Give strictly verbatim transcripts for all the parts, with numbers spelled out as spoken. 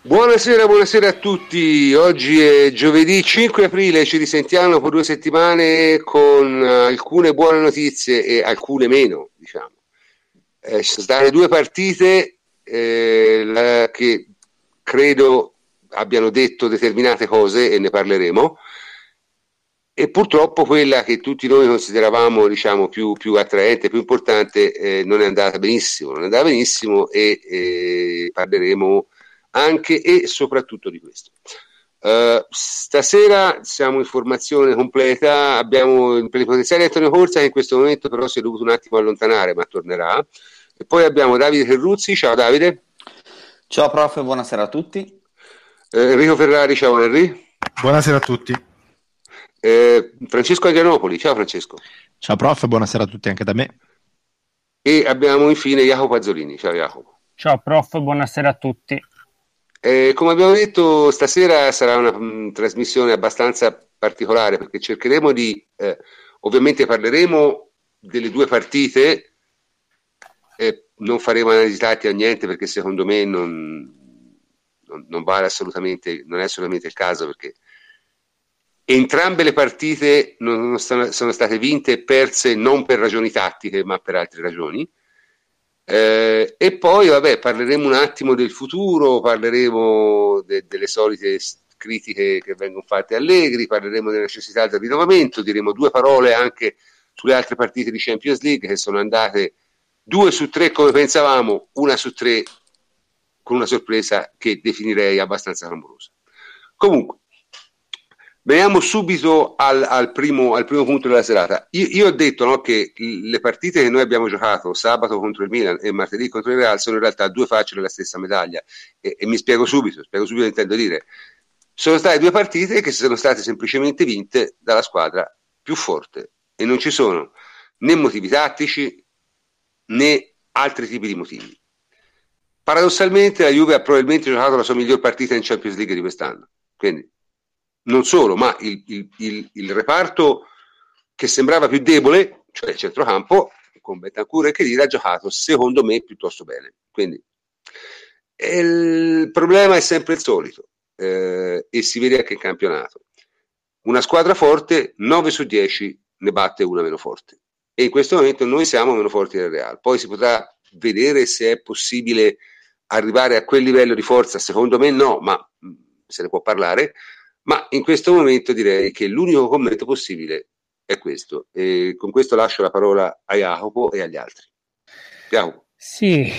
Buonasera, buonasera a tutti. Oggi è giovedì cinque aprile, ci risentiamo dopo due settimane con alcune buone notizie e alcune meno, diciamo. Eh, ci sono state due partite eh, la, che credo abbiano detto determinate cose e ne parleremo, e purtroppo quella che tutti noi consideravamo, diciamo, più, più attraente, più importante, eh, non è andata benissimo, non è andata benissimo e eh, parleremo anche e soprattutto di questo. Uh, stasera siamo in formazione completa, abbiamo il plenipotenziario Antonio Corsa che in questo momento però si è dovuto un attimo allontanare, ma tornerà, e poi abbiamo Davide Terruzzi. Ciao Davide. Ciao prof, buonasera a tutti. uh, Enrico Ferrari. Ciao Henry. Buonasera a tutti. uh, Francesco Adrianopoli. Ciao Francesco. Ciao prof, buonasera a tutti anche da me. E abbiamo infine Jacopo Azzolini. Ciao Jacopo. Ciao prof, buonasera a tutti. Eh, come abbiamo detto, stasera sarà una mh, trasmissione abbastanza particolare, perché cercheremo di, eh, ovviamente parleremo delle due partite, eh, non faremo analisi tattica o niente, perché secondo me non, non, non vale assolutamente, non è assolutamente il caso, perché entrambe le partite non sono, sono state vinte e perse non per ragioni tattiche, ma per altre ragioni. Eh, e poi vabbè, parleremo un attimo del futuro, parleremo de- delle solite critiche che vengono fatte a Allegri, parleremo della necessità del rinnovamento, diremo due parole anche sulle altre partite di Champions League che sono andate due su tre come pensavamo, una su tre con una sorpresa che definirei abbastanza clamorosa. Comunque, veniamo subito al, al, primo, al primo punto della serata. Io, io ho detto, no, che le partite che noi abbiamo giocato sabato contro il Milan e martedì contro il Real sono in realtà due facce della stessa medaglia, e, e mi spiego subito, spiego subito intendo dire. Sono state due partite che sono state semplicemente vinte dalla squadra più forte, e non ci sono né motivi tattici né altri tipi di motivi. Paradossalmente la Juve ha probabilmente giocato la sua miglior partita in Champions League di quest'anno, quindi non solo, ma il, il, il, il reparto che sembrava più debole, cioè il centrocampo, con Bentancur e Khedira, ha giocato secondo me piuttosto bene. Quindi il problema è sempre il solito, eh, e si vede anche in campionato. Una squadra forte nove su dieci ne batte una meno forte, e in questo momento noi siamo meno forti del Real. Poi si potrà vedere se è possibile arrivare a quel livello di forza. Secondo me no, ma se ne può parlare. Ma in questo momento direi che l'unico commento possibile è questo, e con questo lascio la parola a Jacopo e agli altri. Jacopo. Sì,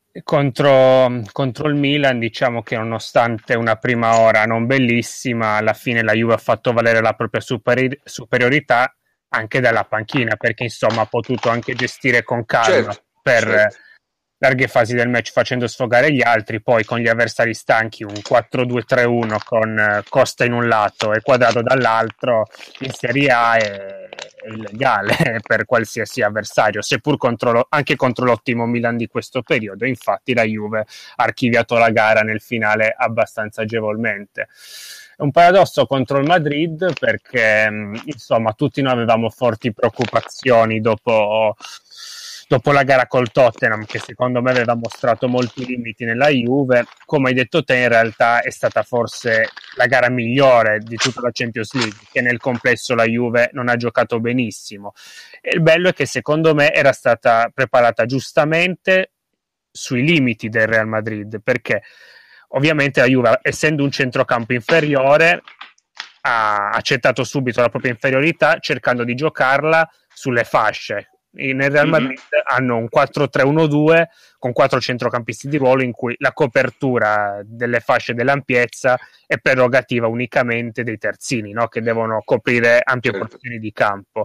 contro, contro il Milan diciamo che nonostante una prima ora non bellissima, alla fine la Juve ha fatto valere la propria superi- superiorità anche dalla panchina, perché insomma ha potuto anche gestire con calma certo, per certo. larghe fasi del match, facendo sfogare gli altri. Poi con gli avversari stanchi un quattro due tre uno con Costa in un lato e Quadrato dall'altro in Serie A è, è illegale per qualsiasi avversario, seppur contro lo, anche contro l'ottimo Milan di questo periodo. Infatti la Juve ha archiviato la gara nel finale abbastanza agevolmente. È un paradosso contro il Madrid, perché insomma tutti noi avevamo forti preoccupazioni dopo dopo la gara col Tottenham, che secondo me aveva mostrato molti limiti nella Juve. Come hai detto te, in realtà è stata forse la gara migliore di tutta la Champions League, che nel complesso la Juve non ha giocato benissimo. E il bello è che secondo me era stata preparata giustamente sui limiti del Real Madrid, perché ovviamente la Juve, essendo un centrocampo inferiore, ha accettato subito la propria inferiorità, cercando di giocarla sulle fasce. Nel Real Madrid mm-hmm. hanno un quattro tre uno due con quattro centrocampisti di ruolo, in cui la copertura delle fasce dell'ampiezza è prerogativa unicamente dei terzini, no? Che devono coprire ampie certo. porzioni di campo.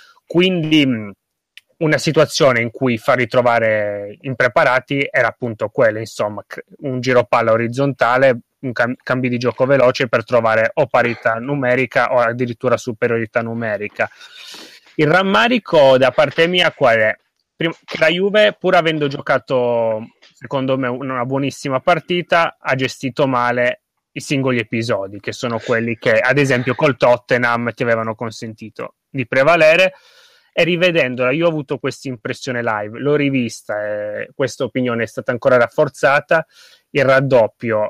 Quindi una situazione in cui far ritrovare impreparati era appunto quella, insomma, un giro palla orizzontale, un cam- cambi di gioco veloce per trovare o parità numerica o addirittura superiorità numerica. Il rammarico da parte mia qual è? Prima, che la Juve, pur avendo giocato secondo me una buonissima partita, ha gestito male i singoli episodi, che sono quelli che ad esempio col Tottenham ti avevano consentito di prevalere. E rivedendola io ho avuto questa impressione live, l'ho rivista e questa opinione è stata ancora rafforzata. Il raddoppio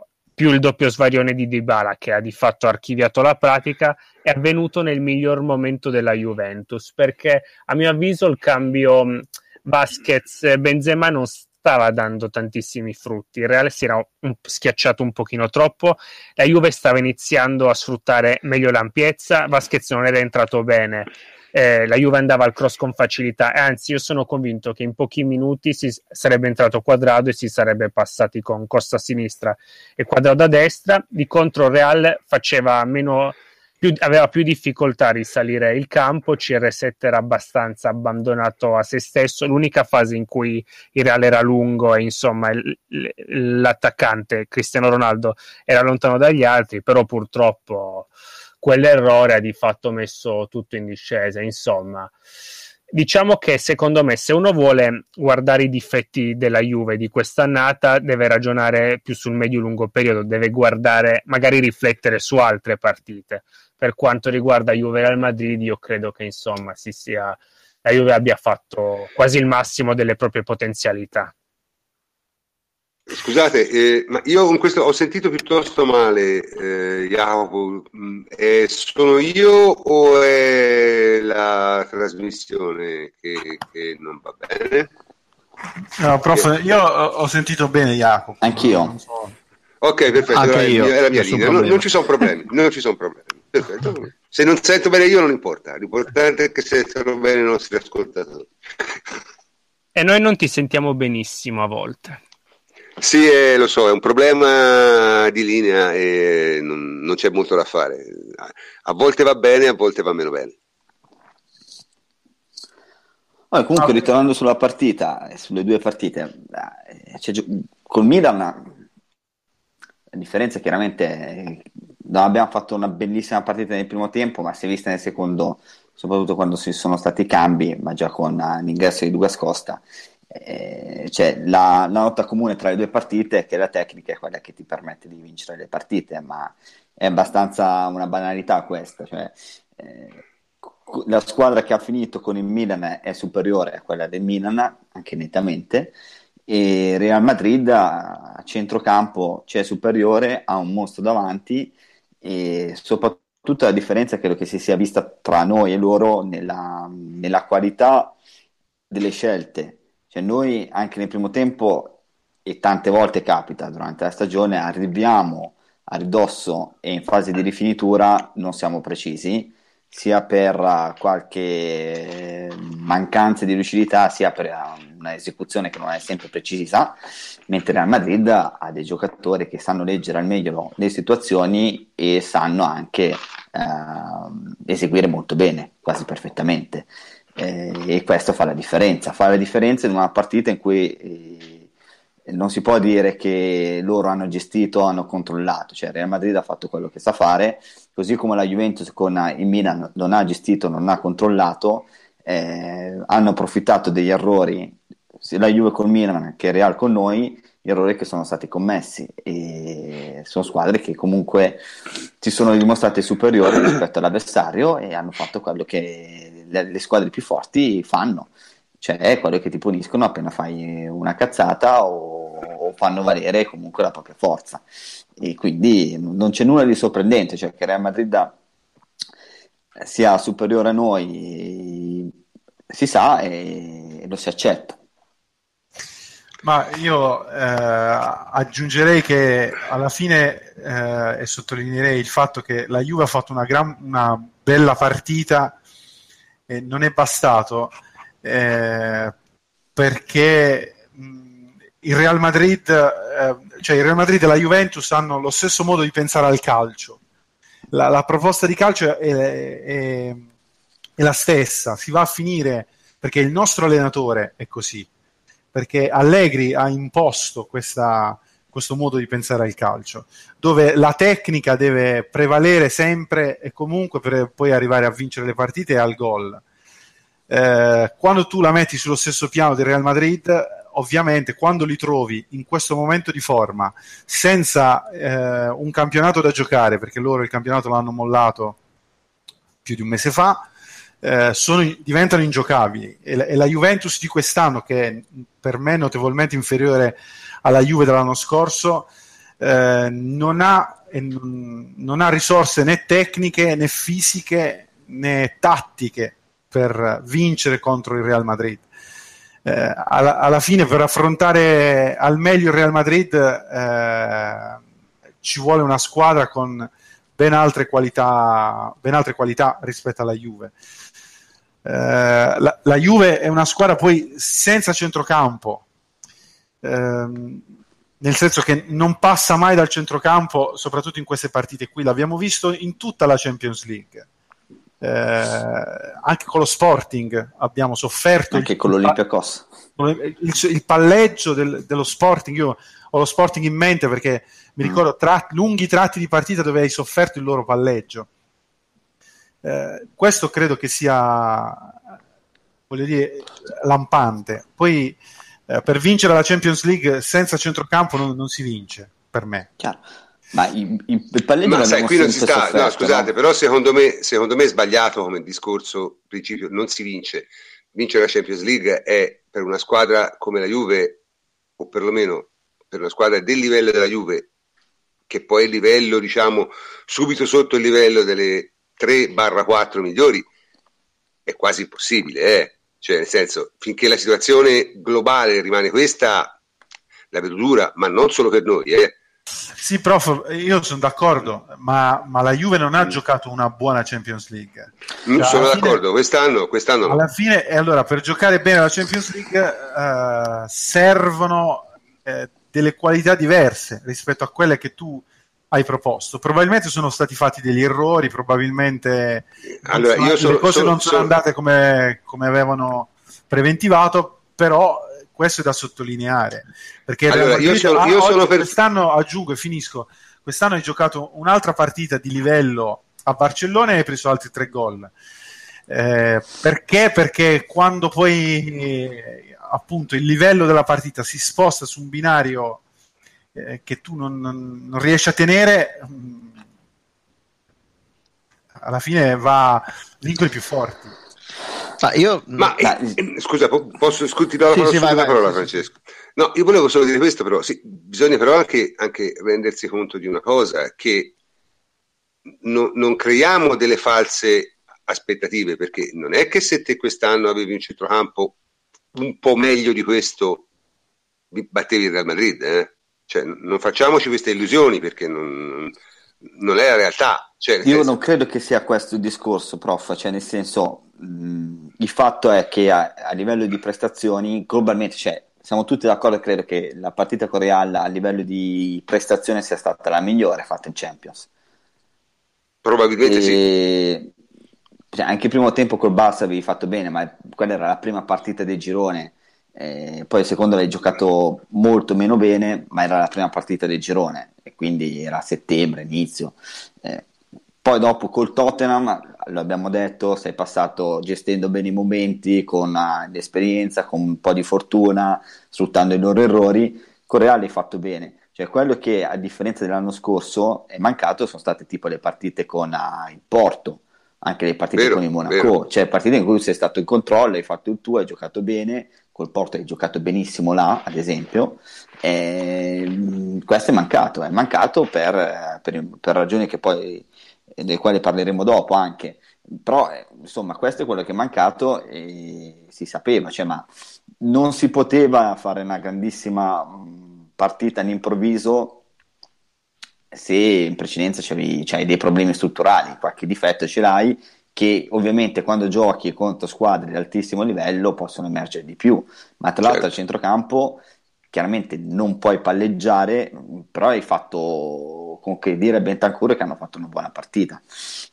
più il doppio svarione di Dybala che ha di fatto archiviato la pratica, è avvenuto nel miglior momento della Juventus, perché a mio avviso il cambio Busquets-Benzema non stava dando tantissimi frutti. Il Real si era un, schiacciato un pochino troppo, la Juve stava iniziando a sfruttare meglio l'ampiezza, Busquets non era entrato bene, eh, la Juve andava al cross con facilità, e anzi io sono convinto che in pochi minuti si sarebbe entrato Quadrado e si sarebbe passati con Costa a sinistra e Quadrado a destra. Di contro il Real faceva meno, più, aveva più difficoltà a risalire il campo, C R sette era abbastanza abbandonato a se stesso, l'unica fase in cui il Real era lungo e insomma il, l'attaccante Cristiano Ronaldo era lontano dagli altri, però purtroppo quell'errore ha di fatto messo tutto in discesa. Insomma, diciamo che secondo me se uno vuole guardare i difetti della Juve di quest'annata deve ragionare più sul medio-lungo periodo, deve guardare, magari riflettere su altre partite. Per quanto riguarda Juve e Real Madrid, io credo che insomma si sia, la Juve abbia fatto quasi il massimo delle proprie potenzialità. Scusate, eh, ma io con questo ho sentito piuttosto male, eh, Jacopo, eh, sono io o è la trasmissione che, che non va bene? No, prof, io ho sentito bene Jacopo. Anch'io. So. Ok, perfetto, Anche è, io, è la mia nessun linea, non, non ci sono problemi, non ci sono problemi. Perfetto. Se non sento bene io non importa, l'importante è che sentano bene i nostri ascoltatori. E noi non ti sentiamo benissimo a volte. Sì, eh, lo so, è un problema di linea e non, non c'è molto da fare. A volte va bene, a volte va meno bene. Oh, comunque, ritornando sulla partita, sulle due partite, cioè, col Milan la differenza è chiaramente non abbiamo fatto una bellissima partita nel primo tempo, ma si è vista nel secondo, soprattutto quando ci sono stati i cambi, ma già con l'ingresso di Douglas Costa. Eh, cioè la, la nota comune tra le due partite è che la tecnica è quella che ti permette di vincere le partite, ma è abbastanza una banalità questa, cioè, eh, la squadra che ha finito con il Milan è superiore a quella del Milan, anche nettamente, e Real Madrid a centrocampo c'è superiore, ha un mostro davanti, e soprattutto la differenza credo che si sia vista tra noi e loro nella, nella qualità delle scelte. Cioè noi anche nel primo tempo, e tante volte capita durante la stagione, arriviamo a ridosso e in fase di rifinitura non siamo precisi, sia per uh, qualche mancanza di lucidità, sia per uh, una esecuzione che non è sempre precisa, mentre Real Madrid ha dei giocatori che sanno leggere al meglio le situazioni e sanno anche uh, eseguire molto bene, quasi perfettamente. Eh, e questo fa la differenza fa la differenza in una partita in cui eh, non si può dire che loro hanno gestito, hanno controllato, cioè Real Madrid ha fatto quello che sa fare, così come la Juventus con il Milan non ha gestito, non ha controllato, eh, hanno approfittato degli errori sia la Juve con il Milan che il Real con noi, gli errori che sono stati commessi, e sono squadre che comunque si sono dimostrate superiori rispetto all'avversario e hanno fatto quello che le, le squadre più forti fanno, cioè quello che ti puniscono appena fai una cazzata o, o fanno valere comunque la propria forza, e quindi non c'è nulla di sorprendente, cioè che Real Madrid sia superiore a noi si sa e, e lo si accetta. Ma io eh, aggiungerei che alla fine eh, e sottolineerei il fatto che la Juve ha fatto una, gran, una bella partita e non è bastato eh, perché mh, il Real Madrid eh, cioè il Real Madrid e la Juventus hanno lo stesso modo di pensare al calcio, la, la proposta di calcio è, è, è la stessa, si va a finire perché il nostro allenatore è così, perché Allegri ha imposto questa, questo modo di pensare al calcio, dove la tecnica deve prevalere sempre e comunque per poi arrivare a vincere le partite e al gol. Eh, quando tu la metti sullo stesso piano del Real Madrid, ovviamente quando li trovi in questo momento di forma, senza eh, un campionato da giocare, perché loro il campionato l'hanno mollato più di un mese fa, Eh, sono, diventano ingiocabili, e la, e la Juventus di quest'anno, che per me è notevolmente inferiore alla Juve dell'anno scorso, eh, non ha, eh, non ha risorse né tecniche né fisiche né tattiche per vincere contro il Real Madrid. Eh, alla, alla fine, per affrontare al meglio il Real Madrid eh, ci vuole una squadra con ben altre qualità, ben altre qualità rispetto alla Juve. Eh, la, la Juve è una squadra poi senza centrocampo, ehm, nel senso che non passa mai dal centrocampo, soprattutto in queste partite qui. L'abbiamo visto in tutta la Champions League. Eh, anche con lo Sporting abbiamo sofferto, anche il, con l'Olympiacos il, il, il palleggio del, dello Sporting. Io ho lo Sporting in mente perché mi ricordo tra, lunghi tratti di partita dove hai sofferto il loro palleggio. Eh, questo credo che sia, voglio dire, lampante. Poi eh, per vincere la Champions League senza centrocampo non, non si vince, per me. Chiaro. Ma il, il, il palleggio ma sai, qui non si sta, sofferto, no, scusate, no? Però secondo me, secondo me è sbagliato come discorso principio. Non si vince. Vincere la Champions League è per una squadra come la Juve, o perlomeno per una squadra del livello della Juve, che poi è il livello, diciamo, subito sotto il livello delle tre quattro migliori, è quasi impossibile, eh? Cioè, nel senso, finché la situazione globale rimane questa, la vedo dura, ma non solo per noi, eh. Sì, prof, io sono d'accordo, ma, ma la Juve non ha mm. giocato una buona Champions League. Non cioè, sono d'accordo, fine, quest'anno, quest'anno no. Alla fine, e allora, per giocare bene la Champions League uh, servono eh, delle qualità diverse rispetto a quelle che tu hai proposto. Probabilmente sono stati fatti degli errori, probabilmente allora, sono, io sono, le cose sono, non sono sono... andate come, come avevano preventivato, però questo è da sottolineare, perché allora, io sono, io sono per... quest'anno, aggiungo e finisco, quest'anno hai giocato un'altra partita di livello a Barcellona e hai preso altri tre gol. Eh, perché? Perché quando poi eh, appunto il livello della partita si sposta su un binario eh, che tu non, non, non riesci a tenere, mh, alla fine va vincono i più forti. Ma io ma eh, scusa, posso scusare la sì, parola, sì, vai, parola vai, Francesco? No, io volevo solo dire questo, però sì, bisogna però anche, anche rendersi conto di una cosa, che no, non creiamo delle false aspettative, perché non è che se te quest'anno avevi un centrocampo un po' meglio di questo battevi il Real Madrid, eh? Cioè, non facciamoci queste illusioni, perché non, non è la realtà. Cioè, io senso... non credo che sia questo il discorso, prof, cioè nel senso, mh, il fatto è che a, a livello di prestazioni globalmente, cioè siamo tutti d'accordo, credo che la partita con Real a livello di prestazione sia stata la migliore fatta in Champions. Probabilmente e... sì. Cioè, anche il primo tempo col Barça avevi fatto bene, ma quella era la prima partita del girone. Eh, poi il secondo l'hai giocato molto meno bene, ma era la prima partita del girone e quindi era a settembre, inizio. Eh, poi dopo col Tottenham, lo abbiamo detto, sei passato gestendo bene i momenti, con uh, l'esperienza, con un po' di fortuna, sfruttando i loro errori. Con Real hai fatto bene. Cioè, quello che a differenza dell'anno scorso è mancato sono state tipo le partite con uh, il Porto, anche le partite vero, con il Monaco, vero. Cioè partite in cui sei stato in controllo, hai fatto il tuo, hai giocato bene, col Porto hai giocato benissimo là, ad esempio. E questo è mancato, è mancato per, per, per ragioni che poi delle quali parleremo dopo anche, però eh, insomma questo è quello che è mancato e si sapeva, cioè, ma non si poteva fare una grandissima mh, partita all'improvviso se in precedenza c'avevi, c'hai dei problemi strutturali, qualche difetto ce l'hai, che ovviamente quando giochi contro squadre di altissimo livello possono emergere di più, ma tra l'altro al centrocampo chiaramente non puoi palleggiare, però hai fatto, con che dire Bentancur che hanno fatto una buona partita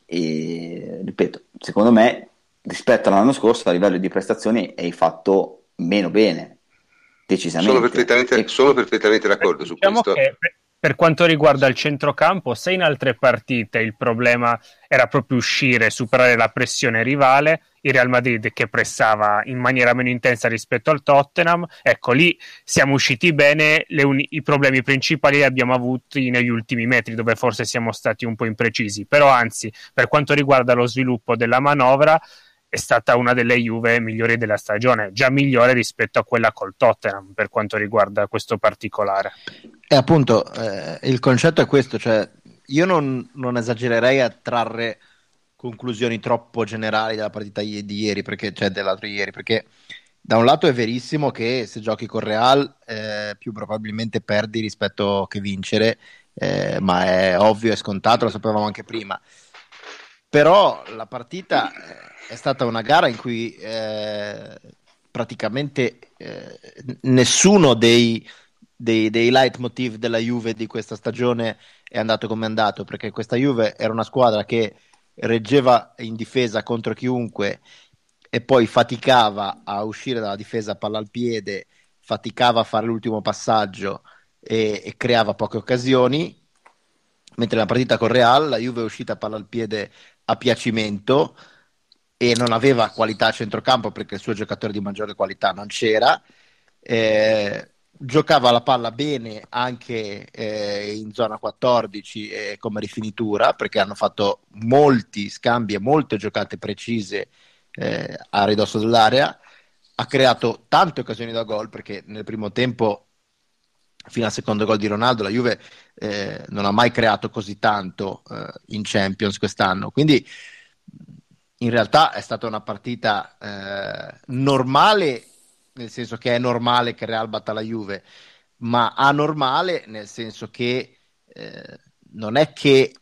e ripeto, secondo me rispetto all'anno scorso a livello di prestazioni hai fatto meno bene, decisamente. Sono perfettamente, e... sono perfettamente d'accordo su diciamo questo. Che per quanto riguarda il centrocampo, se in altre partite il problema era proprio uscire, superare la pressione rivale, il Real Madrid che pressava in maniera meno intensa rispetto al Tottenham, ecco lì siamo usciti bene, le uni- i problemi principali li abbiamo avuti negli ultimi metri, dove forse siamo stati un po' imprecisi, però anzi, per quanto riguarda lo sviluppo della manovra, è stata una delle Juve migliori della stagione, già migliore rispetto a quella col Tottenham per quanto riguarda questo particolare. E appunto eh, il concetto è questo, cioè io non, non esagererei a trarre conclusioni troppo generali della partita di ieri, perché, cioè dell'altro ieri, perché da un lato è verissimo che se giochi con Real eh, più probabilmente perdi rispetto che vincere, eh, ma è ovvio, è scontato, lo sapevamo anche prima. Però la partita è stata una gara in cui eh, praticamente eh, nessuno dei, dei, dei leitmotiv della Juve di questa stagione è andato come è andato, perché questa Juve era una squadra che reggeva in difesa contro chiunque e poi faticava a uscire dalla difesa a palla al piede, faticava a fare l'ultimo passaggio e, e creava poche occasioni, mentre nella partita con Real la Juve è uscita a palla al piede a piacimento e non aveva qualità a centrocampo perché il suo giocatore di maggiore qualità non c'era, eh, giocava la palla bene anche eh, in zona quattordici e come rifinitura, perché hanno fatto molti scambi e molte giocate precise eh, a ridosso dell'area, ha creato tante occasioni da gol, perché nel primo tempo fino al secondo gol di Ronaldo la Juve eh, non ha mai creato così tanto eh, in Champions quest'anno, quindi in realtà è stata una partita eh, normale, nel senso che è normale che Real batta la Juve, ma anormale nel senso che eh, non è che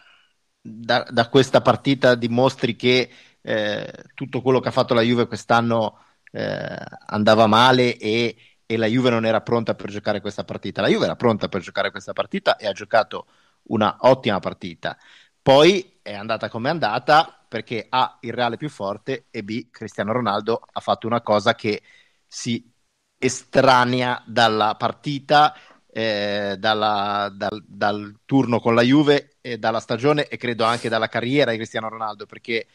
da, da questa partita dimostri che eh, tutto quello che ha fatto la Juve quest'anno eh, andava male e e la Juve non era pronta per giocare questa partita. La Juve era pronta per giocare questa partita e ha giocato una ottima partita. Poi è andata come è andata perché A, il Reale più forte, e B, Cristiano Ronaldo ha fatto una cosa che si estranea dalla partita, eh, dalla, dal, dal turno con la Juve e dalla stagione e credo anche dalla carriera di Cristiano Ronaldo, perché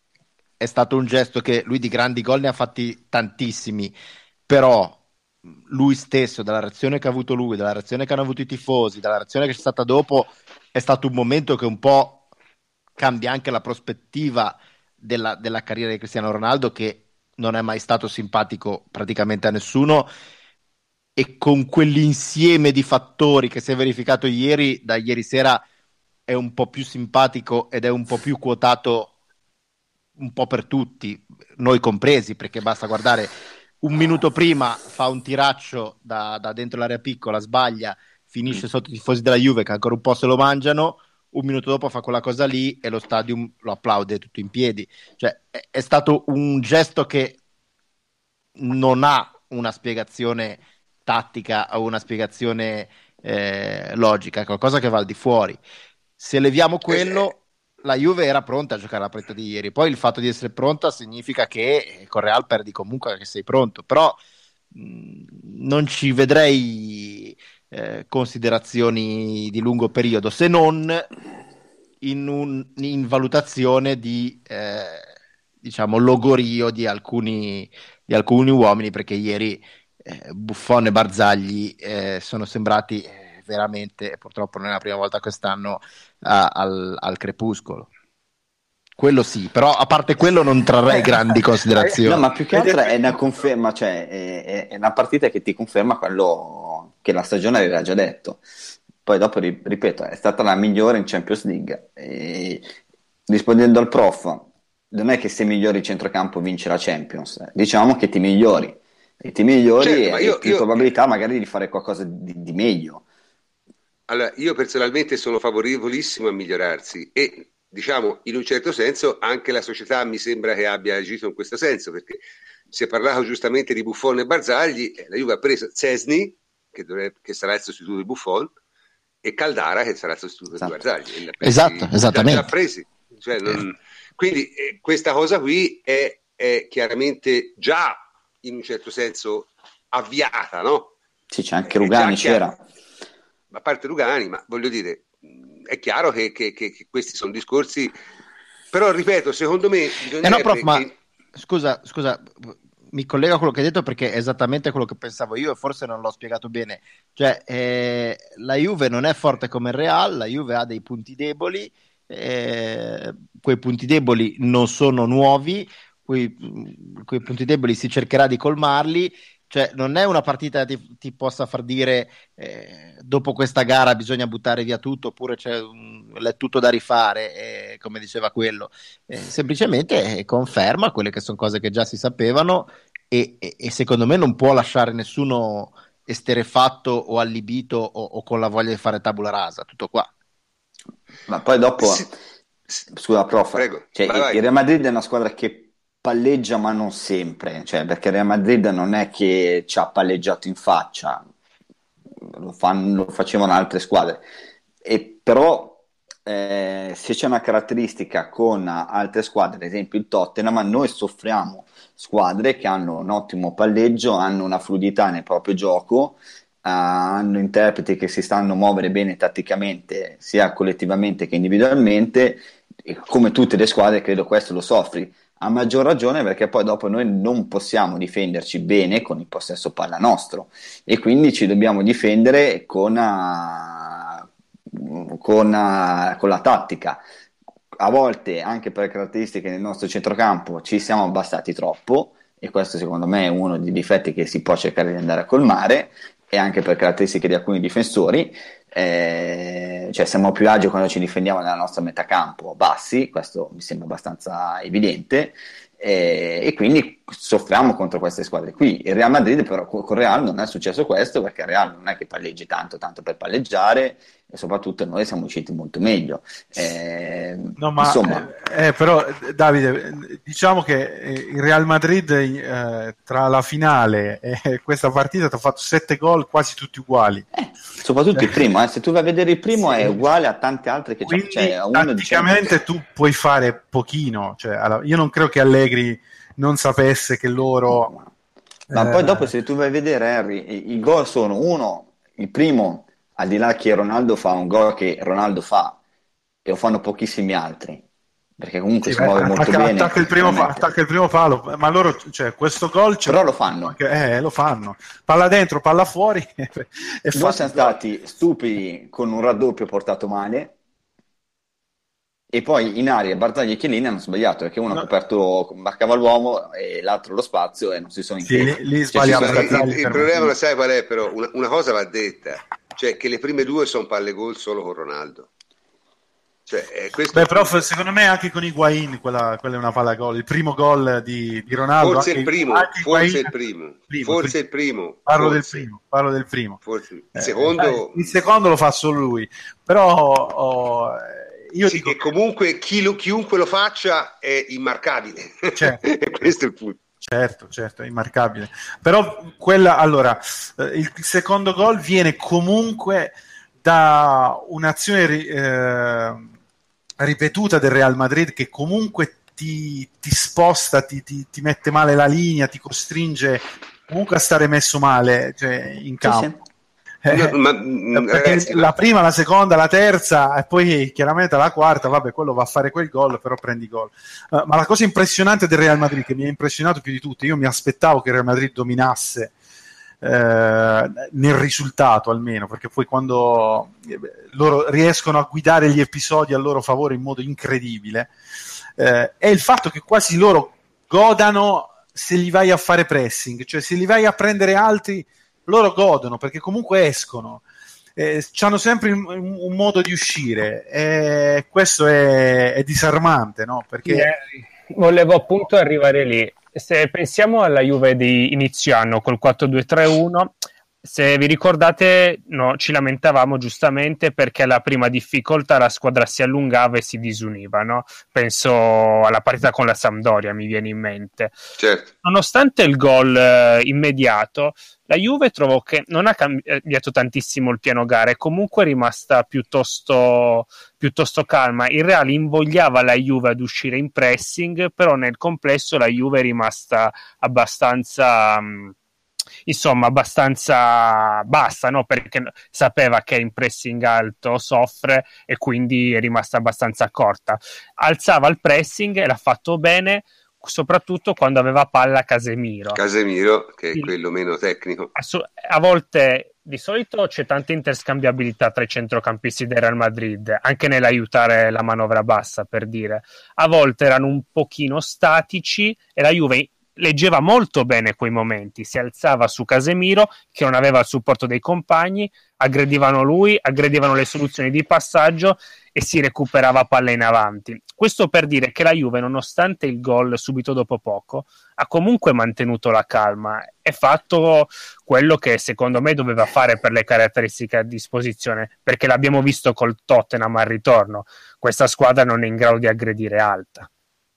è stato un gesto che lui di grandi gol ne ha fatti tantissimi, però lui stesso, dalla reazione che ha avuto lui, dalla reazione che hanno avuto i tifosi, dalla reazione che c'è stata dopo, è stato un momento che un po' cambia anche la prospettiva della, della carriera di Cristiano Ronaldo, che non è mai stato simpatico praticamente a nessuno, e con quell'insieme di fattori che si è verificato ieri, da ieri sera è un po' più simpatico ed è un po' più quotato un po' per tutti, noi compresi, perché basta guardare un minuto prima fa un tiraccio da, da dentro l'area piccola, sbaglia, finisce sotto i tifosi della Juve che ancora un po' se lo mangiano, un minuto dopo fa quella cosa lì e lo stadium lo applaude tutto in piedi. Cioè è, è stato un gesto che non ha una spiegazione tattica o una spiegazione eh, logica, è qualcosa che va al di fuori. Se leviamo quello, la Juve era pronta a giocare la partita di ieri. Poi il fatto di essere pronta significa che con Real perdi comunque che sei pronto, però mh, non ci vedrei eh, considerazioni di lungo periodo, se non in, un, in valutazione di eh, diciamo logorio di alcuni, di alcuni uomini, perché ieri eh, Buffon e Barzagli eh, sono sembrati eh, veramente, e purtroppo non è la prima volta quest'anno, a, al, al crepuscolo. Quello sì, però a parte quello non trarrei grandi considerazioni. No, ma più che altro è una conferma, cioè è, è una partita che ti conferma quello che la stagione aveva già detto. Poi dopo, ripeto, è stata la migliore in Champions League. E rispondendo al prof, non è che se migliori il centrocampo vince la Champions, diciamo che ti migliori e ti migliori certo, e io, hai più io... probabilità magari di fare qualcosa di, di meglio. Allora, io personalmente sono favorevolissimo a migliorarsi e diciamo in un certo senso anche la società mi sembra che abbia agito in questo senso, perché si è parlato giustamente di Buffon e Barzagli, la Juve ha preso Szczęsny che, dovrebbe, che sarà il sostituto di Buffon e Caldara che sarà il sostituto esatto. di Barzagli. Esatto, esattamente. Già presi. Cioè, non... Quindi eh, questa cosa qui è, è chiaramente già in un certo senso avviata, no? Sì, c'è anche Rugani, c'era. A parte Rugani, ma voglio dire, è chiaro che, che, che, che questi sono discorsi, però ripeto, secondo me eh no, prof, ma che... scusa, scusa, mi collego a quello che hai detto perché è esattamente quello che pensavo io e forse non l'ho spiegato bene. Cioè, eh, la Juve non è forte come il Real, la Juve ha dei punti deboli, eh, quei punti deboli non sono nuovi, cui, cui punti deboli si cercherà di colmarli. Cioè, non è una partita che ti, ti possa far dire eh, dopo questa gara bisogna buttare via tutto oppure c'è un, è tutto da rifare, eh, come diceva quello. Eh, semplicemente eh, conferma quelle che sono cose che già si sapevano e, e, e secondo me non può lasciare nessuno esterefatto o allibito o, o con la voglia di fare tabula rasa. Tutto qua. Ma poi dopo, Sì. scusa prof, Prego, cioè, vai, vai. il Real Madrid è una squadra che palleggia ma non sempre, cioè, perché il Real Madrid non è che ci ha palleggiato in faccia, lo, fanno, lo facevano altre squadre, e però eh, se c'è una caratteristica con altre squadre, ad esempio il Tottenham, noi soffriamo squadre che hanno un ottimo palleggio, hanno una fluidità nel proprio gioco, Uh, hanno interpreti che si stanno a muovere bene tatticamente sia collettivamente che individualmente, e come tutte le squadre credo questo lo soffri a maggior ragione perché poi dopo noi non possiamo difenderci bene con il possesso palla nostro e quindi ci dobbiamo difendere con, uh, con, uh, con la tattica. A volte anche per caratteristiche del nostro centrocampo ci siamo abbassati troppo e questo secondo me è uno dei difetti che si può cercare di andare a colmare, e anche per caratteristiche di alcuni difensori, eh, cioè siamo più agili quando ci difendiamo nella nostra metà campo bassi, questo mi sembra abbastanza evidente, eh, e quindi soffriamo contro queste squadre qui. Il Real Madrid però con Real non è successo questo perché il Real non è che palleggi tanto tanto per palleggiare e soprattutto noi siamo usciti molto meglio, eh, no, ma, insomma eh, però Davide, diciamo che il Real Madrid eh, tra la finale e questa partita ti ha fatto sette gol quasi tutti uguali, eh, soprattutto il primo, eh. Se tu vai a vedere il primo sì, è uguale a tante altre che quindi c'è, cioè, tatticamente tu puoi fare pochino, cioè, allora, io non credo che Allegri non sapesse che loro ma eh... poi dopo se tu vai a vedere Harry, i, i gol sono uno, il primo al di là che Ronaldo fa un gol che Ronaldo fa e lo fanno pochissimi altri perché comunque sì, si beh, muove attacca, molto bene attacca il, primo, attacca il primo palo, ma loro cioè, questo gol però lo fanno eh, lo fanno palla dentro, palla fuori e noi siamo stati stupidi con un raddoppio portato male e poi in aria Barzagli e Chiellini hanno sbagliato perché uno no. ha coperto, marcava l'uomo e l'altro lo spazio e non si sono intesi. Sì, lì, lì cioè, il, il, il problema lo sai qual è però? Una, una cosa va detta, cioè che le prime due sono palle gol solo con Ronaldo. Cioè, eh, questo Beh, prof, secondo me anche con Higuaín quella, quella è una palla gol. Il primo gol di, di Ronaldo. Forse anche, il primo, anche forse Higuaín, il primo, primo forse primo. il primo. Parlo forse. del primo, parlo del primo. Forse. Il eh, secondo, il secondo lo fa solo lui. Però oh, io sì, dico che comunque chi lo, chiunque lo faccia è immarcabile. Certo. Questo è il punto. Certo, certo, è immarcabile. Però quella, allora, eh, il secondo gol viene comunque da un'azione eh, ripetuta del Real Madrid che comunque ti, ti sposta, ti, ti, ti mette male la linea, ti costringe comunque a stare messo male, cioè, in campo. Sì, sì. Eh, ma, ragazzi, la prima, la seconda, la terza e poi chiaramente la quarta, vabbè, quello va a fare quel gol, però prendi gol. Uh, ma la cosa impressionante del Real Madrid, che mi ha impressionato più di tutte, io mi aspettavo che il Real Madrid dominasse eh, nel risultato almeno, perché poi quando loro riescono a guidare gli episodi a loro favore in modo incredibile, eh, è il fatto che quasi loro godano se li vai a fare pressing, cioè se li vai a prendere altri loro godono perché comunque escono, eh, hanno sempre un, un modo di uscire e questo è, è disarmante, no? Perché eh, volevo appunto arrivare lì. Se pensiamo alla Juve di inizio anno col quattro due tre uno, se vi ricordate, no, ci lamentavamo giustamente perché alla prima difficoltà la squadra si allungava e si disuniva, no? Penso alla partita con la Sampdoria, mi viene in mente. Certo. Nonostante il gol eh, immediato, la Juve trovo che non ha cambiato tantissimo il piano gara, è comunque rimasta piuttosto, piuttosto calma. Il Real invogliava la Juve ad uscire in pressing, però nel complesso la Juve è rimasta abbastanza... Mh, insomma abbastanza bassa, no? Perché sapeva che in pressing alto soffre e quindi è rimasta abbastanza corta. Alzava il pressing e l'ha fatto bene, soprattutto quando aveva palla Casemiro. Casemiro, che è sì. quello meno tecnico. A volte di solito c'è tanta interscambiabilità tra i centrocampisti del Real Madrid, anche nell'aiutare la manovra bassa, per dire. A volte erano un pochino statici e la Juve leggeva molto bene quei momenti, si alzava su Casemiro che non aveva il supporto dei compagni, aggredivano lui, aggredivano le soluzioni di passaggio e si recuperava palla in avanti. Questo per dire che la Juve, nonostante il gol subito dopo poco, ha comunque mantenuto la calma e fatto quello che secondo me doveva fare per le caratteristiche a disposizione, perché l'abbiamo visto col Tottenham al ritorno, questa squadra non è in grado di aggredire alta.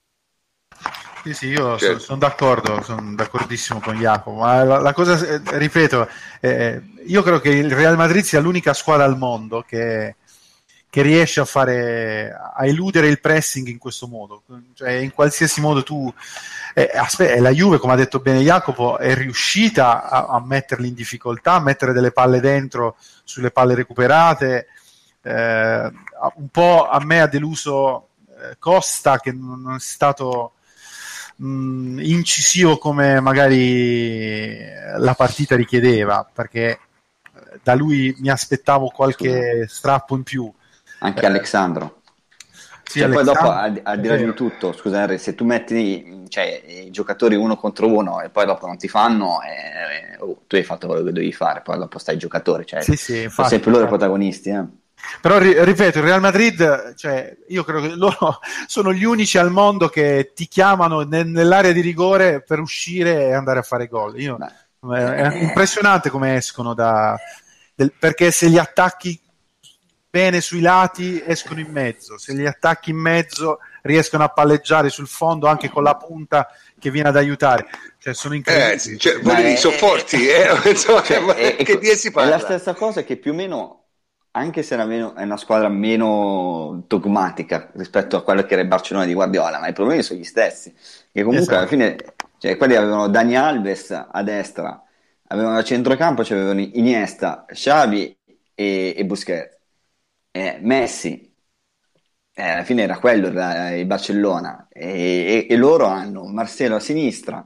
Sì, sì, io certo. sono, sono d'accordo, sono d'accordissimo con Jacopo, ma la, la cosa, eh, ripeto, eh, io credo che il Real Madrid sia l'unica squadra al mondo che, che riesce a fare, a eludere il pressing in questo modo, cioè in qualsiasi modo tu, eh, aspetta, la Juve, come ha detto bene Jacopo, è riuscita a, a metterli in difficoltà, a mettere delle palle dentro sulle palle recuperate, eh, un po' a me ha deluso eh, Costa, che non è stato mh, incisivo come magari la partita richiedeva, perché da lui mi aspettavo qualche strappo in più. Anche eh, Alexandro. Sì, cioè, Alexandro, poi dopo, al, al di là di tutto, scusa Henry, se tu metti, cioè, i giocatori uno contro uno e poi dopo non ti fanno, eh, oh, tu hai fatto quello che devi fare, poi dopo stai i giocatori, cioè, sì, sì, infatti, sono sempre loro i infatti. protagonisti. Eh. Però ri- ripeto, il Real Madrid, cioè, io credo che loro sono gli unici al mondo che ti chiamano ne- nell'area di rigore per uscire e andare a fare gol. Io, è impressionante come escono da... Del, perché se li attacchi bene sui lati escono in mezzo, se li attacchi in mezzo riescono a palleggiare sul fondo anche con la punta che viene ad aiutare, cioè sono incredibili. Eh, sì, cioè, voglio dire, sono forti, eh? Insomma, cioè, è, è, che si parla? È la stessa cosa che più o meno, anche se era meno, è una squadra meno dogmatica rispetto a quello che era il Barcellona di Guardiola, ma i problemi sono gli stessi, che comunque esatto. Alla fine, cioè, quelli avevano Dani Alves a destra, avevano a centrocampo, cioè avevano Iniesta, Xavi e, e Busquets. Eh, Messi, eh, alla fine era quello il, il Barcellona, e, e, e loro hanno Marcelo a sinistra,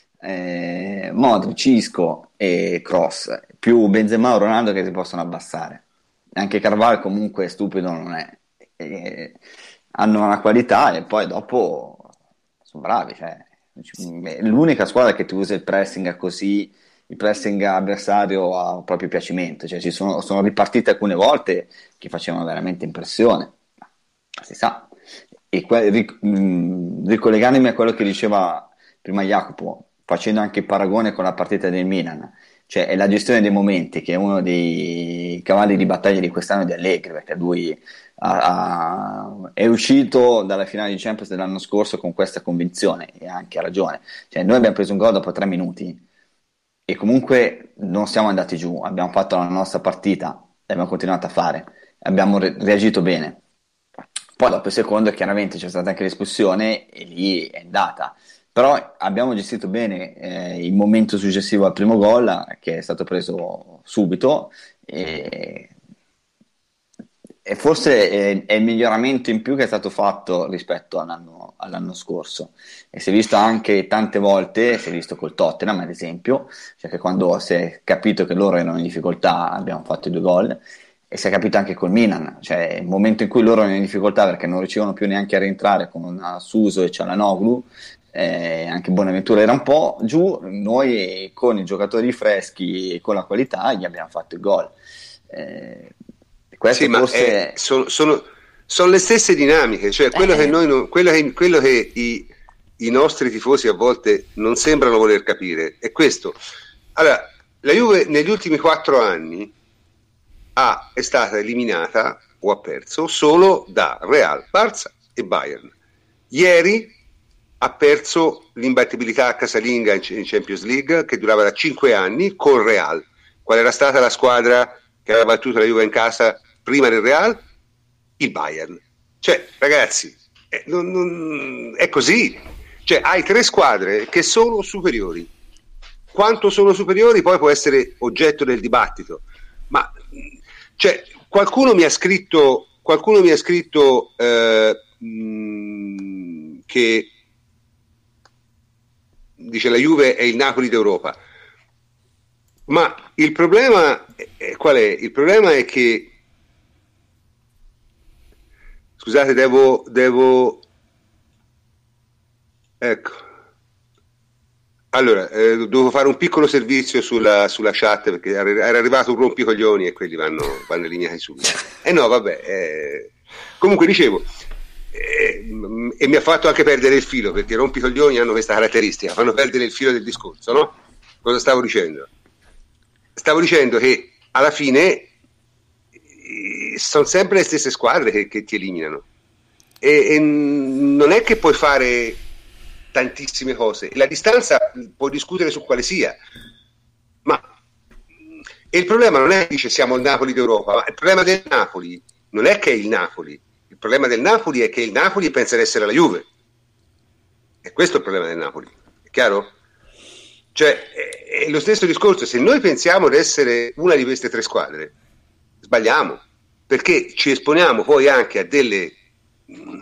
eh, Modric, Isco e Kroos, più Benzema o Ronaldo che si possono abbassare. Anche Carvalho comunque stupido non è, e, hanno una qualità e poi dopo sono bravi, cioè, l'unica squadra che ti usa il pressing così, il pressing avversario a proprio piacimento, cioè ci sono, sono ripartite alcune volte che facevano veramente impressione, ma si sa. E que- ric- mh, ricollegandomi a quello che diceva prima Jacopo, facendo anche il paragone con la partita del Milan, cioè è la gestione dei momenti che è uno dei cavalli di battaglia di quest'anno di Allegri, perché lui ha, ha, è uscito dalla finale di Champions dell'anno scorso con questa convinzione e ha anche ragione, cioè noi abbiamo preso un gol dopo tre minuti e comunque non siamo andati giù, abbiamo fatto la nostra partita e abbiamo continuato a fare, abbiamo re- reagito bene. Poi dopo il secondo chiaramente c'è stata anche l'espulsione e lì è andata, però abbiamo gestito bene eh, il momento successivo al primo gol, che è stato preso subito, e, e forse è, è il miglioramento in più che è stato fatto rispetto all'anno, all'anno scorso, e si è visto anche tante volte, si è visto col Tottenham ad esempio, cioè che quando si è capito che loro erano in difficoltà abbiamo fatto i due gol, e si è capito anche col Milan, cioè il momento in cui loro erano in difficoltà perché non riuscivano più neanche a rientrare con Suso e Cialanoglu, eh, anche Bonaventura era un po' giù, noi con i giocatori freschi e con la qualità gli abbiamo fatto il gol. Eh, questo sì, forse... ma è, sono, sono, sono le stesse dinamiche, cioè quello eh. che noi non, quello che, quello che i, i nostri tifosi a volte non sembrano voler capire è questo. Allora, la Juve negli ultimi quattro anni ha, è stata eliminata o ha perso solo da Real, Barça e Bayern. Ieri ha perso l'imbattibilità casalinga in Champions League che durava da cinque anni con Real. Qual era stata la squadra che aveva battuto la Juve in casa prima del Real? Il Bayern. Cioè, ragazzi, è, non, non, è così. Cioè, hai tre squadre che sono superiori. Quanto sono superiori poi può essere oggetto del dibattito. Ma, cioè, qualcuno mi ha scritto, qualcuno mi ha scritto eh, mh, che dice la Juve è il Napoli d'Europa. Ma il problema è, qual è? Il problema è che, scusate, devo, devo ecco, allora, eh, devo fare un piccolo servizio sulla, sulla chat perché era arrivato un rompicoglioni e quelli vanno, vanno eliminati subito. E eh no, vabbè, eh, comunque dicevo, eh, e mi ha fatto anche perdere il filo, perché i rompicoglioni hanno questa caratteristica, fanno perdere il filo del discorso, no? Cosa stavo dicendo? Stavo dicendo che alla fine sono sempre le stesse squadre che, che ti eliminano e, e non è che puoi fare tantissime cose. La distanza puoi discutere su quale sia, ma e il problema non è che dice siamo il Napoli d'Europa, ma il problema del Napoli non è che è il Napoli, il problema del Napoli è che il Napoli pensa di essere la Juve, e questo è il problema del Napoli, è chiaro? Cioè è lo stesso discorso, se noi pensiamo di essere una di queste tre squadre sbagliamo, perché ci esponiamo poi anche a delle mh,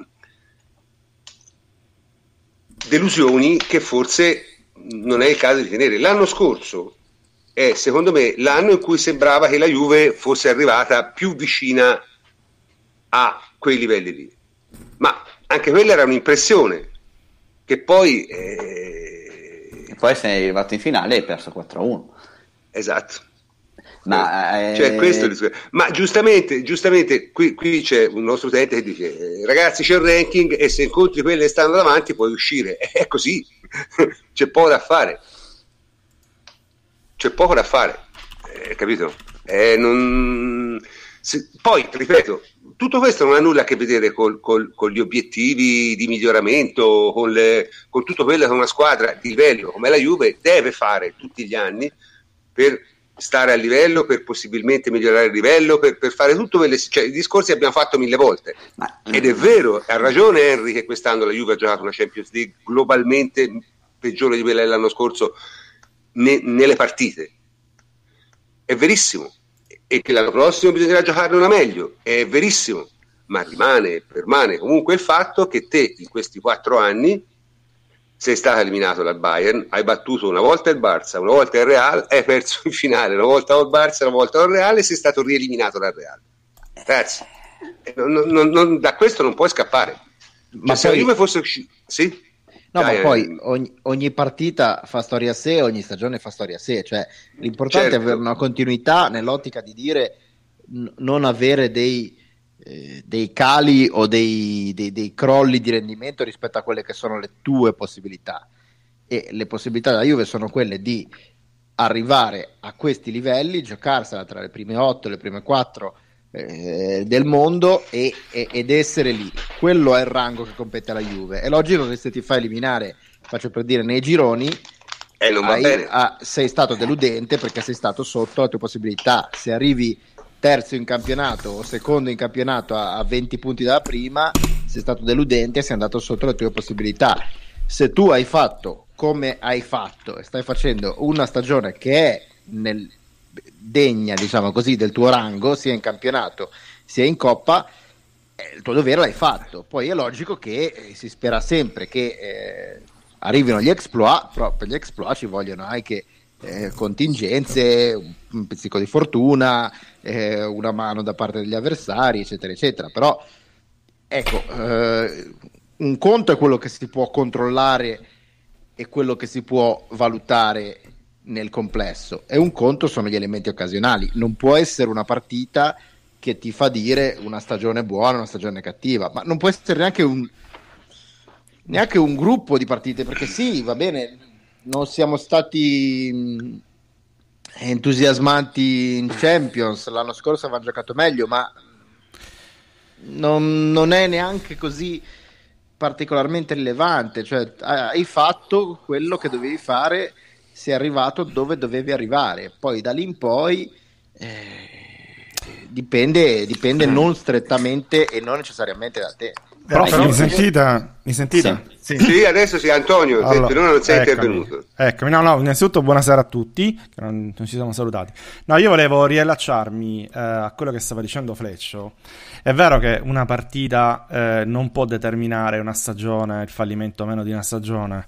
delusioni che forse non è il caso di tenere. L'anno scorso è secondo me l'anno in cui sembrava che la Juve fosse arrivata più vicina a quei livelli lì, ma anche quella era un'impressione che poi eh, e poi sei arrivato in finale e hai perso quattro a uno. Esatto. Ma, eh... cioè, questo è il discorso. Ma giustamente, giustamente qui, qui c'è un nostro utente che dice eh, ragazzi c'è un ranking e se incontri quelle che stanno davanti puoi uscire, è così. C'è poco da fare, c'è poco da fare, eh, capito? Eh, non... se... poi ripeto, tutto questo non ha nulla a che vedere col, col, con gli obiettivi di miglioramento, con, le, con tutto quello che una squadra di livello come la Juve deve fare tutti gli anni per stare a livello, per possibilmente migliorare il livello, per, per fare tutto quelle, cioè, i discorsi abbiamo fatto mille volte. Ma... ed è vero, ha ragione Henry che quest'anno la Juve ha giocato una Champions League globalmente peggiore di quella dell'anno scorso ne, nelle partite, è verissimo, e che l'anno prossimo bisognerà giocarne una meglio, è verissimo, ma rimane, permane comunque il fatto che te in questi quattro anni sei stato eliminato dal Bayern, hai battuto una volta il Barça, una volta il Real, hai perso in finale una volta il Barça, una volta il Real e sei stato rieliminato dal Real. Ragazzi, non, non, non, da questo non puoi scappare. Ma cioè, se la Juve fosse uscita, sì? No, Dai, ma poi ogni, ogni partita fa storia a sé, ogni stagione fa storia a sé, cioè l'importante certo. è avere una continuità nell'ottica di dire n- non avere dei, eh, dei cali o dei, dei, dei crolli di rendimento rispetto a quelle che sono le tue possibilità, e le possibilità della Juve sono quelle di arrivare a questi livelli, giocarsela tra le prime otto e le prime quattro eh, del mondo e, e, ed essere lì. Quello è il rango che compete alla Juve. È logico che se ti fai eliminare, faccio per dire, nei gironi eh, non va hai, bene. Ah, sei stato deludente perché sei stato sotto la tua possibilità. Se arrivi terzo in campionato o secondo in campionato a, a venti punti dalla prima, sei stato deludente e sei andato sotto le tue possibilità. Se tu hai fatto come hai fatto e stai facendo una stagione che è nel degna, diciamo così, del tuo rango, sia in campionato sia in coppa, eh, il tuo dovere l'hai fatto. Poi è logico che eh, si spera sempre che eh, arrivino gli exploit, però per gli exploit ci vogliono anche eh, contingenze, un, un pizzico di fortuna, eh, una mano da parte degli avversari, eccetera eccetera. Però ecco, eh, un conto è quello che si può controllare e quello che si può valutare nel complesso, e un conto sono gli elementi occasionali. Non può essere una partita che ti fa dire una stagione buona, una stagione cattiva, ma non può essere neanche un neanche un gruppo di partite, perché sì, va bene, non siamo stati entusiasmanti in Champions, l'anno scorso avevamo giocato meglio, ma non, non è neanche così particolarmente rilevante. Cioè hai fatto quello che dovevi fare, sei arrivato dove dovevi arrivare, poi da lì in poi eh, dipende, dipende non strettamente e non necessariamente da te. Però, però mi sentita? Mi sentita? Sì. Sì, sì, adesso sì, Antonio, allora, se non sei eccomi, intervenuto. Eccomi, no, no, innanzitutto buonasera a tutti, che non, non ci siamo salutati. No, io volevo riallacciarmi eh, a quello che stava dicendo Fleccio. È vero che una partita eh, non può determinare una stagione, il fallimento o meno di una stagione,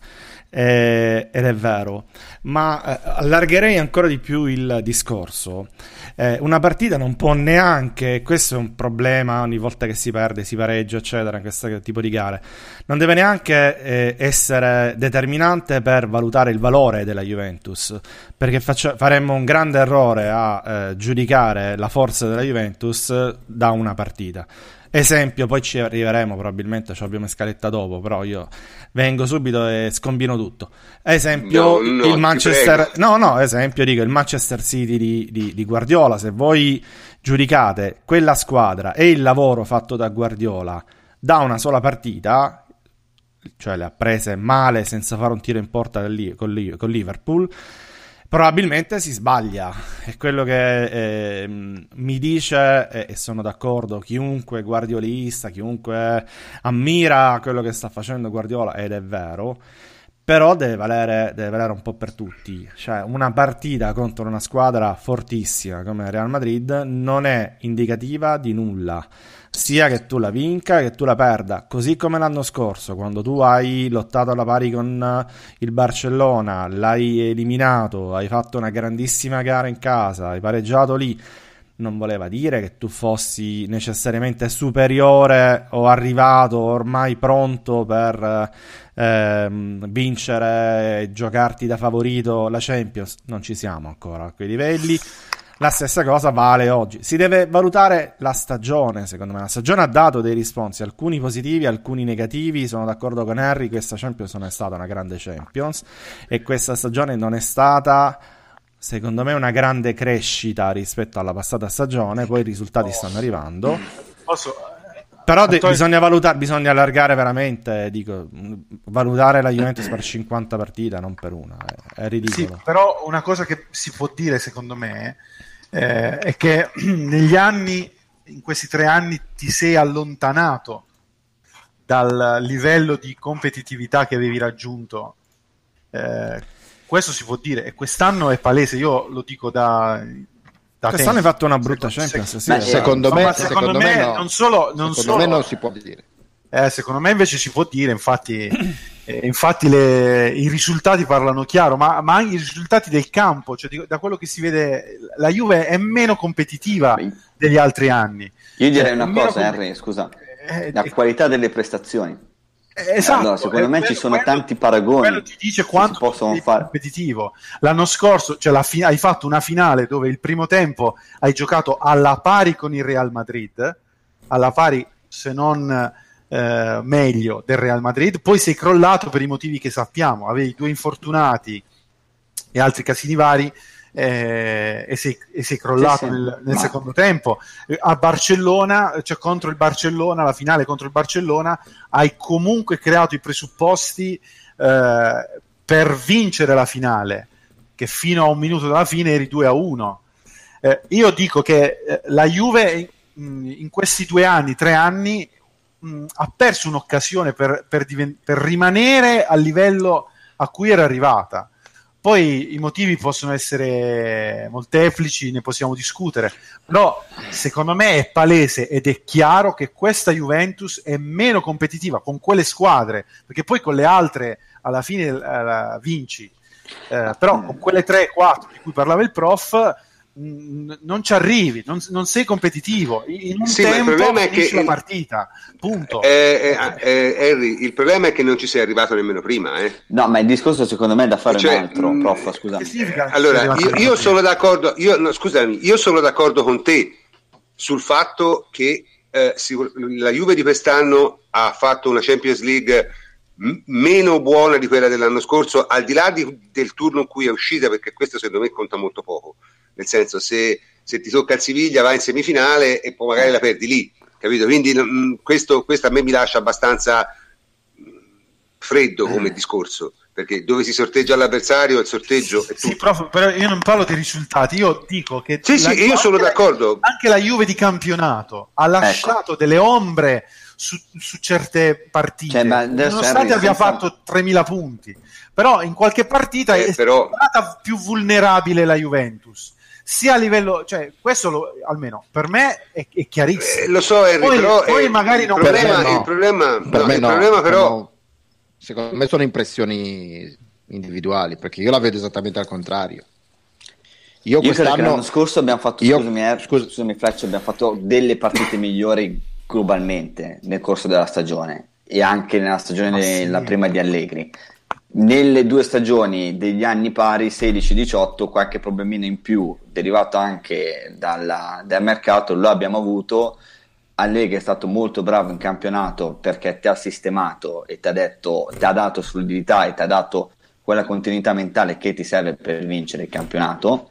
eh, ed è vero, ma eh, allargherei ancora di più il discorso. Eh, una partita non può neanche, questo è un problema ogni volta che si perde, si pareggia, eccetera, in questo tipo di gare, non deve neanche eh, essere determinante per valutare il valore della Juventus, perché faccia, faremmo un grande errore a eh, giudicare la forza della Juventus da una partita. Esempio, poi ci arriveremo probabilmente, ci abbiamo scaletta dopo, però io vengo subito e scombino tutto. Esempio, no, no, il Manchester, no, no, esempio dico il Manchester City di, di, di Guardiola. Se voi giudicate quella squadra e il lavoro fatto da Guardiola da una sola partita, cioè le ha prese male senza fare un tiro in porta con Liverpool, probabilmente si sbaglia. È quello che eh, mi dice, eh, e sono d'accordo, chiunque guardiolista, chiunque ammira quello che sta facendo Guardiola, ed è vero, però deve valere, deve valere un po' per tutti. Cioè, una partita contro una squadra fortissima come Real Madrid non è indicativa di nulla, sia che tu la vinca che tu la perda, così come l'anno scorso quando tu hai lottato alla pari con il Barcellona, l'hai eliminato, hai fatto una grandissima gara in casa, hai pareggiato lì, non voleva dire che tu fossi necessariamente superiore o arrivato ormai pronto per ehm, vincere e giocarti da favorito la Champions. Non ci siamo ancora a quei livelli. La stessa cosa vale oggi. Si deve valutare la stagione, secondo me. La stagione ha dato dei risponsi, alcuni positivi, alcuni negativi. Sono d'accordo con Harry, questa Champions non è stata una grande Champions e questa stagione non è stata, secondo me, una grande crescita rispetto alla passata stagione. Poi i risultati stanno arrivando. Posso... Però de- bisogna valutare, bisogna allargare veramente, dico, valutare la Juventus per cinquanta partite, non per una, è, è ridicolo. Sì, però una cosa che si può dire, secondo me, eh, è che negli anni, in questi tre anni, ti sei allontanato dal livello di competitività che avevi raggiunto. Eh, questo si può dire, e quest'anno è palese, io lo dico da... Quest'anno hai fatto una brutta Champions, sì, Beh, secondo, no, me, secondo, secondo me, me no. non solo, non secondo solo, me non si può dire. Eh, secondo me invece si può dire, infatti, eh, infatti le, i risultati parlano chiaro, ma, ma anche i risultati del campo, cioè di, da quello che si vede, la Juve è meno competitiva degli altri anni. Io direi eh, una cosa, Henry, com- scusa, eh, la eh, qualità delle prestazioni. Esatto, allora, secondo me quello, ci sono quello, tanti paragoni. Quello ti dice quanto possono fare competitivo. L'anno scorso, cioè la fi- hai fatto una finale dove il primo tempo hai giocato alla pari con il Real Madrid, alla pari se non eh, meglio del Real Madrid, poi sei crollato per i motivi che sappiamo, avevi due infortunati e altri casini vari. Eh, e, sei, e sei crollato sì, sì. nel, nel secondo tempo eh, a Barcellona, cioè contro il Barcellona, la finale contro il Barcellona, hai comunque creato i presupposti eh, per vincere la finale, che fino a un minuto dalla fine eri due a uno. Eh, io dico che eh, la Juve mh, in questi due anni, tre anni mh, ha perso un'occasione per, per, diven- per rimanere al livello a cui era arrivata. Poi i motivi possono essere molteplici, ne possiamo discutere, però secondo me è palese ed è chiaro che questa Juventus è meno competitiva con quelle squadre, perché poi con le altre alla fine uh, vinci, uh, però con quelle tre quattro di cui parlava il prof mh, non ci arrivi, non, non sei competitivo, in un sì, tempo finisci che la partita, punto. Eh, eh, eh, Harry, il problema è che non ci sei arrivato nemmeno prima. Eh. No, ma il discorso secondo me è da fare cioè, un altro, mh, prof, scusa. Allora, io, io sono d'accordo, io, no, scusami, io sono d'accordo con te sul fatto che eh, la Juve di quest'anno ha fatto una Champions League m- meno buona di quella dell'anno scorso, al di là di, del turno in cui è uscita, perché questo secondo me conta molto poco. Nel senso, se, se ti tocca il Siviglia vai in semifinale e poi magari la perdi lì, capito? Quindi mh, questo, questo a me mi lascia abbastanza mh, freddo come discorso. perché dove si sorteggia l'avversario il sorteggio è tutto. Sì, prof, però io non parlo di risultati, io dico che sì, sì, io sono d'accordo. La, anche la Juve di campionato ha lasciato ecco. delle ombre su, su certe partite, cioè, ma nonostante abbia senza... fatto tremila punti, però in qualche partita eh, è però... stata più vulnerabile la Juventus. Sia a livello, cioè questo lo, almeno per me è, è chiarissimo. Eh, lo so, Henry, poi, però poi eh, magari il non problema, no. il problema, per no, me il no, problema però no. Secondo me sono impressioni individuali, perché io la vedo esattamente al contrario. Io, io quest'anno credo che l'anno scorso abbiamo fatto, io... scusami, eh, Scus- scusami Fletch, abbiamo fatto delle partite migliori globalmente nel corso della stagione e anche nella stagione sì. la prima di Allegri. Nelle due stagioni degli anni pari sedici diciotto qualche problemino in più derivato anche dalla, dal mercato lo abbiamo avuto. Allegri è stato molto bravo in campionato perché ti ha sistemato e ti ha detto, ti ha dato solidità e ti ha dato quella continuità mentale che ti serve per vincere il campionato,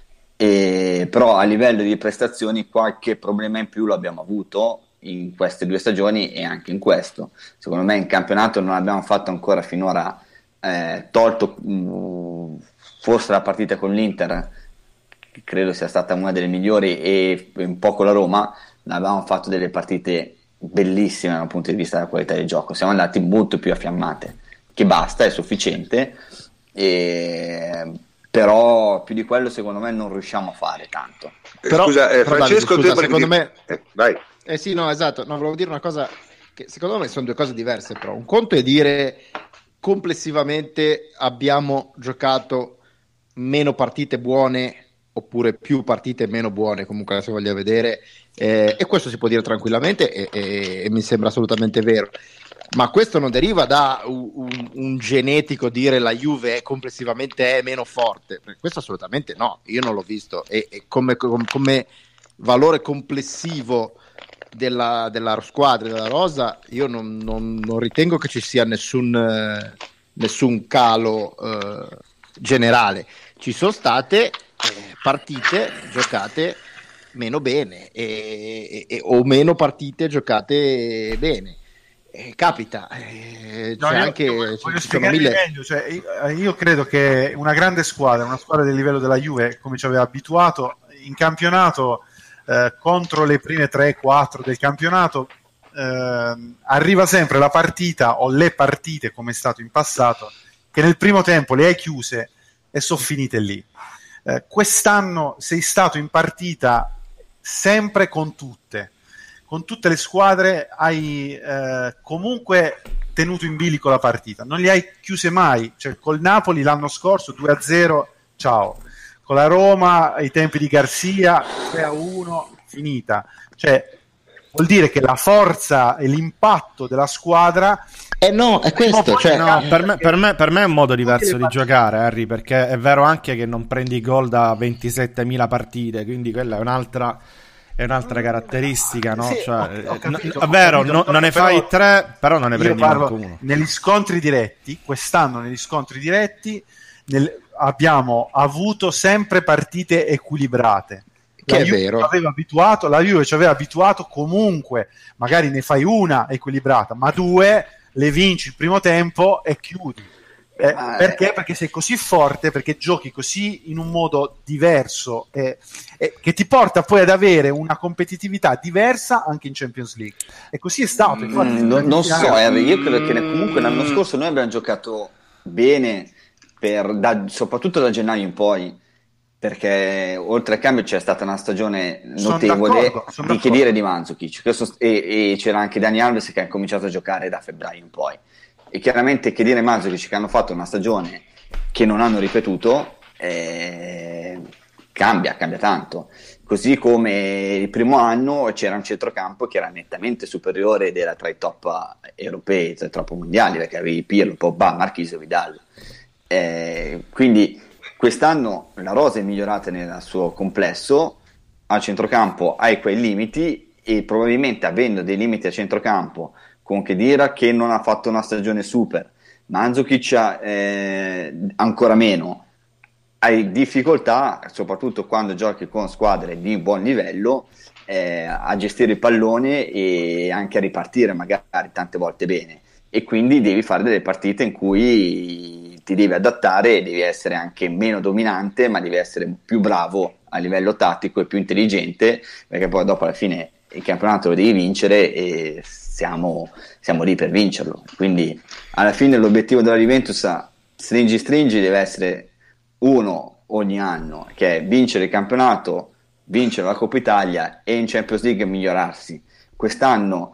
e, però a livello di prestazioni qualche problema in più lo abbiamo avuto in queste due stagioni e anche in questo. Secondo me in campionato non abbiamo fatto ancora finora Eh, tolto mh, forse la partita con l'Inter, che credo sia stata una delle migliori, e un po' con la Roma, avevamo fatto delle partite bellissime dal punto di vista della qualità del gioco, siamo andati molto più affiammate, che basta, è sufficiente, e, però più di quello secondo me non riusciamo a fare tanto. Però, scusa, eh, però Francesco, Davide, scusa, tu secondo dire... me eh, vai. eh sì, no, esatto, no, volevo dire una cosa che secondo me sono due cose diverse, però un conto è dire complessivamente abbiamo giocato meno partite buone oppure più partite meno buone, comunque la si voglia vedere, eh, e questo si può dire tranquillamente e, e, e mi sembra assolutamente vero, ma questo non deriva da un, un, un genetico dire la Juve è complessivamente è meno forte, questo assolutamente no, io non l'ho visto, e, e come, come, come valore complessivo Della, della squadra, della rosa, io non, non, non ritengo che ci sia nessun, eh, nessun calo eh, generale. Ci sono state eh, partite giocate meno bene e, e, o meno partite giocate bene. Eh, capita, eh, no, c'è io, anche io voglio spiegarmi mille... meglio, cioè, io, io credo che una grande squadra, una squadra del livello della Juve, come ci aveva abituato in campionato, Eh, contro le prime tre quattro del campionato, eh, arriva sempre la partita o le partite, come è stato in passato, che nel primo tempo le hai chiuse e sono finite lì. Eh, quest'anno sei stato in partita sempre con tutte, con tutte le squadre, hai eh, comunque tenuto in bilico la partita, non li hai chiuse mai, cioè col Napoli l'anno scorso due a zero, ciao. Con la Roma ai tempi di Garcia tre a uno, finita. Cioè vuol dire che la forza e l'impatto della squadra eh no, è questo, cioè, no, per, me, per, me, per me è un modo diverso di giocare, Harry, perché è vero anche che non prendi gol da ventisettemila partite, quindi quella è un'altra è un'altra caratteristica, no? Sì, cioè, ho, ho capito, è vero, capito, no, non ne fai però, tre, però non ne prendi manco uno. Negli scontri diretti, quest'anno negli scontri diretti nel, abbiamo avuto sempre partite equilibrate. La Che è Juve vero. Aveva abituato, la Juve ci aveva abituato comunque, magari ne fai una equilibrata, ma due le vinci il primo tempo e chiudi. Eh, perché? Perché sei così forte, perché giochi così in un modo diverso e, e che ti porta poi ad avere una competitività diversa anche in Champions League. E così è stato. Infatti, mm, non, non so, Harry, io credo che comunque l'anno scorso noi abbiamo giocato bene, per, da, soprattutto da gennaio in poi, perché oltre al cambio c'è stata una stagione notevole di Khedira e di Mandzukic, e, e c'era anche Dani Alves che ha cominciato a giocare da febbraio in poi, e chiaramente Khedira e Mandzukic che hanno fatto una stagione che non hanno ripetuto, eh, cambia, cambia tanto, così come il primo anno c'era un centrocampo che era nettamente superiore ed era tra i top europei, tra i top mondiali, perché avevi Pirlo, Pogba, Marchisio, Vidal, eh, quindi quest'anno la rosa è migliorata nel suo complesso, al centrocampo hai quei limiti e probabilmente avendo dei limiti a centrocampo con Khedira che non ha fatto una stagione super, Mandzukic eh, ancora meno, hai difficoltà soprattutto quando giochi con squadre di buon livello eh, a gestire il pallone e anche a ripartire magari tante volte bene, e quindi devi fare delle partite in cui ti devi adattare e devi essere anche meno dominante, ma devi essere più bravo a livello tattico e più intelligente, perché poi dopo alla fine il campionato lo devi vincere e siamo, siamo lì per vincerlo. Quindi alla fine l'obiettivo della Juventus, stringi stringi, deve essere uno ogni anno, che è vincere il campionato, vincere la Coppa Italia e in Champions League migliorarsi. Quest'anno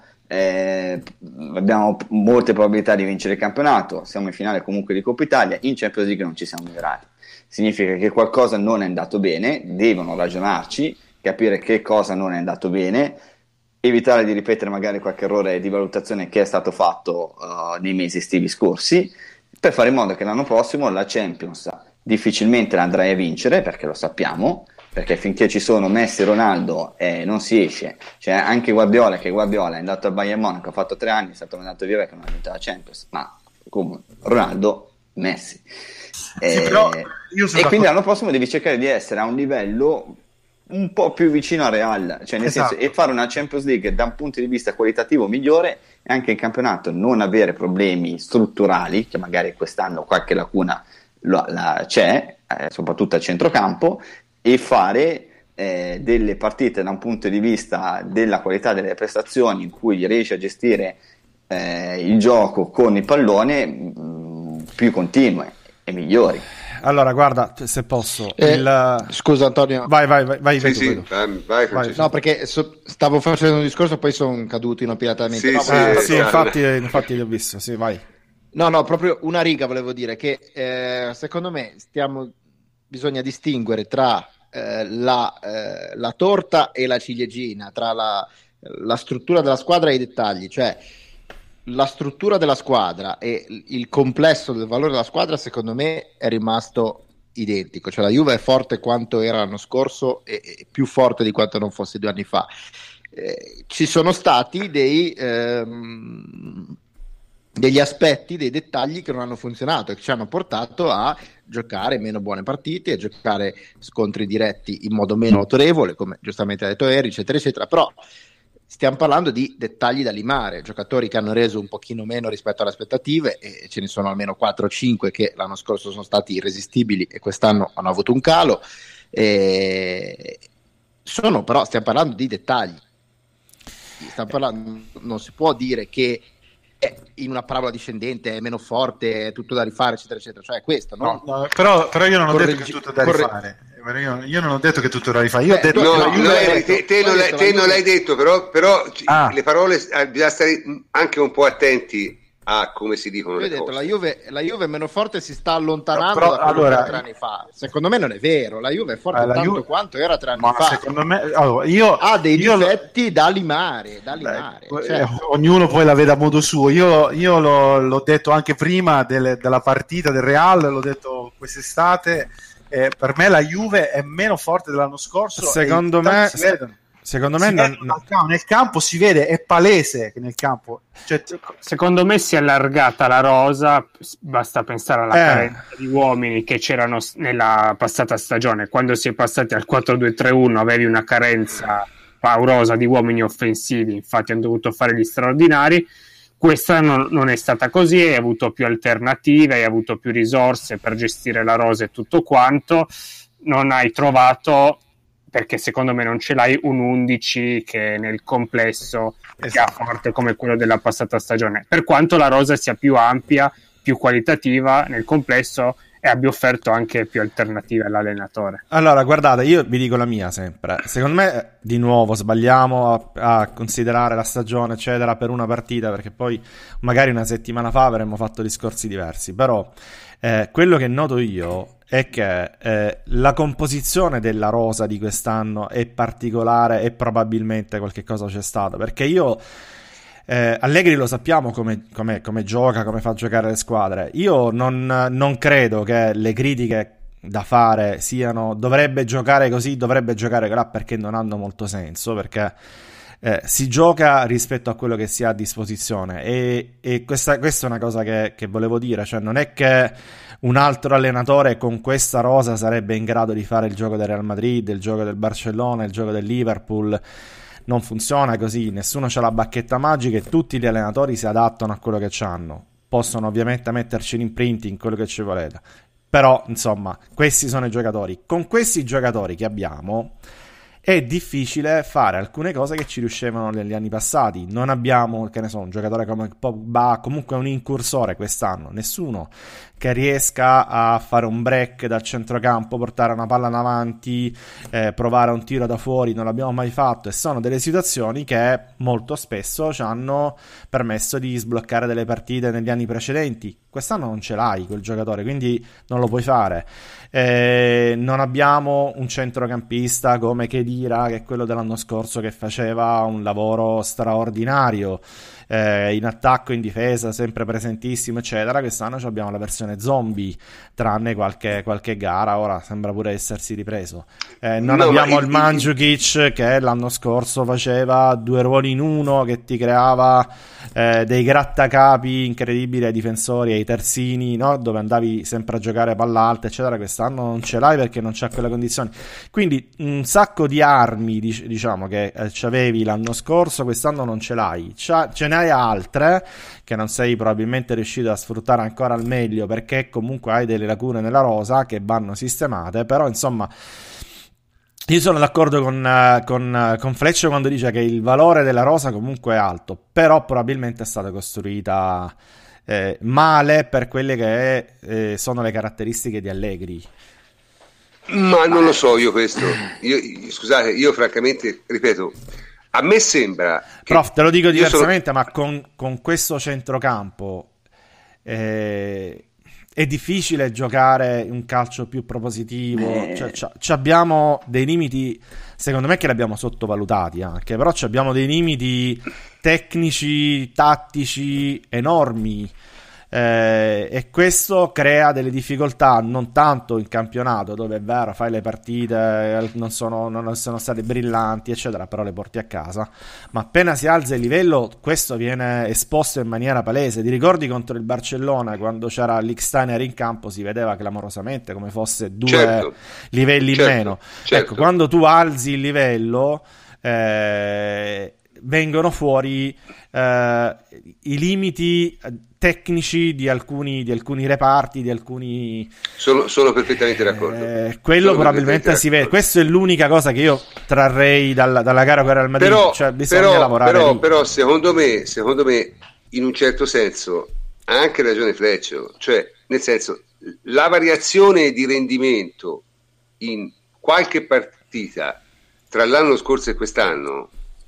eh, abbiamo molte probabilità di vincere il campionato, siamo in finale comunque di Coppa Italia, in Champions League non ci siamo migliorati. Significa che qualcosa non è andato bene, devono ragionarci, capire che cosa non è andato bene, evitare di ripetere magari qualche errore di valutazione che è stato fatto uh, nei mesi estivi scorsi, per fare in modo che l'anno prossimo la Champions difficilmente la andrai a vincere, perché lo sappiamo, perché finché ci sono Messi e Ronaldo eh, non si esce. Cioè anche Guardiola, che Guardiola è andato al Bayern Monaco, ha fatto tre anni, è stato mandato via perché non ha vinto la Champions, ma come Ronaldo, Messi. Sì, eh, però io sono e quindi d'accordo. l'anno prossimo devi cercare di essere a un livello un po' più vicino a Real, cioè nel Esatto. senso, e fare una Champions League da un punto di vista qualitativo migliore, e anche in campionato non avere problemi strutturali, che magari quest'anno qualche lacuna lo, la, c'è, eh, soprattutto al centrocampo, e fare eh, delle partite da un punto di vista della qualità delle prestazioni in cui riesci a gestire eh, il gioco con il pallone mh, più continue e migliori. Allora, guarda, se posso. Eh, il... Scusa Antonio. Vai, vai, vai, vai, Sì, vai, tu, sì, vai tu. vai, vai, Francesco. No, perché so- stavo facendo un discorso, poi sono caduto inopilatamente. Sì, No, sì, ma- Eh, eh, sì, sì. infatti, infatti l'ho visto, sì, vai. No, no, proprio una riga volevo dire che eh, secondo me stiamo, bisogna distinguere tra eh, la, eh, la torta e la ciliegina, tra la, la struttura della squadra e i dettagli, cioè la struttura della squadra e il complesso del valore della squadra secondo me è rimasto identico, cioè la Juve è forte quanto era l'anno scorso e, e più forte di quanto non fosse due anni fa. Eh, ci sono stati dei ehm, degli aspetti, dei dettagli che non hanno funzionato e che ci hanno portato a giocare meno buone partite, a giocare scontri diretti in modo meno autorevole, come giustamente ha detto Eri, eccetera eccetera, però stiamo parlando di dettagli da limare, giocatori che hanno reso un pochino meno rispetto alle aspettative, e ce ne sono almeno quattro o cinque che l'anno scorso sono stati irresistibili e quest'anno hanno avuto un calo. E sono però, stiamo parlando di dettagli. Stiamo parlando, non si può dire che è in una parabola discendente è meno forte, è tutto da rifare, eccetera, eccetera. Cioè, questo, no? No, no, però, però io non ho Correggi- detto che è tutto da corre- rifare. Io, io non ho detto che è tutto da rifare. Io ho Beh, detto No, che la no, Juve- Eri, te, te non, l'hai, te non l'hai detto, però, però ci- Ah. le parole eh, bisogna stare anche un po' attenti a come si dicono Io ho le detto cose. la Juve, la Juve è meno forte, si sta allontanando Però, da quello allora- che era tre anni fa. Secondo me non è vero, la Juve è forte Eh, la tanto Juve- quanto era tre anni ma fa. secondo me allora, io, Ha dei io lo- difetti da limare, da limare. Beh, Cioè, eh, ognuno poi la vede a modo suo. Io, io l'ho, l'ho detto anche prima del- della partita del Real, l'ho detto quest'estate. Eh, per me la Juve è meno forte dell'anno scorso. Secondo e i risultati me- si vedono. Secondo Si me non- vedono al campo, nel campo si vede, è palese che nel campo, cioè, Secondo me si è allargata la rosa, basta pensare alla Eh. carenza di uomini che c'erano s- nella passata stagione. Quando si è passati al quattro due tre uno avevi una carenza paurosa di uomini offensivi, infatti hanno dovuto fare gli straordinari. Questa non, non è stata così, hai avuto più alternative, hai avuto più risorse per gestire la rosa e tutto quanto. Non hai trovato, perché secondo me non ce l'hai, un undici che nel complesso sia Esatto. forte come quello della passata stagione, per quanto la rosa sia più ampia, più qualitativa nel complesso e abbia offerto anche più alternative all'allenatore. Allora, guardate, io vi dico la mia sempre. Secondo me, di nuovo, sbagliamo a, a considerare la stagione, eccetera, per una partita, perché poi magari una settimana fa avremmo fatto discorsi diversi. Però eh, quello che noto io è che eh, la composizione della rosa di quest'anno è particolare e probabilmente qualche cosa c'è stato, perché io... Eh, Allegri lo sappiamo come, come, come gioca, come fa giocare le squadre. Io non, non credo che le critiche da fare siano dovrebbe giocare così, dovrebbe giocare là, perché non hanno molto senso, perché eh, si gioca rispetto a quello che si ha a disposizione, e, e questa, questa è una cosa che, che volevo dire, cioè non è che un altro allenatore con questa rosa sarebbe in grado di fare il gioco del Real Madrid, il gioco del Barcellona, il gioco del Liverpool. Non funziona così, nessuno c'ha la bacchetta magica e tutti gli allenatori si adattano a quello che c'hanno. possono ovviamente metterci l'imprinting, quello che ci volete, però insomma questi sono i giocatori. Con questi giocatori che abbiamo è difficile fare alcune cose che ci riuscivano negli anni passati. Non abbiamo, che ne so, un giocatore come Pogba, comunque un incursore quest'anno, nessuno che riesca a fare un break dal centrocampo, portare una palla in avanti, eh, provare un tiro da fuori, non l'abbiamo mai fatto, e sono delle situazioni che molto spesso ci hanno permesso di sbloccare delle partite negli anni precedenti. Quest'anno non ce l'hai quel giocatore, quindi non lo puoi fare. Eh, non abbiamo un centrocampista come Khedira, che è quello dell'anno scorso, che faceva un lavoro straordinario, eh, in attacco, in difesa, sempre presentissimo, eccetera. Quest'anno abbiamo la versione zombie, tranne qualche, qualche gara, ora sembra pure essersi ripreso. Eh, non no, abbiamo il, il Mandzukic, che l'anno scorso faceva due ruoli in uno, che ti creava eh, dei grattacapi incredibili ai difensori, ai terzini, no? Dove andavi sempre a giocare palla alta, eccetera. Quest'anno non ce l'hai perché non c'ha quelle condizioni. Quindi un sacco di armi, dic- diciamo, che eh, c'avevi l'anno scorso, quest'anno non ce l'hai. C'ha- ce ne hai altre che non sei probabilmente riuscito a sfruttare ancora al meglio, perché comunque hai delle lacune nella rosa che vanno sistemate. Però insomma, io sono d'accordo con, con, con Fleccio quando dice che il valore della rosa comunque è alto, però probabilmente è stata costruita eh, male per quelle che eh, sono le caratteristiche di Allegri. Ma non lo so io questo. Io, scusate, io francamente, ripeto, a me sembra che Prof, te lo dico diversamente, sono... ma con, con questo centrocampo eh, è difficile giocare un calcio più propositivo. Eh. Cioè, c'ha, c'ha abbiamo dei limiti, secondo me, che li abbiamo sottovalutati anche, però abbiamo dei limiti tecnici, tattici enormi. Eh, e questo crea delle difficoltà non tanto in campionato, dove è vero fai le partite non sono, non sono state brillanti eccetera, però le porti a casa, ma appena si alza il livello questo viene esposto in maniera palese. Ti ricordi contro il Barcellona, quando c'era l'Iksteiner in campo, si vedeva clamorosamente come fosse due certo, livelli certo, in meno. certo. Ecco, quando tu alzi il livello eh, vengono fuori eh, i limiti tecnici di alcuni, di alcuni reparti, di alcuni... Sono, sono perfettamente d'accordo. Eh, quello sono probabilmente si vede. Questa è l'unica cosa che io trarrei dalla, dalla gara con il Real Madrid. Però, cioè, bisogna però, lavorare però, lì. però secondo me, secondo me, in un certo senso, ha anche ragione Fleccio. Cioè, nel senso, la variazione di rendimento in qualche partita tra l'anno scorso e quest'anno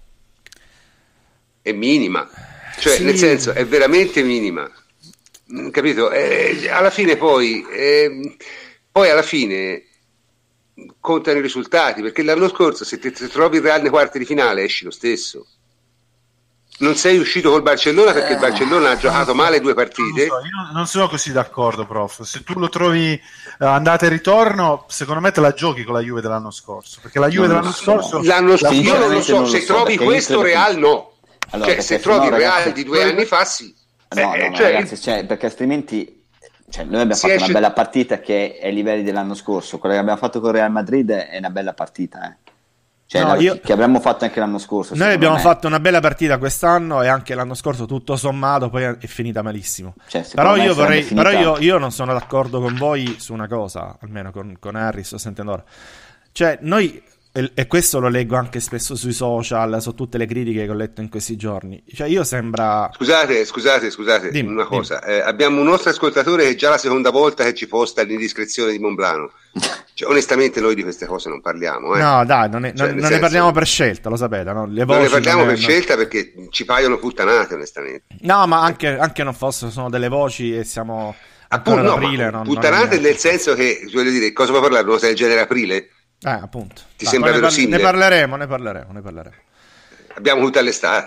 è minima. Cioè, sì. Nel senso, è veramente minima, capito? Eh, alla fine poi, eh, poi alla fine contano i risultati, perché l'anno scorso se ti trovi il Real nei quarti di finale esci lo stesso. Non sei uscito col Barcellona perché il Barcellona ha giocato male due partite. Non, so, io non sono così d'accordo, prof. Se tu lo trovi uh, andata e ritorno, secondo me te la giochi con la Juve dell'anno scorso, perché la Juve non dell'anno so. scorso L'anno scorso io non lo so, non se lo so, trovi questo Real no. Allora, cioè, se trovi il Real ragazzi, di due anni fa sì. No, eh, no, cioè, ragazzi, cioè, perché altrimenti cioè, noi abbiamo fatto esce... una bella partita che è ai livelli dell'anno scorso. Quella che abbiamo fatto con il Real Madrid è una bella partita, eh. Cioè, no, la, io... che avremmo fatto anche l'anno scorso. Noi abbiamo me. fatto una bella partita quest'anno e anche l'anno scorso, tutto sommato, poi è finita malissimo. Cioè, però io, vorrei, finita... però io, io non sono d'accordo con voi su una cosa, almeno con, con Harry, sto sentendo ora. Cioè, noi... e questo lo leggo anche spesso sui social, su tutte le critiche che ho letto in questi giorni. Cioè, io sembra... Scusate, scusate, scusate, dimmi, una cosa. Eh, abbiamo un nostro ascoltatore che è già la seconda volta che ci posta l'indiscrezione di Monblano. Cioè, onestamente noi di queste cose non parliamo. Eh. No, dai, non, è, cioè, non, non senso, ne parliamo per scelta, lo sapete. No? Le voci non ne parliamo non per è, scelta non... perché ci paiono puttanate, onestamente. No, ma anche, anche non fossero, sono delle voci e siamo ancora ad aprile. No, non, puttanate non nel senso che, voglio dire, cosa puoi parlare? Non sei il genere aprile? Eh, appunto. Ti Dai, sembra ne, verosimile? ne parleremo, ne parleremo, ne parleremo. Abbiamo tutta l'estate.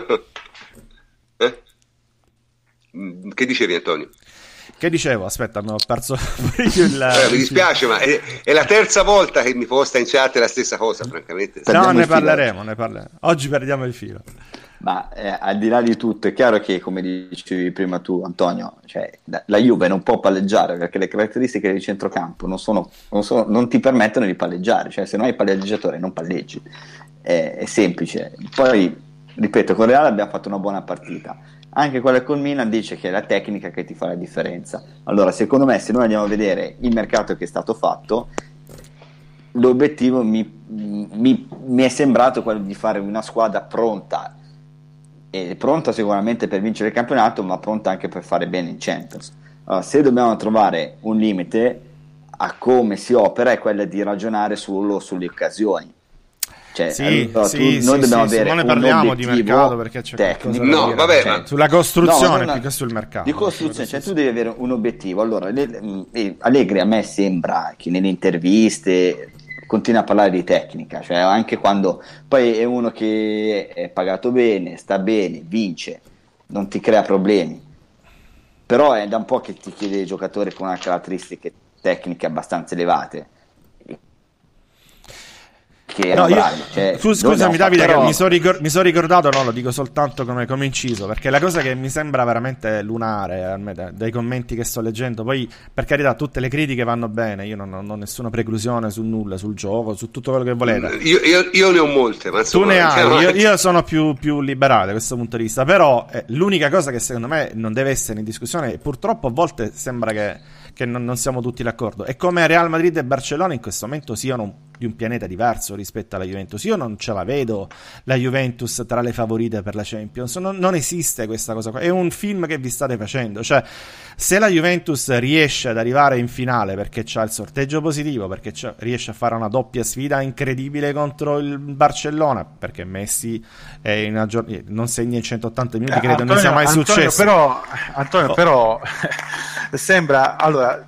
eh? Che dicevi, Antonio? Che dicevo? Aspetta, mi ho perso il... Eh, mi dispiace, ma è, è la terza volta che mi posta in chat la stessa cosa, francamente. No, ne parleremo, ne parleremo. Oggi perdiamo il filo. Ma eh, al di là di tutto è chiaro che, come dicevi prima tu, Antonio, cioè, la Juve non può palleggiare perché le caratteristiche del centrocampo non, sono, non, sono, non ti permettono di palleggiare. Cioè, se non hai palleggiatore non palleggi, è, è semplice. Poi ripeto, con Real abbiamo fatto una buona partita, anche quella col Milan dice che è la tecnica che ti fa la differenza. Allora secondo me, se noi andiamo a vedere il mercato che è stato fatto, l'obiettivo mi, mi, mi è sembrato quello di fare una squadra pronta, e pronta sicuramente per vincere il campionato, ma pronta anche per fare bene in Champions. Allora, se dobbiamo trovare un limite a come si opera, è quella di ragionare solo sulle occasioni. Cioè, sì, allora, sì, tu, sì, noi dobbiamo sì, avere non ne un parliamo di obiettivo mercato perché c'è tecnico. No, dire, vabbè, cioè, ma... sulla costruzione no, più che sul mercato. Di costruzione, cioè tu devi avere un obiettivo. Allora, le, le, Allegri a me sembra che nelle interviste continua a parlare di tecnica, cioè anche quando poi è uno che è pagato bene, sta bene, vince, non ti crea problemi. Però è da un po' che ti chiede giocatori con una caratteristiche tecniche abbastanza elevate. Che no, io, bravi, cioè, tu, scusami Davide, però... che mi sono ricor- mi son ricordato, no, lo dico soltanto come, come inciso, perché la cosa che mi sembra veramente lunare a me, dai, dai commenti che sto leggendo, poi per carità tutte le critiche vanno bene, io non, non ho nessuna preclusione su nulla, sul gioco, su tutto quello che volete. Io, io, io ne ho molte, ma insomma, tu ne hai, cioè, io, io sono più, più liberale da questo punto di vista, però eh, l'unica cosa che secondo me non deve essere in discussione, e purtroppo a volte sembra che, che non, non siamo tutti d'accordo, è come Real Madrid e Barcellona in questo momento siano di un pianeta diverso rispetto alla Juventus. Io non ce la vedo la Juventus tra le favorite per la Champions, non, non esiste questa cosa qua. È un film che vi state facendo, cioè se la Juventus riesce ad arrivare in finale perché c'ha il sorteggio positivo, perché riesce a fare una doppia sfida incredibile contro il Barcellona, perché Messi è in una giorn- non segna in centottanta minuti, eh, credo Antonio, non sia mai Antonio, successo. Però Antonio, oh. però sembra, allora,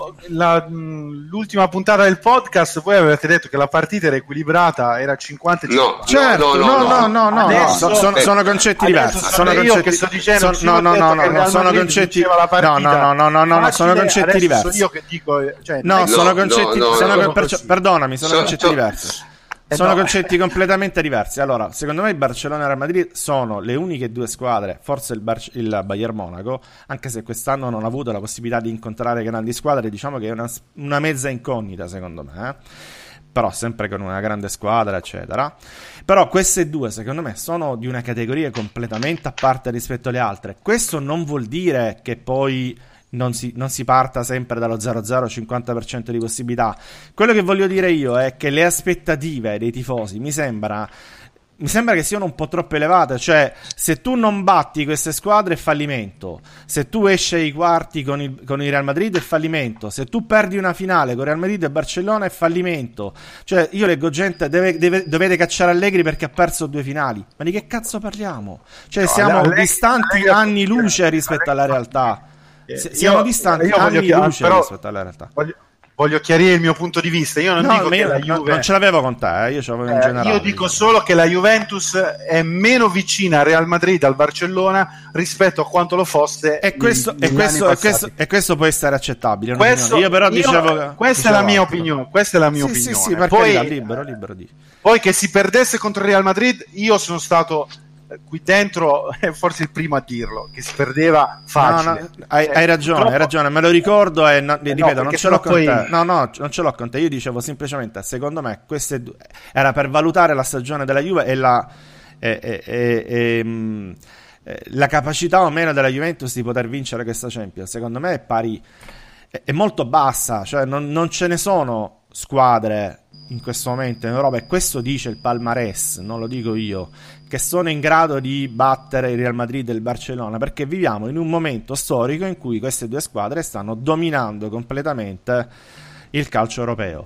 La, l'ultima puntata del podcast voi avete detto che la partita era equilibrata, era cinquanta e cinquanta. No, certo, no, no, no, no, no, no, adesso, no. Sono, sono concetti diversi. Sono io concetti, che sto dicendo, sono, no, no, no, no, sono concetti. No, no, no, no, no, no, sono concetti diversi. Io che dico, cioè, no, sono no, concetti. no, no, sono, no, perciò, perdonami, sono so, concetti so, diversi. Eh sono no. concetti completamente diversi. Allora, secondo me il Barcellona e il Real Madrid sono le uniche due squadre, forse il, Bar- il Bayern Monaco, anche se quest'anno non ha avuto la possibilità di incontrare grandi squadre, diciamo che è una, una mezza incognita secondo me, eh? Però sempre con una grande squadra eccetera. Però queste due secondo me sono di una categoria completamente a parte rispetto alle altre. Questo non vuol dire che poi Non si, non si parta sempre dallo zero zero, cinquanta per cento di possibilità. Quello che voglio dire io è che le aspettative dei tifosi mi sembra mi sembra che siano un po' troppo elevate. Cioè, se tu non batti queste squadre è fallimento, se tu esci ai quarti con il, con il Real Madrid è fallimento, se tu perdi una finale con Real Madrid e Barcellona è fallimento. Cioè, io leggo gente deve, deve, dovete cacciare Allegri perché ha perso due finali. Ma di che cazzo parliamo? Cioè, no, siamo Allegri, distanti Allegri, anni luce rispetto Allegri, alla realtà. S- siamo io, distanti io anni chiar- luce però, rispetto alla realtà. Voglio, voglio chiarire il mio punto di vista. Io non no, dico che io, la no, Juve non ce l'avevo con te, eh, io ce l'avevo in eh, generale. Io dico solo che la Juventus è meno vicina al Real Madrid, al Barcellona rispetto a quanto lo fosse. E questo, in, e questo, e questo, e questo può essere accettabile. Questo, io però io, dicevo. Questa dicevo è la mia altro. opinione. Questa è la mia sì, opinione. Sì, sì, per poi, carità, libero, libero di. Poi che si perdesse contro il Real Madrid, io sono stato qui dentro forse il primo a dirlo, che si perdeva facile. No, no, hai, hai ragione, hai ragione, me lo ricordo e no, eh ripeto, no, non ce l'ho con poi... te. No, no, non ce l'ho con te. Io dicevo semplicemente, secondo me, queste due era per valutare la stagione della Juve e la e, e, e, e, mh, la capacità o meno della Juventus di poter vincere questa Champions. Secondo me è pari, è, è molto bassa, cioè non, non ce ne sono squadre in questo momento in Europa, e questo dice il palmarès, non lo dico io, che sono in grado di battere il Real Madrid e il Barcellona, perché viviamo in un momento storico in cui queste due squadre stanno dominando completamente il calcio europeo.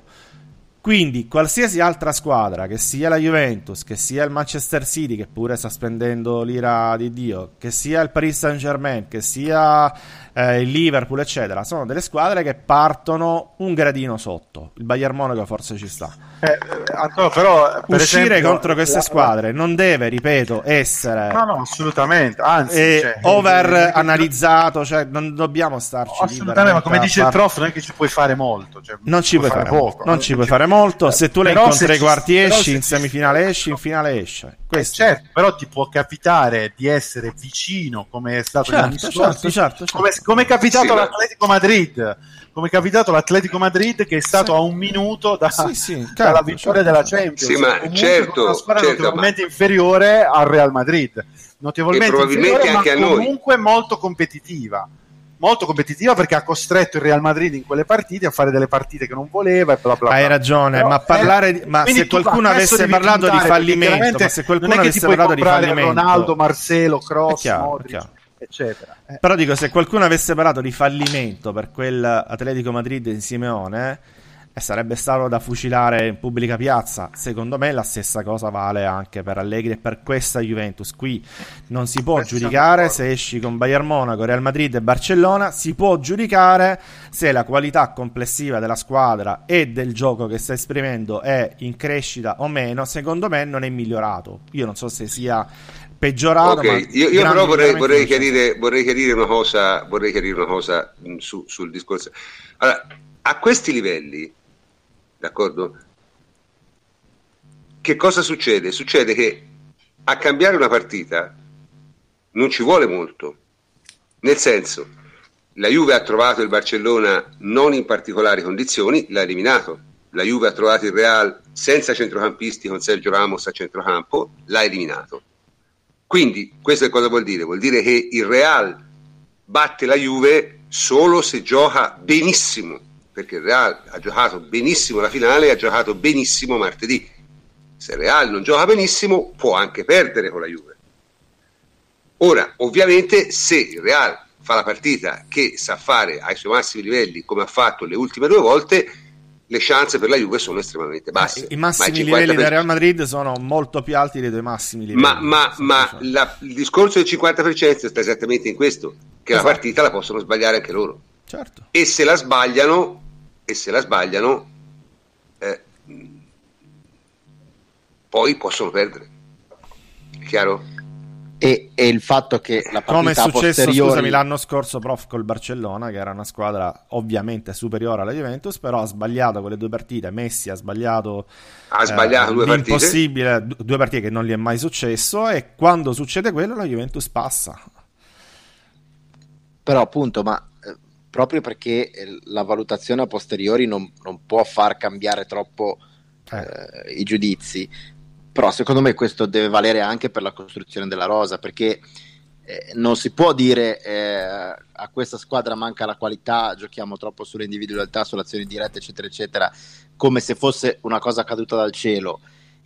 Quindi qualsiasi altra squadra, che sia la Juventus, che sia il Manchester City, che pure sta spendendo l'ira di Dio, che sia il Paris Saint-Germain, che sia eh, il Liverpool eccetera, sono delle squadre che partono un gradino sotto. Il Bayern Monaco forse ci sta. eh, Antonio, però per uscire esempio, contro queste la, squadre non deve, ripeto, essere no no assolutamente, anzi eh, cioè, over eh, analizzato, cioè non dobbiamo starci assolutamente, ma come dice il prof non è che ci puoi fare molto, cioè, non ci puoi fare, fare poco, non ci puoi fare molto, molto, se tu la Però incontri se ai ci- quarti però esci, se in ci- semifinale esci, in finale esci. Eh, Questo. certo, però ti può capitare di essere vicino, come è stato Certo, negli anni certo, scorsi, certo, certo. come, come è capitato Sì, ma- all'Atletico Madrid, come è capitato all'Atletico Madrid che è stato Sì. a un minuto da- Sì, sì, certo, dalla vittoria certo, della certo. Champions, Sì, ma comunque certo, con una squadra certo, notevolmente inferiore al Real Madrid, notevolmente E probabilmente inferiore, anche ma a noi. comunque molto competitiva. Molto competitiva perché ha costretto il Real Madrid in quelle partite a fare delle partite che non voleva e bla bla bla. Hai ragione, Però, ma parlare eh, di- ma quindi se tu qualcuno a questo avesse devi parlato di puntare, perché fallimento, chiaramente ma se qualcuno non è che avesse ti puoi parlato di comprare fallimento, Ronaldo, Marcelo, è Kroos, chiaro, è Modric, chiaro. eccetera. Eh. Però dico, se qualcuno avesse parlato di fallimento per quel Atletico Madrid di Simeone, eh, sarebbe stato da fucilare in pubblica piazza. Secondo me la stessa cosa vale anche per Allegri e per questa Juventus. Qui non si può Eh, siamo giudicare d'accordo. se esci con Bayern Monaco, Real Madrid e Barcellona, si può giudicare se la qualità complessiva della squadra e del gioco che sta esprimendo è in crescita o meno. Secondo me non è migliorato. Io non so se sia peggiorato, Ok, ma io, io grandi però vorrei, miglioramenti vorrei, non c'è. chiarire, vorrei chiarire una cosa, vorrei chiarire una cosa mh, su- sul discorso. Allora, a questi livelli, d'accordo? Che cosa succede? Succede che a cambiare una partita non ci vuole molto. Nel senso, la Juve ha trovato il Barcellona non in particolari condizioni, l'ha eliminato. La Juve ha trovato il Real senza centrocampisti con Sergio Ramos a centrocampo, l'ha eliminato. Quindi questo è cosa vuol dire? Vuol dire che il Real batte la Juve solo se gioca benissimo, perché il Real ha giocato benissimo la finale e ha giocato benissimo martedì. Se il Real non gioca benissimo può anche perdere con la Juve. Ora, ovviamente, se il Real fa la partita che sa fare ai suoi massimi livelli, come ha fatto le ultime due volte, le chance per la Juve sono estremamente basse. I Ma massimi il livelli cinquanta per cento del Real Madrid sono molto più alti dei tuoi massimi livelli. Ma, ma, ma la, il discorso del cinquanta per cento sta esattamente in questo, che Esatto. la partita la possono sbagliare anche loro. Certo. E se la sbagliano, e se la sbagliano, eh, poi possono perdere. Chiaro? E, e il fatto che la partita Come è successo, posteriori... scusami, l'anno scorso, prof, col Barcellona, che era una squadra ovviamente superiore alla Juventus, però ha sbagliato quelle due partite. Messi ha sbagliato, Ha sbagliato eh, due partite. l'impossibile, du- due partite che non gli è mai successo, e quando succede quello la Juventus passa. Però appunto, ma eh, proprio perché eh, la valutazione a posteriori non, non può far cambiare troppo eh, i giudizi, però secondo me questo deve valere anche per la costruzione della rosa, perché eh, non si può dire eh, a questa squadra manca la qualità, giochiamo troppo sulle individualità, sulle azioni dirette, eccetera eccetera, come se fosse una cosa caduta dal cielo.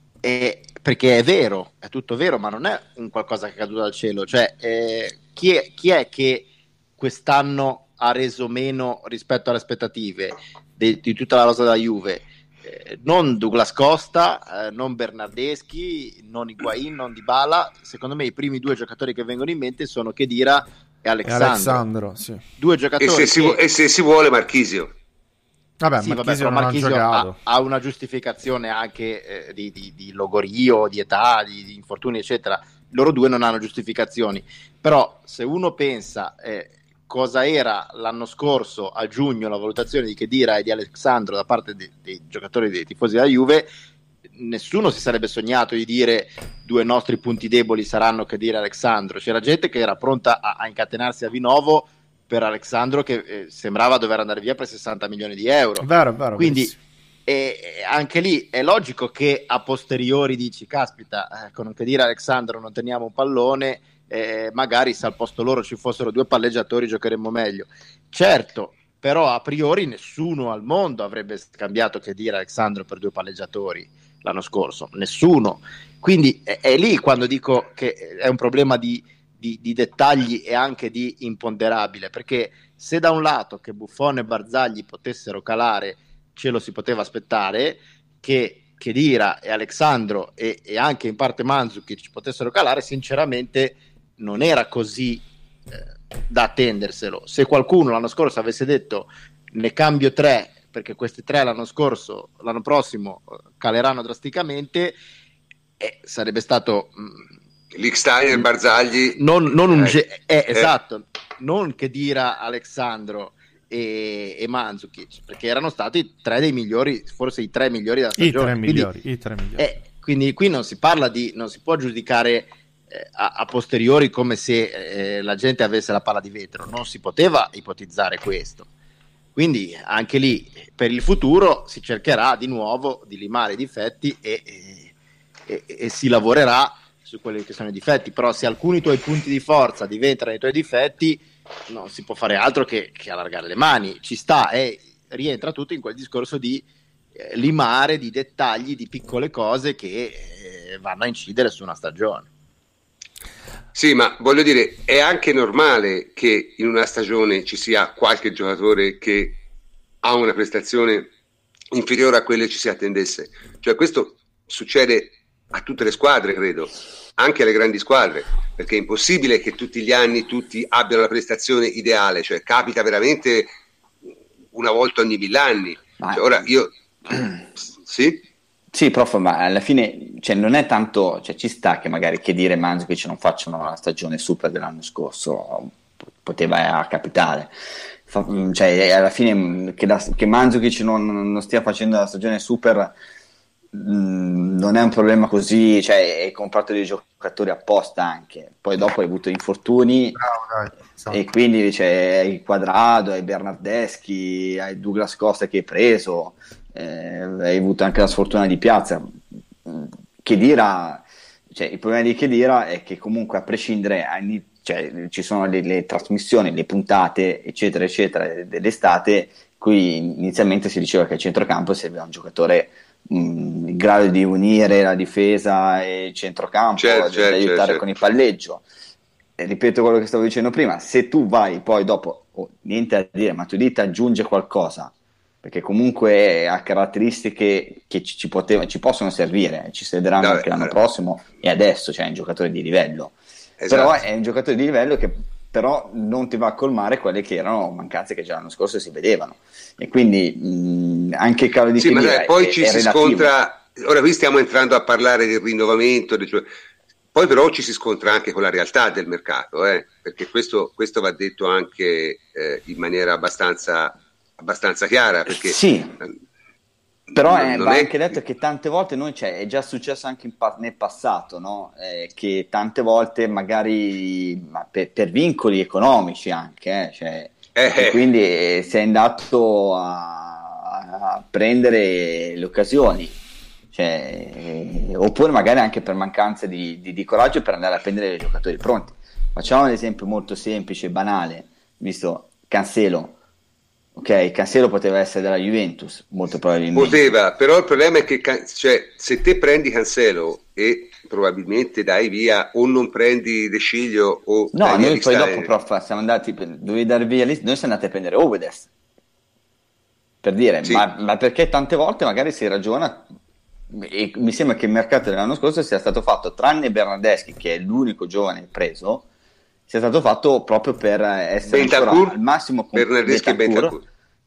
E, perché è vero, è tutto vero, ma non è un qualcosa che è caduto dal cielo. Cioè eh, chi, è, chi è che quest'anno ha reso meno rispetto alle aspettative di, di tutta la rosa della Juve? Eh, non Douglas Costa, eh, non Bernardeschi, non Higuain, non Dybala. Secondo me i primi due giocatori che vengono in mente sono Khedira e Alexandro, E Alexandro, sì. due E giocatori se, si, che... vu- e se si vuole Marchisio. Vabbè, Sì, Marchisio vabbè, però non Marchisio ha giocato. ha, ha una giustificazione anche eh, di, di, di logorio, di età, di, di infortuni, eccetera. Loro due non hanno giustificazioni. Però se uno pensa eh, cosa era l'anno scorso a giugno la valutazione di Khedira e di Alexandro da parte dei, dei giocatori dei tifosi della Juve, nessuno si sarebbe sognato di dire due nostri punti deboli saranno Khedira e Alexandro. C'era gente che era pronta a, a incatenarsi a Vinovo per Alexandro, che eh, sembrava dover andare via per sessanta milioni di euro. Vero, vero. Quindi verissimo. e, e anche lì è logico che a posteriori dici caspita, eh, con Khedira e Alexandro non teniamo un pallone, eh, magari se al posto loro ci fossero due palleggiatori giocheremmo meglio. Certo, però a priori nessuno al mondo avrebbe scambiato Khedira e Alexandro per due palleggiatori l'anno scorso, nessuno. Quindi è, è lì quando dico che è un problema di Di, di dettagli e anche di imponderabile, perché se da un lato che Buffon e Barzagli potessero calare ce lo si poteva aspettare, che Khedira e Alexandro e, e anche in parte Mandzukic potessero calare, sinceramente non era così eh, da attenderselo. Se qualcuno l'anno scorso avesse detto ne cambio tre perché questi tre l'anno scorso, l'anno prossimo caleranno drasticamente, eh, sarebbe stato mh, Lichtsteiner, Barzagli, non, non un eh, ge- eh, eh. esatto, non Khedira Alexandro e, e Mandzukic, perché erano stati tre dei migliori, forse i tre migliori della stagione. I tre quindi, migliori, i tre migliori. Eh, quindi qui non si parla di, non si può giudicare eh, a, a posteriori come se eh, la gente avesse la palla di vetro, non si poteva ipotizzare questo. Quindi anche lì per il futuro si cercherà di nuovo di limare i difetti e, e, e, e si lavorerà su quelli che sono i difetti, però se alcuni tuoi punti di forza diventano i tuoi difetti non si può fare altro che, che allargare le mani, ci sta e rientra tutto in quel discorso di eh, limare, di dettagli, di piccole cose che eh, vanno a incidere su una stagione. Sì, ma voglio dire, è anche normale che in una stagione ci sia qualche giocatore che ha una prestazione inferiore a quelle che ci si attendesse. Cioè questo succede a tutte le squadre, credo, anche alle grandi squadre, perché è impossibile che tutti gli anni tutti abbiano la prestazione ideale, cioè capita veramente una volta ogni mill'anni. Ma... Cioè, ora io... sì? Sì, prof, ma alla fine cioè, non è tanto, cioè, ci sta che magari che dire Mandzukic non facciano la stagione super dell'anno scorso, poteva capitare. Fa, cioè, alla fine che, la, che Mandzukic non, non stia facendo la stagione super mh, non è un problema così, cioè hai comprato dei giocatori apposta anche, poi dopo hai avuto infortuni. Bravo, dai, esatto. E quindi c'è il Quadrado, hai Bernardeschi, hai Douglas Costa che hai preso, eh, hai avuto anche la sfortuna di Piazza. Khedira, cioè, il problema di Khedira è che comunque a prescindere cioè, ci sono le, le trasmissioni, le puntate eccetera eccetera dell'estate, qui inizialmente si diceva che al centrocampo serviva un giocatore mh, in grado di unire la difesa e il centrocampo, certo, di certo, aiutare certo. con il palleggio. E ripeto quello che stavo dicendo prima, se tu vai poi dopo, oh, niente a dire, ma tu ti aggiunge qualcosa, perché comunque ha caratteristiche che ci, ci, poteva, ci possono servire, ci serviranno no, anche l'anno eh. prossimo e adesso, cioè è un giocatore di livello. Esatto. Però è un giocatore di livello che però non ti va a colmare quelle che erano mancanze che già l'anno scorso si vedevano, e quindi mh, anche il calo di sì, ma Khedira sai, poi è, ci è si relativo. scontra, ora qui stiamo entrando a parlare del rinnovamento, cioè, poi però ci si scontra anche con la realtà del mercato, eh, perché questo, questo va detto anche eh, in maniera abbastanza, abbastanza chiara, perché sì. Però non, è, non va è... anche detto che tante volte noi, cioè, è già successo anche in pa- nel passato, no? Eh, che tante volte magari ma per, per vincoli economici anche, eh, cioè, Eh, e eh. quindi eh, si è andato a, a prendere le occasioni, cioè, eh, oppure magari anche per mancanza di, di, di coraggio per andare a prendere i giocatori pronti. Facciamo un esempio molto semplice e banale, visto Cancelo. Ok, Cancelo poteva essere della Juventus, molto probabilmente. Poteva, però il problema è che cioè, se te prendi Cancelo e probabilmente dai via o non prendi De Sciglio o no, dai via noi poi Lichtsteiner. dopo prof, siamo andati, dovevi dare via lì, noi siamo andati a prendere Ovedes, per dire, Sì. ma, ma perché tante volte magari si ragiona, e mi sembra che il mercato dell'anno scorso sia stato fatto, tranne Bernardeschi che è l'unico giovane preso, sia stato fatto proprio per essere Bentancur, ancora al massimo con Bernardeschi e Bentancur.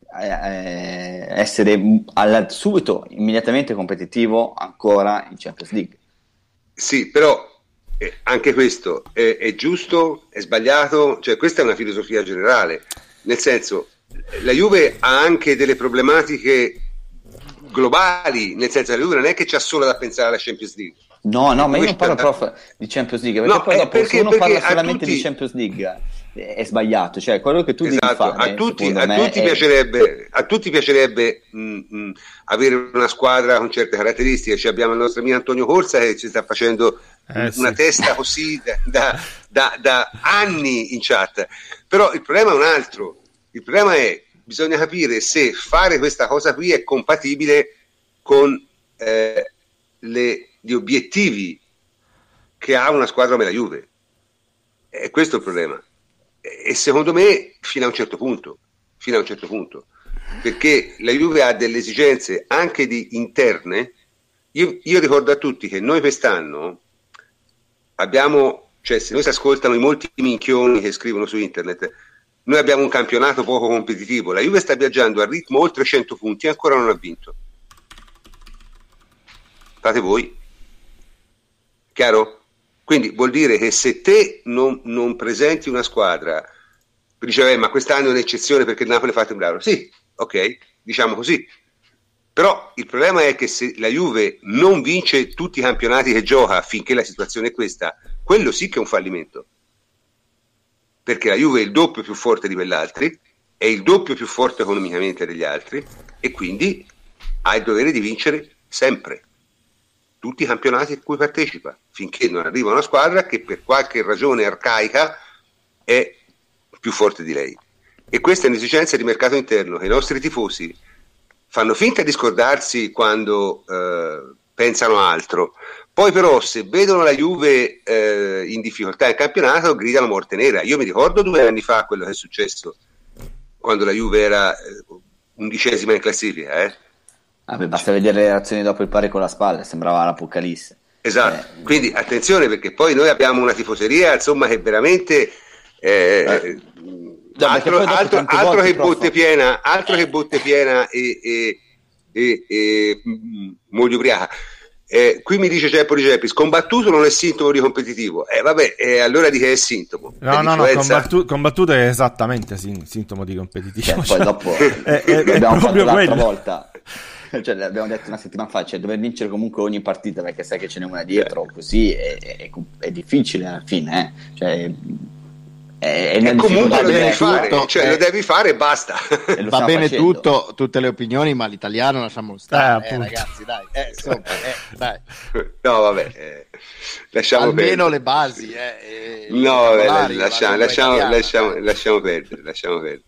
Eh, essere alla, subito immediatamente competitivo ancora in Champions League. Sì, però eh, anche questo è, è giusto, è sbagliato, cioè questa è una filosofia generale, nel senso la Juve ha anche delle problematiche globali, nel senso che la Juve non è che c'ha solo da pensare alla Champions League. No, no, ma io non parlo da... proprio di Champions League, perché no, poi eh, dopo perché, se uno perché parla solamente tutti... di Champions League è sbagliato, cioè quello che tu esatto, devi fare a tutti, secondo a me tutti è... piacerebbe, a tutti piacerebbe mh, mh, avere una squadra con certe caratteristiche. Ci abbiamo il nostro amico Antonio Corsa che ci sta facendo eh, una sì. testa così da, da, da, da anni in chat, però il problema è un altro, il problema è bisogna capire se fare questa cosa qui è compatibile con eh, le, gli obiettivi che ha una squadra come la Juve. E questo è il problema. E secondo me fino a un certo punto, fino a un certo punto, perché la Juve ha delle esigenze anche di interne. Io, io ricordo a tutti che noi quest'anno abbiamo, cioè se noi si ascoltano i molti minchioni che scrivono su internet, noi abbiamo un campionato poco competitivo. La Juve sta viaggiando a ritmo oltre cento punti e ancora non ha vinto. Fate voi. Chiaro? Quindi vuol dire che se te non, non presenti una squadra diceva, eh, ma quest'anno è un'eccezione perché il Napoli ha fatto un bravo. Sì, ok, diciamo così. Però il problema è che se la Juve non vince tutti i campionati che gioca finché la situazione è questa, quello sì che è un fallimento. Perché la Juve è il doppio più forte di quell'altri, è il doppio più forte economicamente degli altri e quindi ha il dovere di vincere sempre tutti i campionati a cui partecipa, finché non arriva una squadra che per qualche ragione arcaica è più forte di lei. E questa è un'esigenza di mercato interno che i nostri tifosi fanno finta di scordarsi quando eh, pensano a altro, poi però se vedono la Juve eh, in difficoltà in campionato gridano morte nera. Io mi ricordo due anni fa quello che è successo quando la Juve era eh, undicesima in classifica, eh. Vabbè, basta vedere le reazioni dopo il pari con la spalla, sembrava l'apocalisse. Esatto, eh, quindi attenzione, perché poi noi abbiamo una tifoseria insomma che veramente eh, eh. No, altro, altro, altro volte, che prof. botte piena altro che botte piena e, e, e, e mh, moglie ubriaca. Eh, qui mi dice Ceppo di Ceppi, combattuto non è sintomo di competitivo. Eh vabbè, eh, allora di che è sintomo? No, è no, no, combattu- combattuto è esattamente sin- sintomo di competitivo. Cioè, cioè, poi dopo è, è, è abbiamo fatto l'altra quello. volta. Cioè, l'abbiamo detto una settimana fa, cioè dover vincere comunque ogni partita perché sai che ce n'è una dietro, così è, è, è difficile alla fine, eh. Cioè, è, è e comunque lo devi dire, fare, tutto, cioè eh, lo devi fare e basta. e lo Va bene facendo. tutto, tutte le opinioni, ma l'italiano lasciamolo stare, Eh, eh, ragazzi, dai, eh, insomma, eh, dai. No, vabbè, eh, lasciamo Almeno perdere. le basi, eh, e No, vabbè, vocabolario, lasciamo, la lingua lasciamo, italiana. lasciamo, lasciamo perdere, lasciamo perdere.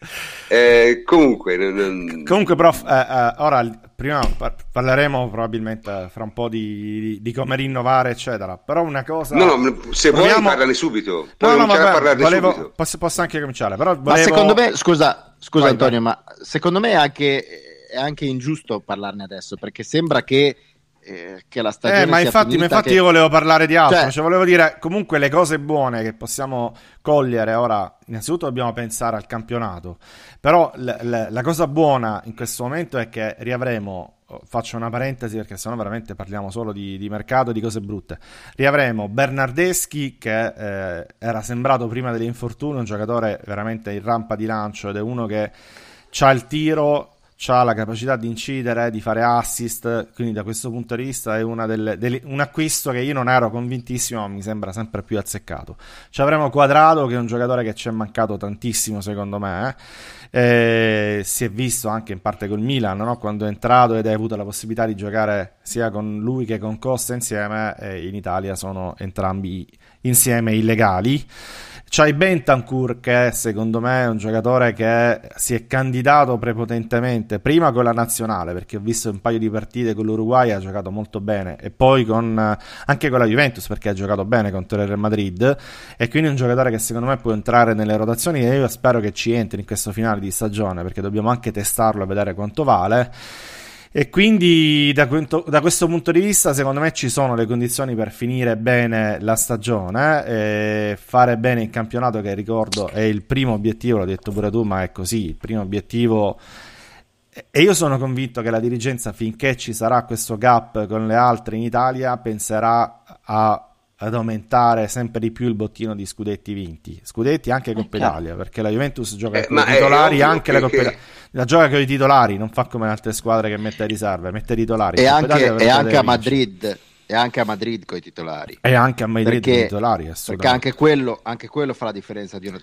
Eh, comunque, non, non... Comunque, prof, eh, eh, ora prima par- parleremo probabilmente fra un po' di, di, di come rinnovare, eccetera. Però una cosa. No, no, se proviamo... vuoi parlane subito, puoi no, no, cominciare vabbè, a parlarne volevo... subito. Posso, posso anche cominciare, però volevo... Ma secondo me, scusa, scusa Vai, Antonio, vai. ma secondo me è anche, è anche ingiusto parlarne adesso, perché sembra che, eh, che la stagione Eh, ma sia infatti, ma finita, infatti che... io volevo parlare di altro, Cioè- cioè volevo dire comunque le cose buone che possiamo cogliere ora. Innanzitutto dobbiamo pensare al campionato, però l- l- la cosa buona in questo momento è che riavremo, faccio una parentesi perché sennò veramente parliamo solo di, di mercato e di cose brutte, riavremo Bernardeschi che eh, era sembrato prima dell'infortunio un giocatore veramente in rampa di lancio ed è uno che c'ha il tiro, c'ha la capacità di incidere, di fare assist, quindi da questo punto di vista è una delle, delle, un acquisto che io non ero convintissimo, ma mi sembra sempre più azzeccato. Ci avremo Quadrado, che è un giocatore che ci è mancato tantissimo secondo me, eh. Eh, si è visto anche in parte col Milan, no? Quando è entrato ed hai avuto la possibilità di giocare sia con lui che con Costa insieme, eh, in Italia sono entrambi insieme illegali. C'hai Bentancur che secondo me è un giocatore che si è candidato prepotentemente prima con la nazionale, perché ho visto un paio di partite con l'Uruguay, ha giocato molto bene, e poi con, anche con la Juventus perché ha giocato bene contro il Real Madrid, e quindi è un giocatore che secondo me può entrare nelle rotazioni e io spero che ci entri in questo finale di stagione, perché dobbiamo anche testarlo e vedere quanto vale. E quindi da, da questo punto di vista secondo me ci sono le condizioni per finire bene la stagione e fare bene il campionato, che ricordo è il primo obiettivo, l'ho detto pure tu, ma è così, il primo obiettivo. E io sono convinto che la dirigenza, finché ci sarà questo gap con le altre in Italia, penserà a ad aumentare sempre di più il bottino di scudetti vinti, scudetti anche Coppa Italia, perché la Juventus gioca Eh, con i ma è titolari, ovvio anche la che- Coppa Italia la gioca con i titolari, non fa come altre squadre che mette riserve, mette i titolari. E Coppa anche, Italia e dovrebbe anche a vincere. Madrid, e anche a Madrid con i titolari. E anche a Madrid Perché- con i titolari, Perché assolutamente. anche quello, anche quello fa la differenza di una-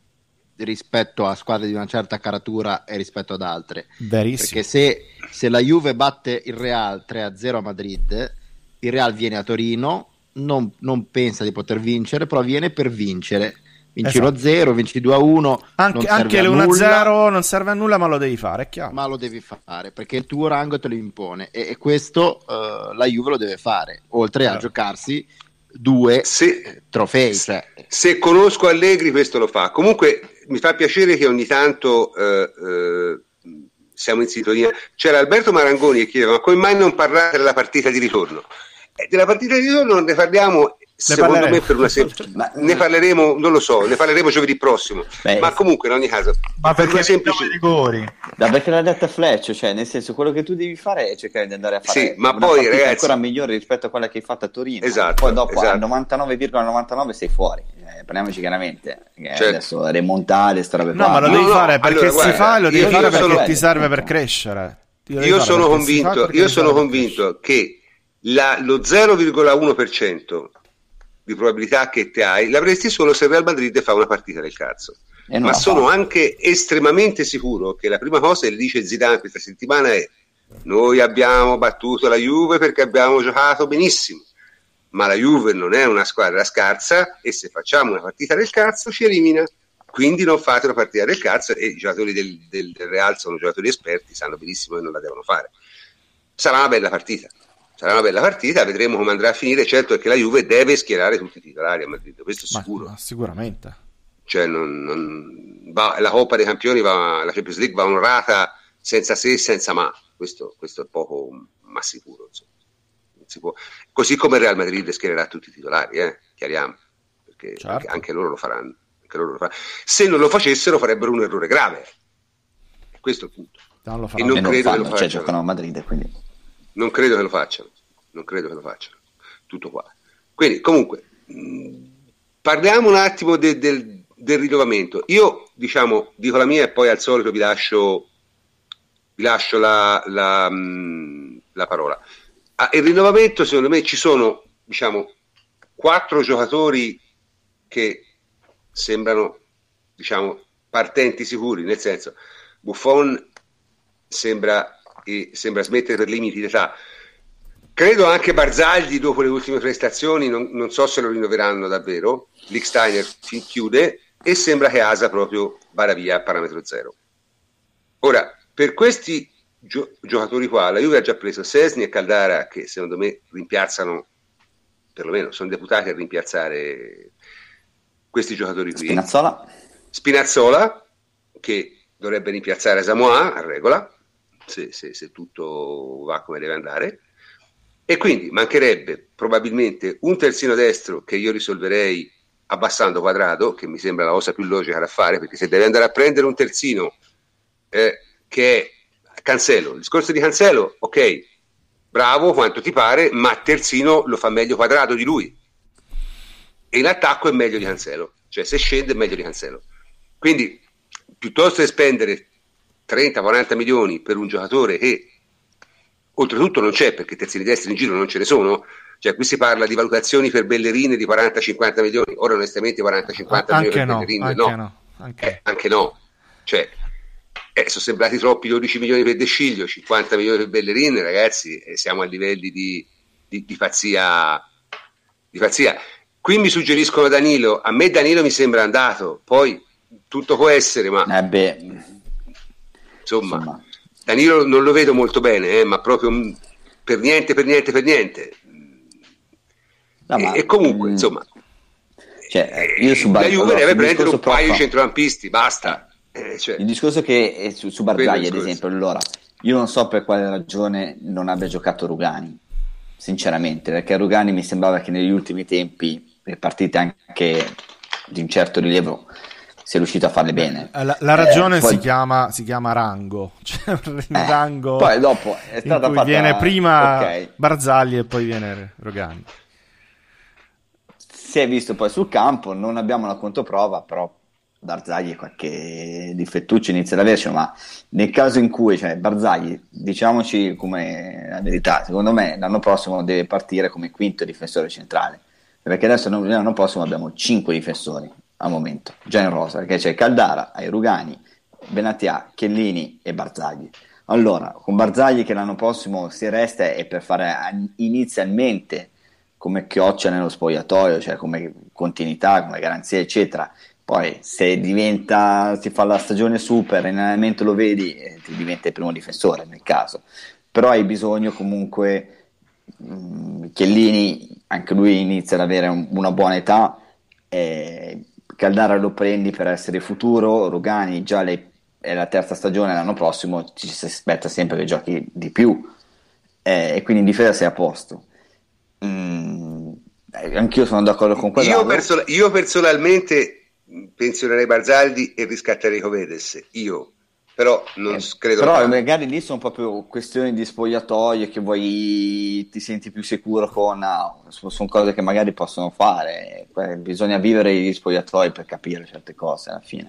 rispetto a squadre di una certa caratura e rispetto ad altre. Verissimo. Perché se, se la Juve batte il Real tre a zero a Madrid, il Real viene a Torino, non, non pensa di poter vincere, però viene per vincere. Vinci Esatto. uno a zero, vinci due a uno, Anche, non serve anche a l'uno a nulla, zero non serve a nulla, ma lo devi fare, è chiaro. ma lo devi fare perché il tuo rango te lo impone, e, e questo eh, la Juve lo deve fare, oltre a Certo. giocarsi due Se, trofei. Cioè, se conosco Allegri questo lo fa. Comunque mi fa piacere che ogni tanto eh, eh, siamo in sintonia. C'era Alberto Marangoni che chiedeva: ma come mai non parlare della partita di ritorno? Eh, della partita di ritorno ne parliamo secondo parleremo. me per una semplice Ma- ne parleremo, non lo so, ne parleremo giovedì prossimo. Beh, ma comunque in ogni caso Ma per una perché semplice... semplice i rigori? Da perché l'ha detto Fletch, cioè nel senso quello che tu devi fare è cercare di andare a fare Sì, ma una poi, partita ragazzi- ancora migliore rispetto a quella che hai fatto a Torino. Esatto, Poi dopo esatto. al novantanove virgola novantanove sei fuori. cioè, parliamoci chiaramente, che Certo. adesso remontare, ste robe No, qua. ma lo No, devi no, fare perché allora, si guarda, fa e lo devi io- fare io perché sono- ti serve per crescere. Lo devi Io fare sono perché si fa convinto, perché io ti sono serve per crescere. convinto che la- lo zero virgola uno per cento di probabilità che te hai l'avresti solo se il Real Madrid fa una partita del cazzo. E non Ma la sono fa. anche estremamente sicuro che la prima cosa che dice Zidane questa settimana è: noi abbiamo battuto la Juve perché abbiamo giocato benissimo, ma la Juve non è una squadra scarsa e se facciamo una partita del cazzo ci elimina, quindi non fate una partita del cazzo. E i giocatori del, del, del Real sono giocatori esperti, sanno benissimo che non la devono fare. Sarà una bella partita, sarà una bella partita, vedremo come andrà a finire. Certo è che la Juve deve schierare tutti i titolari a Madrid, questo è Ma, sicuro. ma sicuramente. Cioè non, non va, la Coppa dei Campioni va, la Champions League va onorata senza se e senza ma, questo, questo è poco ma sicuro, insomma. Non si può. Così come il Real Madrid schiererà tutti i titolari, eh? Chiariamo, perché Certo. anche, anche loro lo faranno, anche loro lo faranno. Se non lo facessero farebbero un errore grave, questo è il punto. Non lo E faranno. non E non lo credo che lo fanno, cioè facciano. giocano a Madrid, quindi Non credo che lo facciano, non credo che lo facciano, tutto qua. Quindi comunque mh, parliamo un attimo de, del, del rinnovamento. Io diciamo dico la mia e poi al solito vi lascio, vi lascio la, la, mh, la parola. Ah, il rinnovamento secondo me ci sono diciamo quattro giocatori che sembrano diciamo partenti sicuri, nel senso Buffon sembra, e sembra smettere per limiti d'età. Credo anche Barzagli dopo le ultime prestazioni, non, non so se lo rinnoveranno davvero. Lichtsteiner chiude e sembra che Asa proprio vada via a parametro zero. Ora, per questi gio- giocatori qua, la Juve ha già preso Szczęsny e Caldara, che secondo me rimpiazzano, perlomeno sono deputati a rimpiazzare questi giocatori qui. Spinazzola. Spinazzola, che dovrebbe rimpiazzare Samoa a regola, se, se, se tutto va come deve andare. E quindi mancherebbe probabilmente un terzino destro che io risolverei abbassando Quadrado, che mi sembra la cosa più logica da fare, perché se deve andare a prendere un terzino eh, che è Cancelo, il discorso di Cancelo, ok, bravo quanto ti pare, ma terzino lo fa meglio Quadrado di lui e in attacco è meglio di Cancelo, cioè se scende è meglio di Cancelo. Quindi piuttosto che spendere trenta quaranta milioni per un giocatore che oltretutto non c'è, perché terzini destri in giro non ce ne sono, cioè qui si parla di valutazioni per Bellerin di quaranta cinquanta milioni, ora onestamente quaranta cinquanta milioni per no, Bellerin anche no, no, anche. Eh, anche no, cioè eh, sono sembrati troppi dodici milioni per De Sciglio, cinquanta milioni per Bellerin, ragazzi, eh, siamo a livelli di, di, di pazzia di pazzia. Qui mi suggeriscono Danilo, a me Danilo mi sembra andato, poi tutto può essere, ma Eh beh, insomma, insomma. Danilo non lo vedo molto bene, eh, ma proprio mh, per niente, per niente, per niente. No, e, ma, e comunque, mh, insomma, cioè, io su la Bar- Juve allora, deve sul prendere un discorso paio di proprio- centrocampisti, basta. Eh, cioè, Il discorso che è su, su Quello è Barzagli, il ad discorso. esempio, allora, io non so per quale ragione non abbia giocato Rugani, sinceramente, perché Rugani mi sembrava che negli ultimi tempi, le partite anche di un certo rilievo, sia riuscito a farle bene. Eh, La, la ragione Eh, poi- si, chiama, si chiama rango, c'è un Eh, rango poi dopo è in stata cui fatta- viene prima ok. Barzagli e poi viene Rogani. Si è visto poi sul campo, non abbiamo la controprova, però Barzagli qualche difettuccio inizia ad avercelo, ma nel caso in cui, cioè Barzagli, diciamoci come la verità, secondo me l'anno prossimo deve partire come quinto difensore centrale, perché adesso noi l'anno prossimo abbiamo cinque difensori al momento, già in rosa, perché c'è Caldara, hai Rugani, Benatia, Chiellini e Barzagli. Allora, con Barzagli che l'anno prossimo si resta è per fare an- inizialmente come chioccia nello spogliatoio, cioè come continuità, come garanzia, eccetera. Poi se diventa, si fa la stagione super, in allenamento lo vedi, eh, ti diventa il primo difensore nel caso. Però hai bisogno comunque, mh, Chiellini, anche lui inizia ad avere un- una buona età, eh, Caldara lo prendi per essere futuro, Rugani già le- è la terza stagione, l'anno prossimo ci si aspetta sempre che giochi di più, eh, e quindi in difesa sei a posto. Mm, eh, anch'io sono d'accordo con quello. io, perso- io personalmente pensionerei Barzagli e riscatterei Covedes, io però non Eh, credo. però che- magari lì sono proprio questioni di spogliatoio che vuoi ti senti più sicuro con, no, sono, sono cose che magari possono fare. Que- bisogna vivere gli spogliatoi per capire certe cose alla fine.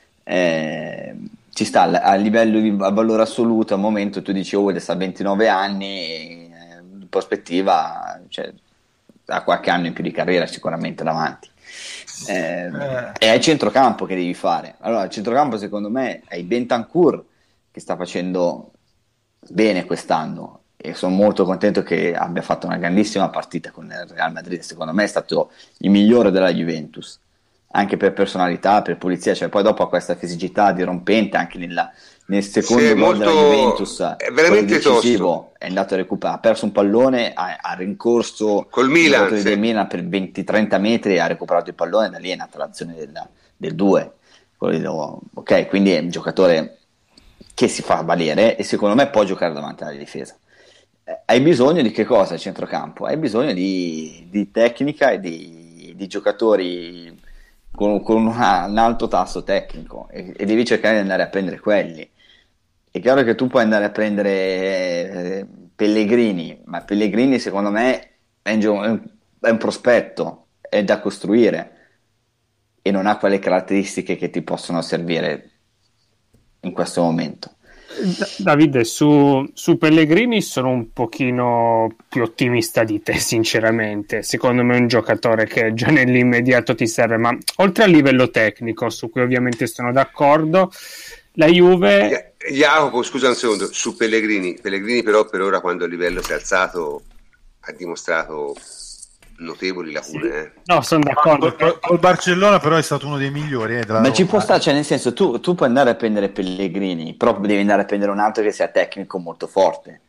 Eh, ci sta al- a livello di a valore assoluto al momento tu dici oh sta a ventinove anni, eh, in prospettiva cioè, ha qualche anno in più di carriera sicuramente davanti. Eh, Eh. è il centrocampo che devi fare. Allora, il centrocampo secondo me è Bentancur che sta facendo bene quest'anno e sono molto contento che abbia fatto una grandissima partita con il Real Madrid. Secondo me è stato il migliore della Juventus, anche per personalità, per pulizia, cioè poi dopo ha questa fisicità dirompente anche nella, nel secondo Sì, è gol della molto- Juventus, è veramente quello decisivo, tosto. è andato a recuperare, ha perso un pallone, ha, ha rincorso Col il Milan, giocatore sì. del Milan per venti trenta metri, ha recuperato il pallone, da lì è nata l'azione del due. Ok, quindi è un giocatore che si fa valere e secondo me può giocare davanti alla difesa. Eh, Hai bisogno di che cosa il centrocampo? Hai bisogno di, di tecnica e di, di giocatori con, con una- un alto tasso tecnico e, e devi cercare di andare a prendere quelli. È chiaro che tu puoi andare a prendere eh, Pellegrini, ma Pellegrini secondo me è un, gio- è un- è un prospetto, è da costruire e non ha quelle caratteristiche che ti possono servire in questo momento. Da- Davide, su, su Pellegrini sono un pochino più ottimista di te, sinceramente. Secondo me è un giocatore che già nell'immediato ti serve, ma oltre al livello tecnico, su cui ovviamente sono d'accordo, la Juve... Ja- Jacopo, scusa un secondo, su Pellegrini. Pellegrini però per ora quando il livello si è alzato ha dimostrato notevoli lacune. eh. No, sono d'accordo. Col, col Barcellona però è stato uno dei migliori eh, della Ma Roma. ci può stare, cioè nel senso tu, tu puoi andare a prendere Pellegrini, però devi andare a prendere un altro che sia tecnico molto forte.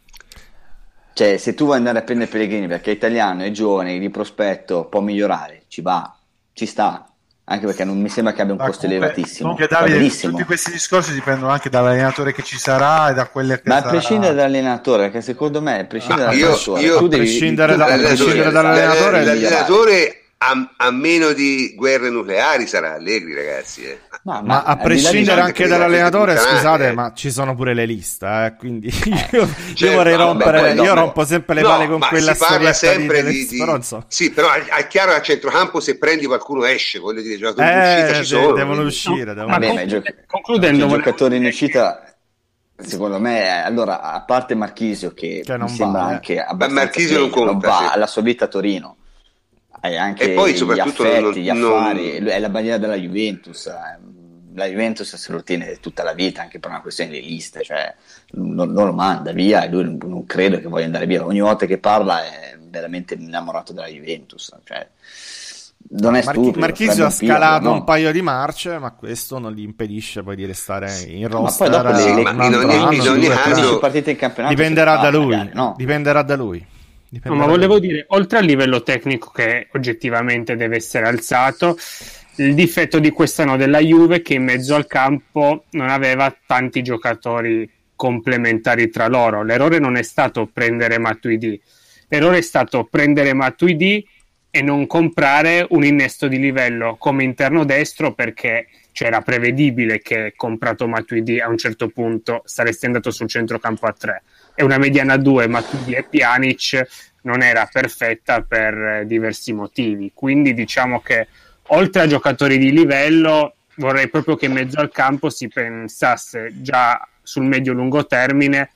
Cioè se tu vuoi andare a prendere Pellegrini perché è italiano, è giovane, di prospetto, può migliorare, ci va, ci sta, anche perché non mi sembra che abbia un Ma costo comunque- elevatissimo. comunque, Va Davide, benissimo. tutti questi discorsi dipendono anche dall'allenatore che ci sarà e da quelle che Ma a sarà. prescindere dall'allenatore, perché secondo me, a prescindere Ah, io- dall'allenatore, io- tu a devi, prescindere tu da- devi a prescindere migliorare. dall'allenatore, Devi migliorare. l'allenatore a, a meno di guerre nucleari sarà Allegri, ragazzi. eh. Ma, Ma a al di là di prescindere ciò- anche che dall'allenatore, tutti i scusate, canali, eh. ma ci sono pure le liste, eh, quindi io, io certo, vorrei vabbè, rompere, poi dopo- io rompo sempre le No, palle con ma quella si parla storietta sempre di, di, di- però, insomma, sì, però è, è chiaro che a centrocampo se prendi qualcuno esce, voglio dire, i giocatori in eh, uscita ci de- sono. devono quindi- uscire, devono- Ma Vabbè, ma i conclude- gioc- concludendo, cioè, i volevo giocatori in dire che- uscita, secondo me, allora, a parte Marchisio che, Che non mi sembra va, eh. anche abbastanza Marchisio non meglio, conta, va sì. alla sua vita a Torino. Hai anche E poi gli soprattutto affetti, non- gli non- affari, lui è la bandiera della Juventus. eh. La Juventus se lo tiene tutta la vita anche per una questione di liste, cioè non, non lo manda via e lui non, non credo che voglia andare via. Ogni volta che parla è veramente innamorato della Juventus, cioè, non è Marchi- stupido. Marchisio sarebbe ha un pirla, scalato no? un paio di marce, ma questo non gli impedisce poi di restare in ma roster. poi dopo le- eh, le- un ma in altro ogni- anno, in due, ogni tre. caso- quindici partite in campionato Dipenderà si da fa, lui, magari, no? dipenderà da lui. No, Dipenderà ma da volevo lui. dire, oltre al livello tecnico che oggettivamente deve essere alzato, il difetto di quest'anno della Juve è che in mezzo al campo non aveva tanti giocatori complementari tra loro. L'errore non è stato prendere Matuidi, l'errore è stato prendere Matuidi e non comprare un innesto di livello come interno destro, perché c'era prevedibile che comprato Matuidi a un certo punto saresti andato sul centrocampo a tre. E una mediana a due, Matuidi e Pjanic, non era perfetta per eh, diversi motivi. Quindi diciamo che oltre a giocatori di livello vorrei proprio che in mezzo al campo si pensasse già sul medio-lungo termine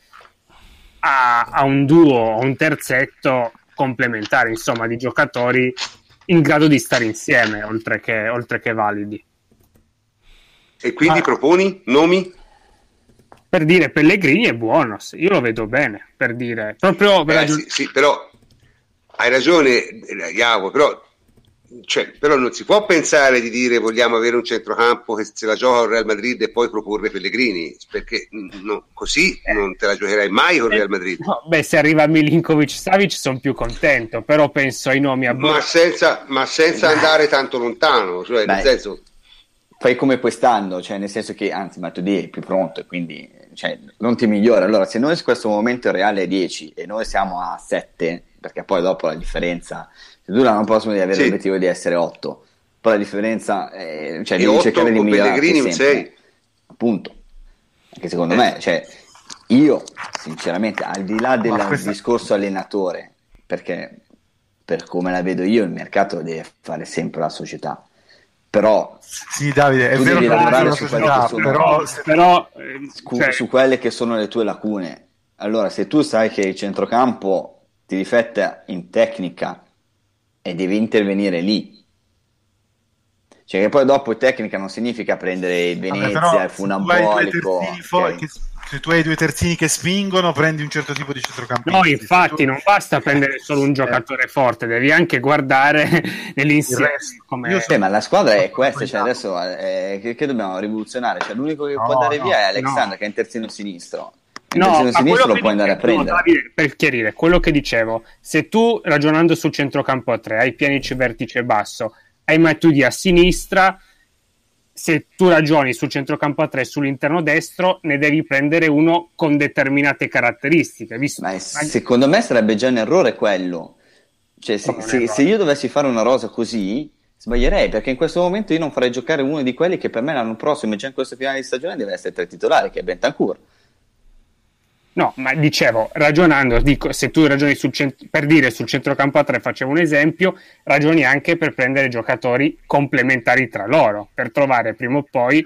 a, a un duo o un terzetto complementare, insomma, di giocatori in grado di stare insieme, oltre che, oltre che validi. E quindi Ah. proponi nomi? Per dire, Pellegrini è buono, sì, io lo vedo bene, per dire, proprio per Eh, aggiung- sì, sì, però hai ragione, eh, Jacopo, però, cioè, però non si può pensare di dire vogliamo avere un centrocampo che se la gioca al Real Madrid e poi proporre Pellegrini, perché mm, no, così non te la giocherai mai con il Real Madrid. No, beh, se arriva Milinkovic-Savic sono più contento, però penso ai nomi a Ma senza, ma senza andare tanto lontano, cioè nel Beh. senso, Fai come quest'anno, cioè nel senso che anzi Matuidi è più pronto e quindi cioè, non ti migliora. Allora se noi in questo momento il Reale è dieci e noi siamo a sette, perché poi dopo la differenza, se tu l'anno prossimo devi avere Sì. l'obiettivo di essere otto, poi la differenza è, cioè E devi otto cercare di con migliorare Pellegrini un sempre, sei. appunto. Anche secondo eh. me, cioè, io sinceramente, al di là del questa... discorso allenatore, perché per come la vedo io, il mercato lo deve fare sempre la società. Però sì, Davide, è tu vero devi che lavorare su, società, sono, però, però su, cioè... su quelle che sono le tue lacune. Allora, se tu sai che il centrocampo ti difetta in tecnica e devi intervenire lì, cioè che poi dopo tecnica non significa prendere il Venezia, Vabbè, il Funambolico, okay. che, se tu hai due terzini che spingono, prendi un certo tipo di centrocampista. No, infatti tu... non basta prendere solo un giocatore eh. forte, devi anche guardare nell'insieme. Come... Sì, ma la squadra è questa, cioè adesso è, che, che dobbiamo rivoluzionare, cioè l'unico che no, può andare no, via è Alexander no. che è in terzino sinistro. Il no, terzino sinistro lo puoi andare a prendere. No, Davide, per chiarire, quello che dicevo, se tu ragionando sul centrocampo a tre hai Pjanic vertice basso, hai Matuidi a sinistra, se tu ragioni sul centrocampo a tre sull'interno destro ne devi prendere uno con determinate caratteristiche, visto... ma è, secondo me sarebbe già un errore quello, cioè se, se, se io dovessi fare una rosa così sbaglierei, perché in questo momento io non farei giocare uno di quelli che per me l'anno prossimo e già in questo finale di stagione deve essere tre titolari, che è Bentancur. No, ma dicevo, ragionando, dico, se tu ragioni sul cent- per dire sul centrocampo a tre, facevo un esempio, ragioni anche per prendere giocatori complementari tra loro, per trovare prima o poi...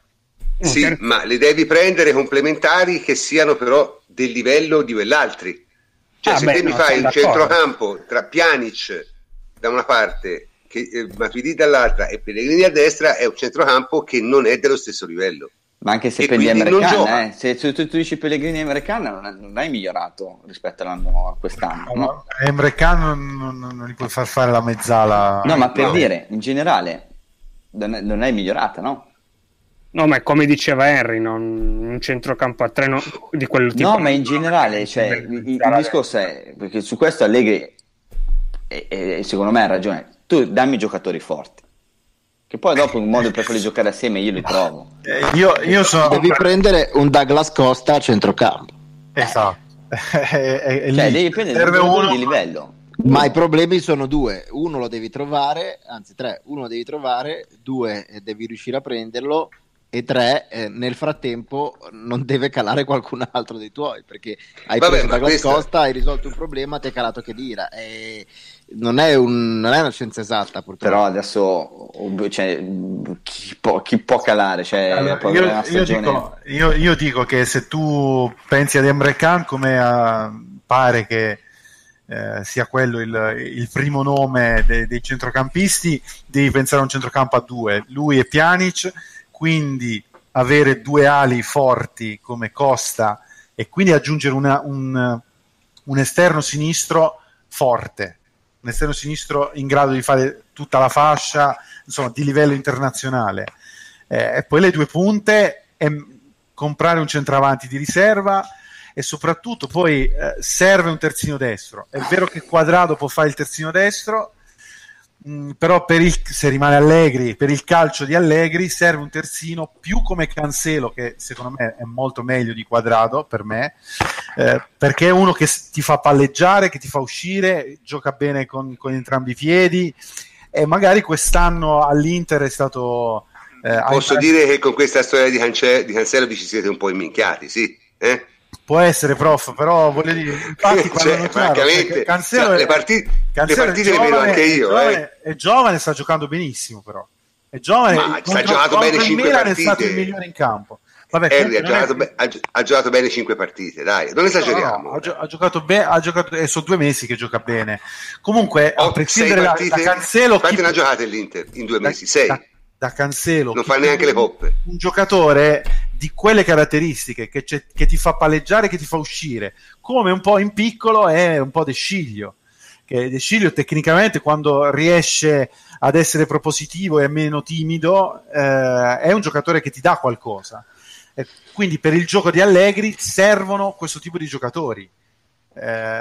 Sì, ter- ma li devi prendere complementari che siano però del livello di quell'altri. Cioè, ah, se beh, te no, mi fai un d'accordo. Centrocampo tra Pjanic da una parte, che, eh, Matuidi dall'altra e Pellegrini a destra, è un centrocampo che non è dello stesso livello. Ma anche se per gli americani, eh, se tu, tu, tu dici Pellegrini americana non, non hai migliorato rispetto all'anno a quest'anno. No? Emre Can non, non, non gli puoi far fare la mezzala. No, ma per no. dire, in generale non, non hai migliorata, no? No, ma come diceva Henry, non, un centrocampo a tre no, di quel tipo. No, ma in generale, cioè, il, il discorso è, perché su questo Allegri, e, e, secondo me ha ragione, tu dammi giocatori forti. Che poi dopo un modo per farli giocare assieme io li trovo. Eh, io, io sono... Devi prendere un Douglas Costa a centrocampo. Esatto. è, è, è cioè, devi prendere un uno di livello. Ma i problemi sono due. Uno lo devi trovare, anzi tre. Uno lo devi trovare, due devi riuscire a prenderlo, e tre, eh, nel frattempo non deve calare qualcun altro dei tuoi, perché hai Vabbè, preso Douglas questa... Costa, hai risolto un problema, ti è calato Khedira. E... Non è, un, non è una scienza esatta, purtroppo. Però adesso cioè, chi, può, chi può calare? Cioè, allora, può io, io, dico, io, io dico che se tu pensi ad Emre Can, come a, pare che eh, sia quello il, il primo nome de, dei centrocampisti, devi pensare a un centrocampo a due, lui e Pjanic, quindi avere due ali forti come Costa e quindi aggiungere una, un, un esterno sinistro forte, un esterno sinistro in grado di fare tutta la fascia, insomma, di livello internazionale, eh, e poi le due punte e comprare un centravanti di riserva, e soprattutto poi eh, serve un terzino destro. È vero che Quadrado può fare il terzino destro, mh, però per il, se rimane Allegri, per il calcio di Allegri serve un terzino più come Cancelo, che secondo me è molto meglio di Quadrado per me, eh, perché è uno che ti fa palleggiare, che ti fa uscire, gioca bene con, con entrambi i piedi, e magari quest'anno all'Inter è stato eh, posso anche... dire che con questa storia di, Cance- di Cancelo vi ci siete un po' imminchiati, sì, eh? Può essere, prof, però voglio dire, infatti cioè, quando francamente, Cancelo cioè, è, le partite, Cancelo le partite è giovane, le vedo anche io, è giovane, eh. è giovane, sta giocando benissimo, però è giovane, ma sta giocato bene cinque Milan partite, è stato il migliore in campo. Vabbè, Harry, ha, giocato è... be- ha, ha giocato bene cinque partite, dai, non esageriamo. No, no, ha, gio- ha giocato bene, ha giocato, e sono due mesi che gioca bene. Comunque, oh, a prescindere da, da Cancelo, quante chi... ne ha giocate l'Inter in due mesi? Sei. Da, da Cancelo non fa neanche le coppe. Un giocatore di quelle caratteristiche che, che ti fa palleggiare, che ti fa uscire, come un po' in piccolo è un po' De Sciglio, che De Sciglio tecnicamente quando riesce ad essere propositivo e meno timido eh, è un giocatore che ti dà qualcosa, e quindi per il gioco di Allegri servono questo tipo di giocatori. Eh,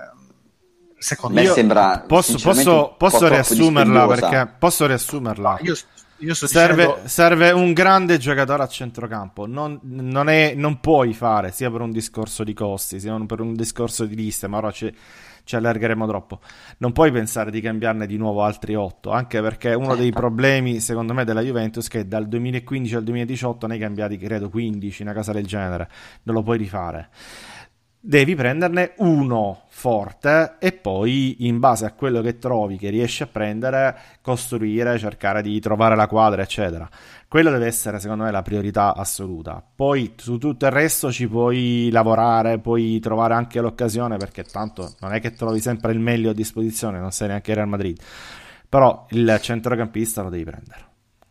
secondo me sembra posso, posso, posso riassumerla perché posso riassumerla no, io Io sto serve, dicendo... serve un grande giocatore a centrocampo, non, non, è, non puoi fare sia per un discorso di costi sia per un discorso di liste, ma ora c'è, ci allargheremo troppo. Non puoi pensare di cambiarne di nuovo altri otto, anche perché uno dei problemi secondo me della Juventus è che dal duemilaquindici al duemiladiciotto ne hai cambiati credo quindici, una cosa del genere, non lo puoi rifare. Devi prenderne uno forte e poi in base a quello che trovi, che riesci a prendere, costruire, cercare di trovare la quadra, eccetera. Quello deve essere secondo me la priorità assoluta. Poi su tutto il resto ci puoi lavorare, puoi trovare anche l'occasione, perché tanto non è che trovi sempre il meglio a disposizione, non sei neanche Real Madrid, però il centrocampista lo devi prendere.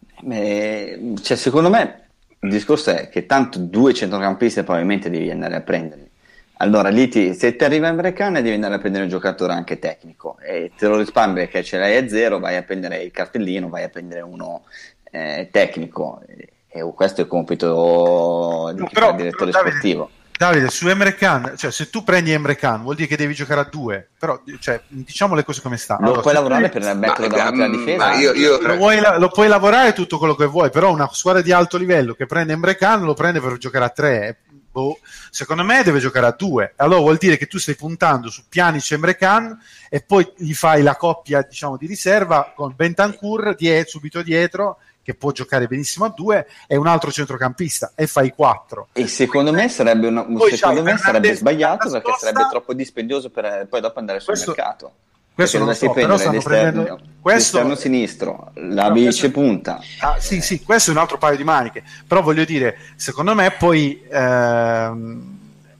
Beh, cioè, secondo me il discorso è che tanto due centrocampisti probabilmente devi andare a prendere. Allora lì ti, se ti arriva Emre Can devi andare a prendere un giocatore anche tecnico e te lo risparmi perché ce l'hai a zero, vai a prendere il cartellino, vai a prendere uno eh, tecnico e, e questo è il compito di no, però, del direttore però, Davide, sportivo. Davide, su Emre Can, cioè se tu prendi Emre Can vuol dire che devi giocare a due, però cioè, diciamo le cose come stanno. Lo allora, puoi lavorare tu... per metterlo davanti alla difesa? Io, io... Lo, vuoi, lo puoi lavorare tutto quello che vuoi, però una squadra di alto livello che prende Emre Can lo prende per giocare a tre. Boh, secondo me deve giocare a due, allora vuol dire che tu stai puntando su Pjanic e Emre Can e poi gli fai la coppia diciamo di riserva con Bentancur die- subito dietro che può giocare benissimo a due e un altro centrocampista e fai quattro. E secondo me sarebbe, una, secondo me sarebbe sbagliato perché sarebbe troppo dispendioso per poi dopo andare sul questo, mercato. Questo non lo so, però stanno l'esterno, prendendo questo l'esterno sinistro, la vice punta. Ah, sì, sì, questo è un altro paio di maniche. Però voglio dire, secondo me poi ehm,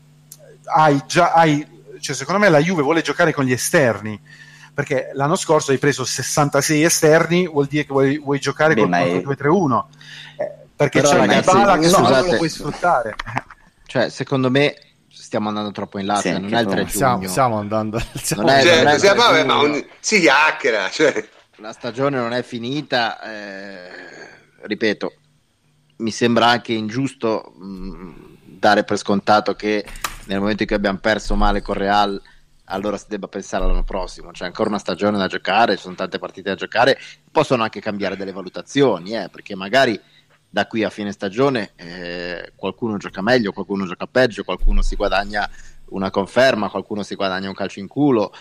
hai già hai, cioè secondo me la Juve vuole giocare con gli esterni. Perché l'anno scorso hai preso sessantasei esterni, vuol dire che vuoi, vuoi giocare con il due tre uno. Eh, perché però, c'è ragazzi, una bala che no, non lo puoi sfruttare. Cioè, secondo me stiamo andando troppo in là, sì, cioè, non è il tre siamo, giugno. stiamo andando siamo non è, cioè, non è il siamo, tre vabbè, ma giugno. un, si chiacchiera, cioè. La stagione non è finita, eh, ripeto, mi sembra anche ingiusto mh, dare per scontato che nel momento in cui abbiamo perso male con Real allora si debba pensare all'anno prossimo, c'è ancora una stagione da giocare, ci sono tante partite da giocare, possono anche cambiare delle valutazioni, eh, perché magari da qui a fine stagione eh, qualcuno gioca meglio, qualcuno gioca peggio, qualcuno si guadagna una conferma, qualcuno si guadagna un calcio in culo,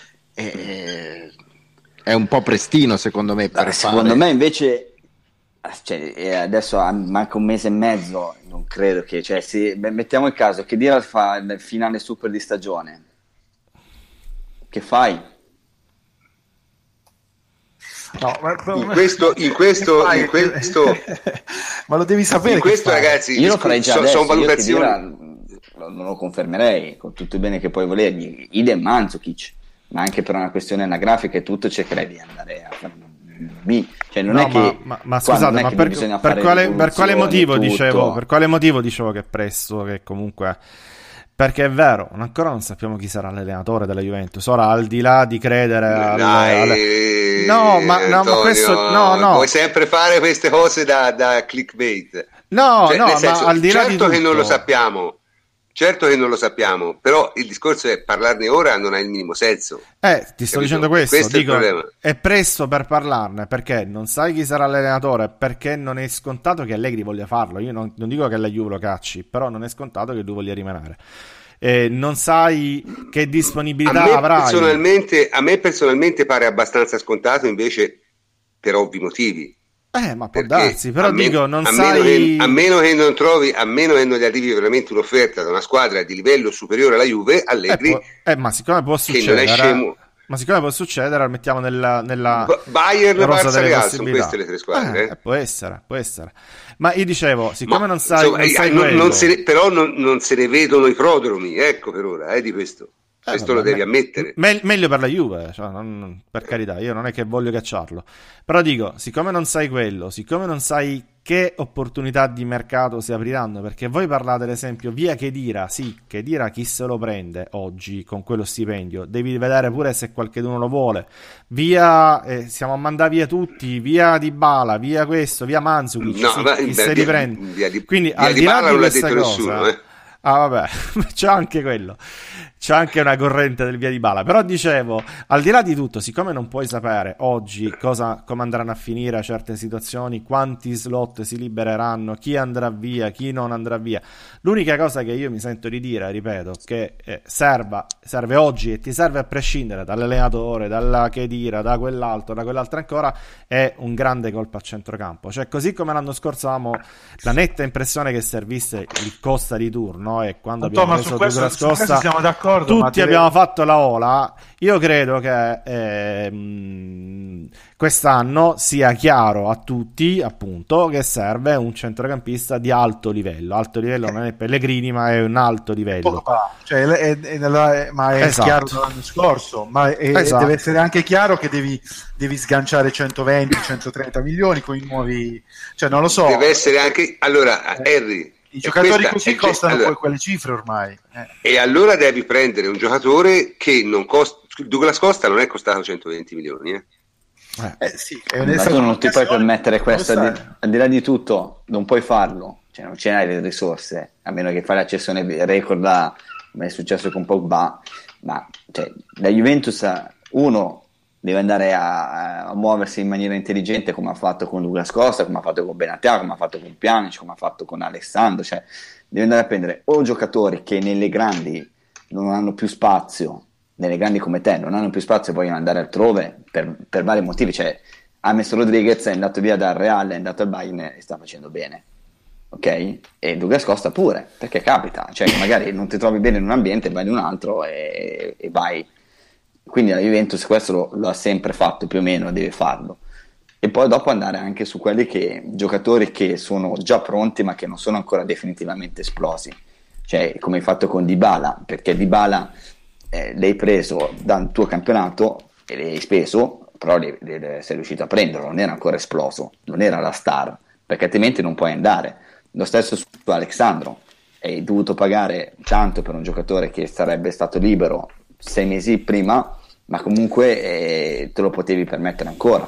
eh, è un po' prestino secondo me per Beh, fare... secondo me invece cioè, adesso manca un mese e mezzo, non credo che, cioè, se mettiamo il caso che Dira fa il finale super di stagione, che fai? No, ma, in questo, in questo, in questo ma lo devi sapere. In questo, ragazzi, io lo farei già so, adesso. Sono valutazioni. Io non lo confermerei con tutto il bene che puoi volergli. Idem Mandzukic, ma anche per una questione anagrafica e tutto cercherei di andare a fare B. Cioè, non no, è ma, che ma, ma scusate, ma per, per, quale, per quale motivo tutto. dicevo? Per quale motivo dicevo che è presto? Che comunque. Perché è vero, ancora non sappiamo chi sarà l'allenatore della Juventus. Ora, al di là di credere al, Dai, alle... no, ma, no, Antonio, ma questo no, no. Puoi sempre fare queste cose da, da clickbait. No, cioè, no, nel senso, ma al di là certo di tutto... che non lo sappiamo. Certo che non lo sappiamo, però il discorso è parlarne ora non ha il minimo senso. Eh, ti sto Capito? dicendo questo, questo dico, è, il è presto per parlarne, perché non sai chi sarà l'allenatore, perché non è scontato che Allegri voglia farlo. Io non, non dico che la Juve lo cacci, però non è scontato che lui voglia rimanere. Eh, non sai che disponibilità a me avrai. Personalmente, a me personalmente pare abbastanza scontato, invece, per ovvi motivi. Eh, ma può Perché darsi, però a me, dico, non a sai... Meno che, a meno che non trovi, a meno che non gli arrivi veramente un'offerta da una squadra di livello superiore alla Juve, Allegri... Eh, può, eh ma siccome può succedere... Che non è scemo... Ma siccome può succedere, mettiamo nella, nella Bayern, rosa Barça, delle Real, possibilità. sono queste le tre squadre. Eh, eh. Può essere, può essere. Ma io dicevo, siccome Ma, non sai, insomma, non sai non, quello... non se ne, però non, non se ne vedono i prodromi, ecco per ora, eh, di questo. Eh, questo vabbè, lo devi me- ammettere. Me- meglio per la Juve, cioè, non, per carità, io non è che voglio cacciarlo. Però dico, siccome non sai quello, siccome non sai che opportunità di mercato si apriranno, perché voi parlate ad esempio via Khedira, sì, Khedira chi se lo prende oggi con quello stipendio, devi vedere pure se qualcuno lo vuole, via eh, siamo a mandare via tutti, via Dybala, via questo, via Mandzukic, No, sì, ma, chi beh, se li via, prende, via di, quindi via al di Dybala là di non l'ha questa detto cosa nessuno, eh. Ah vabbè, c'è anche quello, c'è anche una corrente del via di Bala, però dicevo, al di là di tutto, siccome non puoi sapere oggi cosa, come andranno a finire certe situazioni, quanti slot si libereranno, chi andrà via, chi non andrà via, l'unica cosa che io mi sento di dire, ripeto, che eh, serva, serve oggi e ti serve a prescindere dall'allenatore, dalla Khedira, da quell'altro, da quell'altro ancora, è un grande colpo a centrocampo, cioè così come l'anno scorso avevamo la netta impressione che servisse il Costa di turno, e quando abbiamo preso Douglas Costa siamo d'accordo, tutti ma abbiamo deve... fatto la ola. Io credo che ehm, quest'anno sia chiaro a tutti, appunto, che serve un centrocampista di alto livello. Alto livello non è Pellegrini, ma è un alto livello, cioè, è, è nella, ma è esatto. chiaro dall'anno scorso, ma è, Esatto. deve essere anche chiaro che devi, devi sganciare centoventi centotrenta milioni con i nuovi, cioè non lo so, deve essere anche, allora Harry, i giocatori questa, così è, costano allora, poi quelle cifre ormai, eh. E allora devi prendere un giocatore che non costa. Douglas Costa non è costato centoventi milioni, eh. Eh, sì, è ma tu non ti puoi permettere questo, al di, al di là di tutto non puoi farlo, cioè non ce n'hai le risorse, a meno che fai la cessione record da, come è successo con Pogba, ma cioè, la Juventus uno deve andare a, a muoversi in maniera intelligente, come ha fatto con Douglas Costa, come ha fatto con Benatia, come ha fatto con Pjanic, come ha fatto con Alessandro, cioè deve andare a prendere o giocatori che nelle grandi non hanno più spazio, nelle grandi come te non hanno più spazio e vogliono andare altrove per, per vari motivi, cioè James Rodriguez è andato via dal Real, è andato al Bayern e sta facendo bene, ok? E Douglas Costa pure, perché capita, cioè magari non ti trovi bene in un ambiente, vai in un altro e, e vai. Quindi la Juventus questo lo, lo ha sempre fatto, più o meno deve farlo, e poi dopo andare anche su quelli che giocatori che sono già pronti ma che non sono ancora definitivamente esplosi, cioè come hai fatto con Dybala, perché Dybala eh, l'hai preso dal tuo campionato e l'hai speso, però le, le, sei riuscito a prenderlo, non era ancora esploso, non era la star, perché altrimenti non puoi andare. Lo stesso su Alessandro, hai dovuto pagare tanto per un giocatore che sarebbe stato libero sei mesi prima, ma comunque eh, te lo potevi permettere ancora.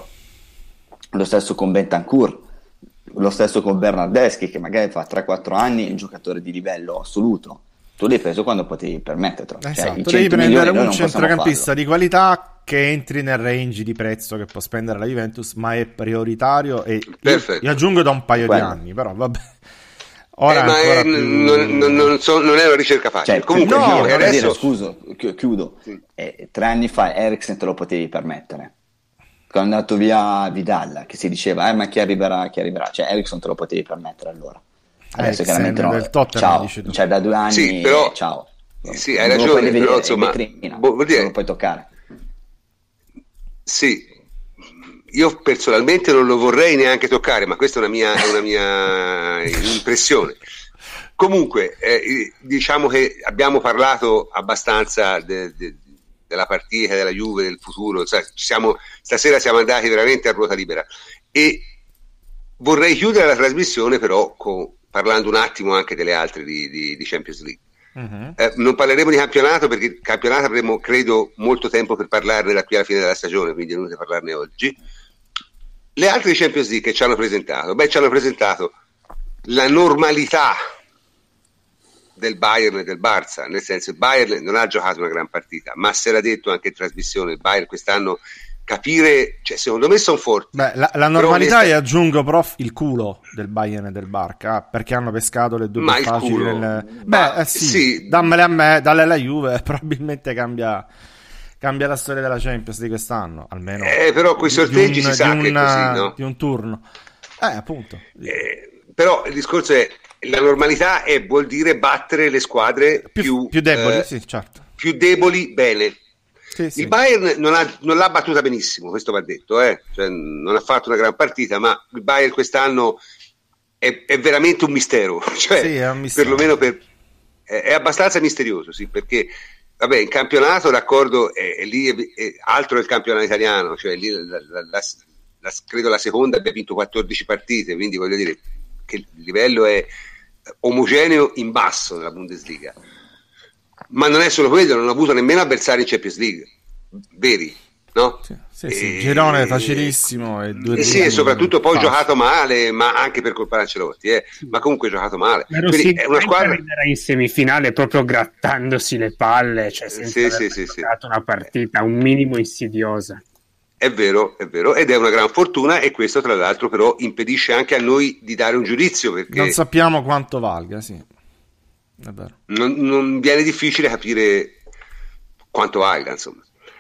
Lo stesso con Bentancur, lo stesso con Bernardeschi, che magari fa tre quattro anni un giocatore di livello assoluto, tu l'hai preso quando potevi permettertelo. Esatto, cioè, devi prendere un centrocampista farlo. di qualità che entri nel range di prezzo che può spendere la Juventus, ma è prioritario, e io, io aggiungo da un paio Quello. di anni, però vabbè. Ora eh, ma è, più... non, non, non, so, non è una ricerca facile. Cioè, comunque no, io, adesso... dire, scuso, chiudo. Sì. Eh, tre anni fa Eriksen te lo potevi permettere. Quando è andato via Vidal, che si diceva, eh, ma chi arriverà, chi arriverà? Cioè, Eriksen te lo potevi permettere allora. Adesso chiaramente no. Del Tottenham, ciao, cioè da due anni, sì, però, ciao. Sì, hai ragione, però insomma, vetrina, bo- vuol dire... non lo puoi toccare. Sì, io personalmente non lo vorrei neanche toccare, ma questa è una mia, è una mia impressione. Comunque, eh, diciamo che abbiamo parlato abbastanza de, de, della partita, della Juve, del futuro, cioè, siamo, stasera siamo andati veramente a ruota libera, e vorrei chiudere la trasmissione però con, parlando un attimo anche delle altre di, di, di Champions League. Uh-huh. Eh, non parleremo di campionato perché il campionato avremo, credo, molto tempo per parlarne da qui alla fine della stagione, quindi è inutile parlarne oggi. Le altre di Champions League che ci hanno presentato, beh, ci hanno presentato la normalità del Bayern e del Barça, nel senso il Bayern non ha giocato una gran partita, ma si era detto anche in trasmissione, il Bayern quest'anno capire, cioè secondo me sono forti. Beh, la, la normalità, e aggiungo prof il culo del Bayern e del Barca, perché hanno pescato le due ma più facili culo, nel... ma, beh eh sì, sì, dammele a me, dalle alla Juve, probabilmente cambia cambia la storia della Champions di quest'anno, almeno eh, però con i sorteggi un, si sa un, che è così, no? Di un turno, eh appunto, eh, però il discorso è la normalità e vuol dire battere le squadre più, più, più deboli, eh, sì, certo. più deboli bene. Sì, sì. Il Bayern non, ha, non l'ha battuta benissimo, questo va detto, eh? Cioè, non ha fatto una gran partita, ma il Bayern quest'anno è, è veramente un mistero, cioè, sì, è un mistero. Perlomeno per, è, è abbastanza misterioso, sì, perché vabbè, in campionato d'accordo, è, è lì è, è altro del campionato italiano, cioè lì la, la, la, la, credo la seconda abbia vinto quattordici partite, quindi voglio dire che il livello è omogeneo in basso nella Bundesliga. Ma non è solo quello, non ha avuto nemmeno avversari in Champions League veri, no? Sì, sì, sì. E... girone facilissimo e due eh sì, e soprattutto poi passi. giocato male, ma anche per colpa di Ancelotti, eh. Ma comunque giocato male. Ma Quindi è una squadra arriverà in semifinale proprio grattandosi le palle, cioè senza sì, aver sì, sì, giocato sì. una partita un minimo insidiosa. È vero, è vero, ed è una gran fortuna, e questo tra l'altro però impedisce anche a noi di dare un giudizio, perché Non sappiamo quanto valga, sì. È vero. non, non viene difficile capire quanto valga, insomma.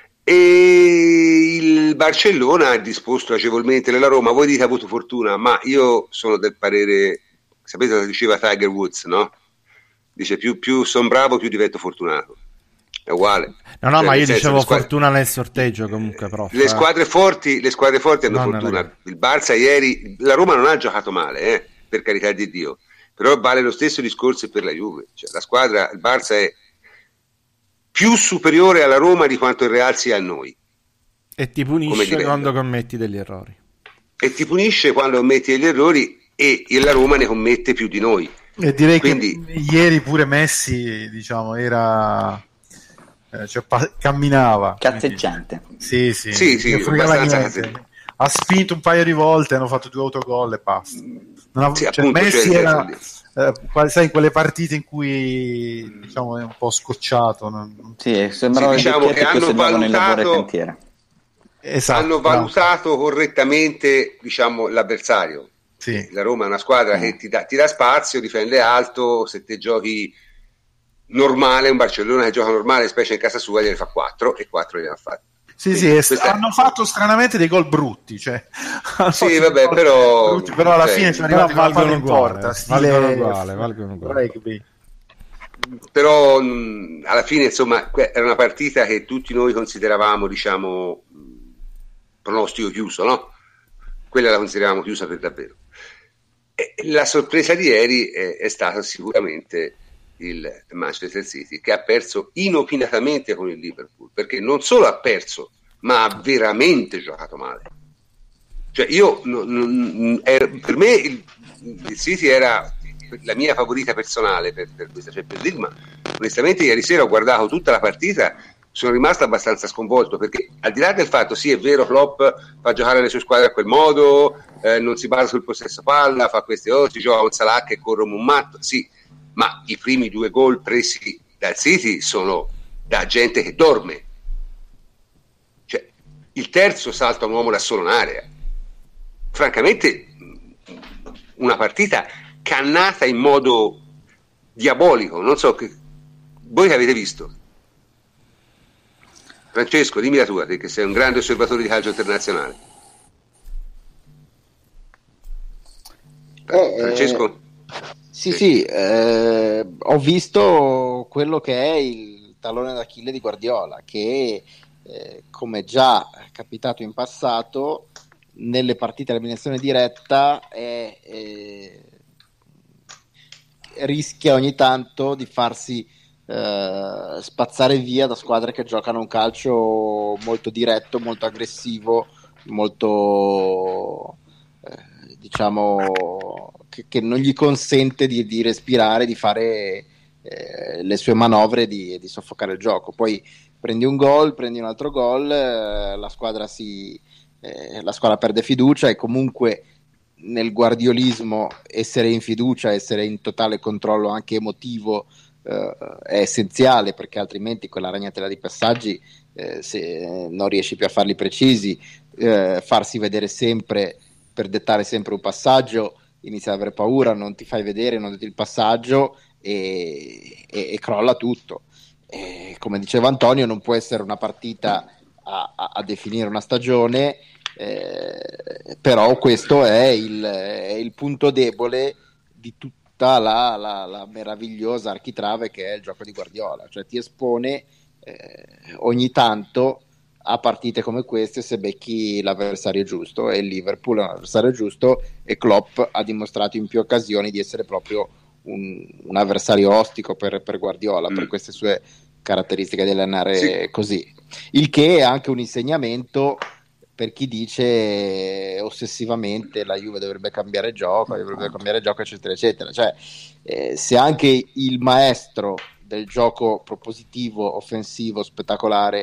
E il Barcellona ha disposto agevolmente nella Roma. Voi dite ha avuto fortuna, ma io sono del parere, sapete cosa diceva Tiger Woods, no? Dice più, più sono bravo più divento fortunato, è uguale. No, no, Cioè, ma io nel senso, dicevo le squadre- fortuna nel sorteggio comunque, prof. le eh. squadre forti, le squadre forti hanno Non fortuna. nella- Il Barça ieri, la Roma non ha giocato male, eh, per carità di Dio, però vale lo stesso discorso per la Juve. Cioè, la squadra, il Barça è più superiore alla Roma di quanto il Real sia a noi, E ti come punisce livello. quando commetti degli errori. E ti punisce quando commetti degli errori, e la Roma ne commette più di noi. E direi Quindi- che ieri pure Messi, diciamo, era eh, cioè, pa- camminava. Cazzeggiante. Quindi- Sì, sì, Sì, sì, non fregava abbastanza niente. cazzeggiante. Ha spinto un paio di volte, hanno fatto due autogol e basta. Non ha- Sì, cioè, appunto, Messi cioè, era cioè, eh, qual- sai, in quelle partite in cui diciamo è un po' scocciato. non- Sì, sembrava Sì, diciamo vecchietti che che hanno osservavano il lavoro e valutato- cantiere. Esatto, hanno bravo. valutato correttamente, diciamo, l'avversario. Sì. La Roma è una squadra Mm. che ti dà, ti dà spazio, difende alto. Se te giochi normale, un Barcellona che gioca normale, specie in casa sua, gliene fa quattro, e quattro gliene ha fatti. Sì, Quindi sì, e st- questa è- hanno fatto stranamente dei gol brutti, cioè, hanno Sì, fatto dei vabbè, gol però- brutti, però alla cioè, fine sono però arrivati con la palla valgono in uguale, porta, stile valgono uguale, valgono uguale. rugby. Però mh, alla fine, insomma, que- era una partita che tutti noi consideravamo, diciamo, mh, pronostico chiuso, no? Quella la consideravamo chiusa per davvero. E la sorpresa di ieri è, è stata sicuramente il Manchester City, che ha perso inopinatamente con il Liverpool, perché non solo ha perso, ma ha veramente giocato male. Cioè io non- non- era- per me il, il City era la mia favorita personale per, per questa Champions League, ma onestamente ieri sera ho guardato tutta la partita, sono rimasto abbastanza sconvolto, perché al di là del fatto, sì, è vero, Klopp fa giocare le sue squadre a quel modo, eh, non si basa sul possesso palla, fa queste cose, si gioca con Salah che corre come un matto, sì, ma i primi due gol presi dal City sono da gente che dorme. Cioè, il terzo salta un uomo da solo in area. Francamente, una partita cannata in modo diabolico. Non so che voi che avete visto. Francesco, dimmi la tua, perché sei un grande osservatore di calcio internazionale. Eh, Francesco? eh, sì, sì, eh, ho visto quello che è il tallone d'Achille di Guardiola, che eh, come già capitato in passato, nelle partite a eliminazione diretta è, eh, rischia ogni tanto di farsi eh, spazzare via da squadre che giocano un calcio molto diretto, molto aggressivo, molto eh, diciamo che, che non gli consente di, di respirare, di fare eh, le sue manovre, di, di soffocare il gioco. Poi prendi un gol, prendi un altro gol, eh, la squadra si eh, la squadra perde fiducia, e comunque nel guardiolismo essere in fiducia, essere in totale controllo anche emotivo eh, è essenziale, perché altrimenti quella ragnatela di passaggi eh, se non riesci più a farli precisi, eh, farsi vedere sempre per dettare sempre un passaggio, inizi ad avere paura, non ti fai vedere, non detti il passaggio e, e, e crolla tutto. E, come diceva Antonio, non può essere una partita a, a, a definire una stagione, eh, però questo è il, è il punto debole di tutta la, la, la meravigliosa architrave che è il gioco di Guardiola, cioè ti espone eh, ogni tanto a partite come queste se becchi l'avversario giusto, e il Liverpool è un avversario giusto, e Klopp ha dimostrato in più occasioni di essere proprio un, un avversario ostico per, per Guardiola, mm. per queste sue caratteristiche di allenare sì. così, il che è anche un insegnamento per chi dice ossessivamente la Juve dovrebbe cambiare gioco, dovrebbe cambiare gioco eccetera eccetera, cioè eh, se anche il maestro del gioco propositivo, offensivo, spettacolare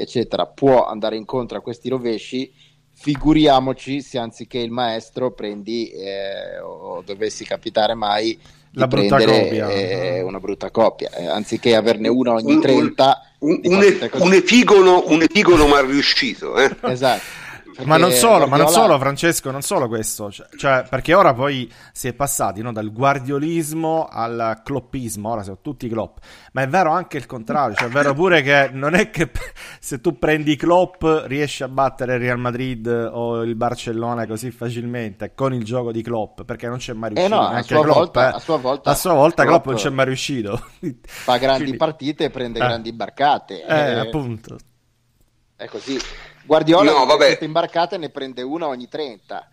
eccetera, può andare incontro a questi rovesci, figuriamoci se anziché il maestro prendi eh, o dovessi capitare mai di la brutta prendere coppia. eh, una brutta coppia, eh, anziché averne una ogni Un- trenta. un, di un, partite così. un epigono un epigono mal riuscito, eh? Esatto. Ma non Perché solo, ma non Guardiola- solo, Francesco, non solo questo, cioè, cioè, perché ora poi si è passati, no, dal guardiolismo al cloppismo, ora siamo tutti Klopp, ma è vero anche il contrario, cioè è vero pure che non è che se tu prendi Klopp riesci a battere il Real Madrid o il Barcellona così facilmente con il gioco di Klopp, perché non c'è mai Eh riuscito, no, a neanche sua, Klopp, volta, eh. a sua volta a sua volta Klopp non Klopp c'è mai riuscito. fa grandi Quindi- partite e prende Eh. grandi barcate. Eh, Eh, appunto. È così. Guardiola No, di vabbè. queste imbarcate ne prende una ogni trenta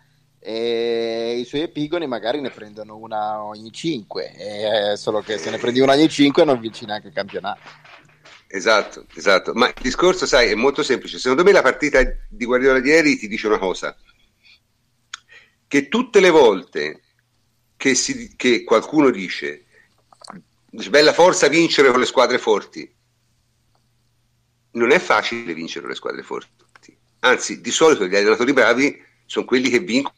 e i suoi epigoni magari ne prendono una ogni cinque, eh, solo che se ne prendi una ogni cinque non vinci neanche il campionato. Esatto, esatto. Ma il discorso, sai, è molto semplice. Secondo me la partita di Guardiola di ieri ti dice una cosa: che tutte le volte che, si, che qualcuno dice bella forza vincere con le squadre forti, non è facile vincere con le squadre forti. Anzi, di solito gli allenatori bravi sono quelli che vincono.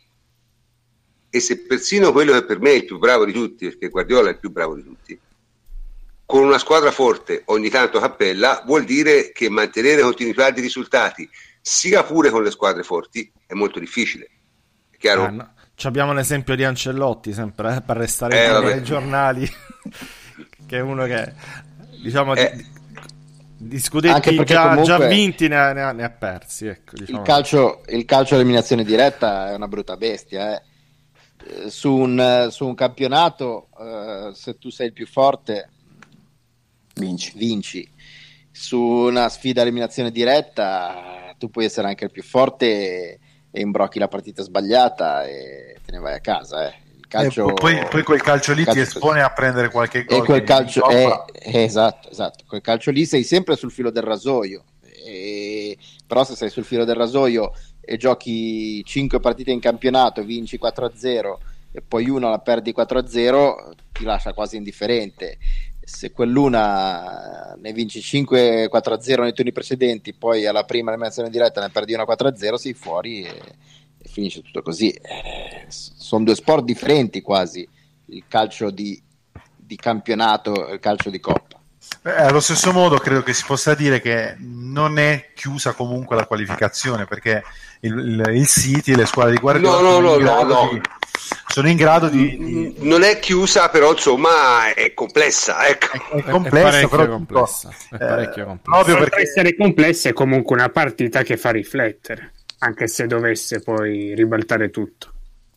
E se persino quello che per me è il più bravo di tutti, perché Guardiola è il più bravo di tutti, con una squadra forte ogni tanto cappella, vuol dire che mantenere continuità di risultati, sia pure con le squadre forti, è molto difficile. È chiaro? Eh, no. Ci abbiamo l'esempio di Ancelotti sempre, eh, per restare Eh, in vabbè. nei giornali, che è uno che, diciamo, Eh. di, di scudetti Anche perché già, comunque già vinti ne ha, ne ha- ne ha persi. Ecco, diciamo. Il calcio, il calcio a eliminazione diretta è una brutta bestia. Eh. Eh, Su, un, su un campionato, eh, se tu sei il più forte, Vinci. vinci. Su una sfida a eliminazione diretta, tu puoi essere anche il più forte e, e imbrocchi la partita sbagliata e te ne vai a casa. Eh. Il calcio, Eh, poi, poi quel calcio lì il ti calcio- espone a prendere qualche gol. E quel in calcio è, Coppa. esatto, esatto, quel calcio lì sei sempre sul filo del rasoio. E, però se sei sul filo del rasoio e giochi cinque partite in campionato, vinci quattro a zero e poi una la perdi quattro a zero, ti lascia quasi indifferente. Se quell'una ne vinci cinque quattro a zero nei turni precedenti, poi alla prima eliminazione diretta ne perdi una quattro a zero, sei fuori e, e finisce tutto così. Eh, sono due sport differenti quasi, il calcio di, di campionato e il calcio di coppa. Eh, allo stesso modo credo che si possa dire che non è chiusa comunque la qualificazione, perché il, il, il City e le squadre di Guardiola No, no, sono, no, in grado no, no. di, sono in grado di, di Non è chiusa, però insomma è complessa. Ecco. è, è È- è complessa, parecchio però complessa, è eh, parecchio complessa. proprio Oltre perché a essere complessa, è comunque una partita che fa riflettere, anche se dovesse poi ribaltare tutto.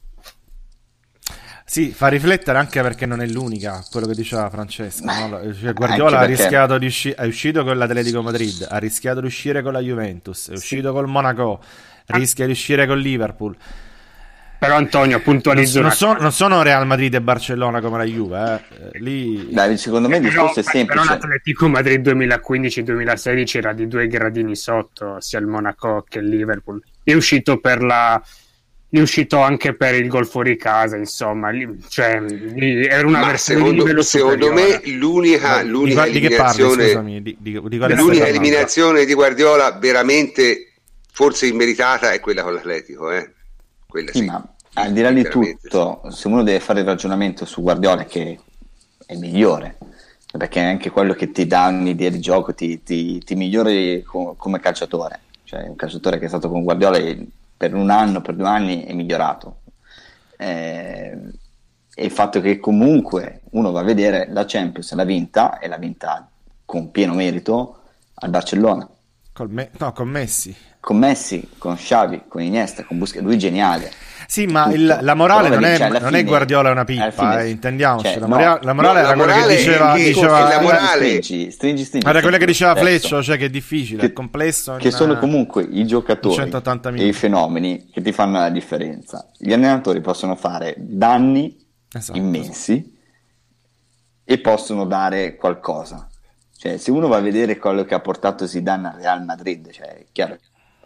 Sì, fa riflettere anche perché non è l'unica, quello che diceva Francesco. No? Cioè, Guardiola Anche ha perché- rischiato di uscire, è uscito con l'Atletico Madrid, ha rischiato di uscire con la Juventus, è uscito col Monaco, rischia di uscire con Liverpool. Però Antonio, Non, puntualizzo non una sono, non sono Real Madrid e Barcellona come la Juve, eh. Eh, lì Dai, secondo me il Però, discorso è però semplice. l'Atletico Madrid duemilaquindici duemilasedici era di due gradini sotto sia il Monaco che il Liverpool. È uscito per la è uscito anche per il gol fuori casa, insomma, lì, cioè, lì era una Ma versione di secondo, livello secondo superiore. me l'unica, di, l'unica qua- di che parli, eliminazione scusami, di, di, di quale stai l'unica parlando? eliminazione di Guardiola veramente forse immeritata è quella con l'Atletico, eh? Quella Sì, sì. ma al di là di Veramente, tutto, se uno deve fare il ragionamento su Guardiola, che è migliore, perché è anche quello che ti dà un'idea di gioco, ti, ti, ti migliori co- come calciatore, cioè un calciatore che è stato con Guardiola e per un anno, per due anni è migliorato. Eh, e il fatto che comunque uno va a vedere la Champions l'ha vinta e l'ha vinta con pieno merito al Barcellona, Col me- no, con Messi. con Messi, con Xavi, con Iniesta, con Busquets, lui geniale. Sì, ma Tutto. il- la morale Però non è, cioè, alla non è fine- Guardiola è una alla pippa, fine- eh, intendiamoci. cioè, la, no. moria- la morale No, era la quella morale che è diceva, che- diceva la morale- stringi, stringi, stringi, era quella che diceva Adesso, Fleccio, cioè che è difficile, che- è complesso. che in- sono comunque i giocatori centottanta e i minuti. fenomeni che ti fanno la differenza. Gli allenatori possono fare danni Esatto, immensi e possono dare qualcosa. Cioè, se uno va a vedere quello che ha portato Zidane al Real Madrid, cioè, è chiaro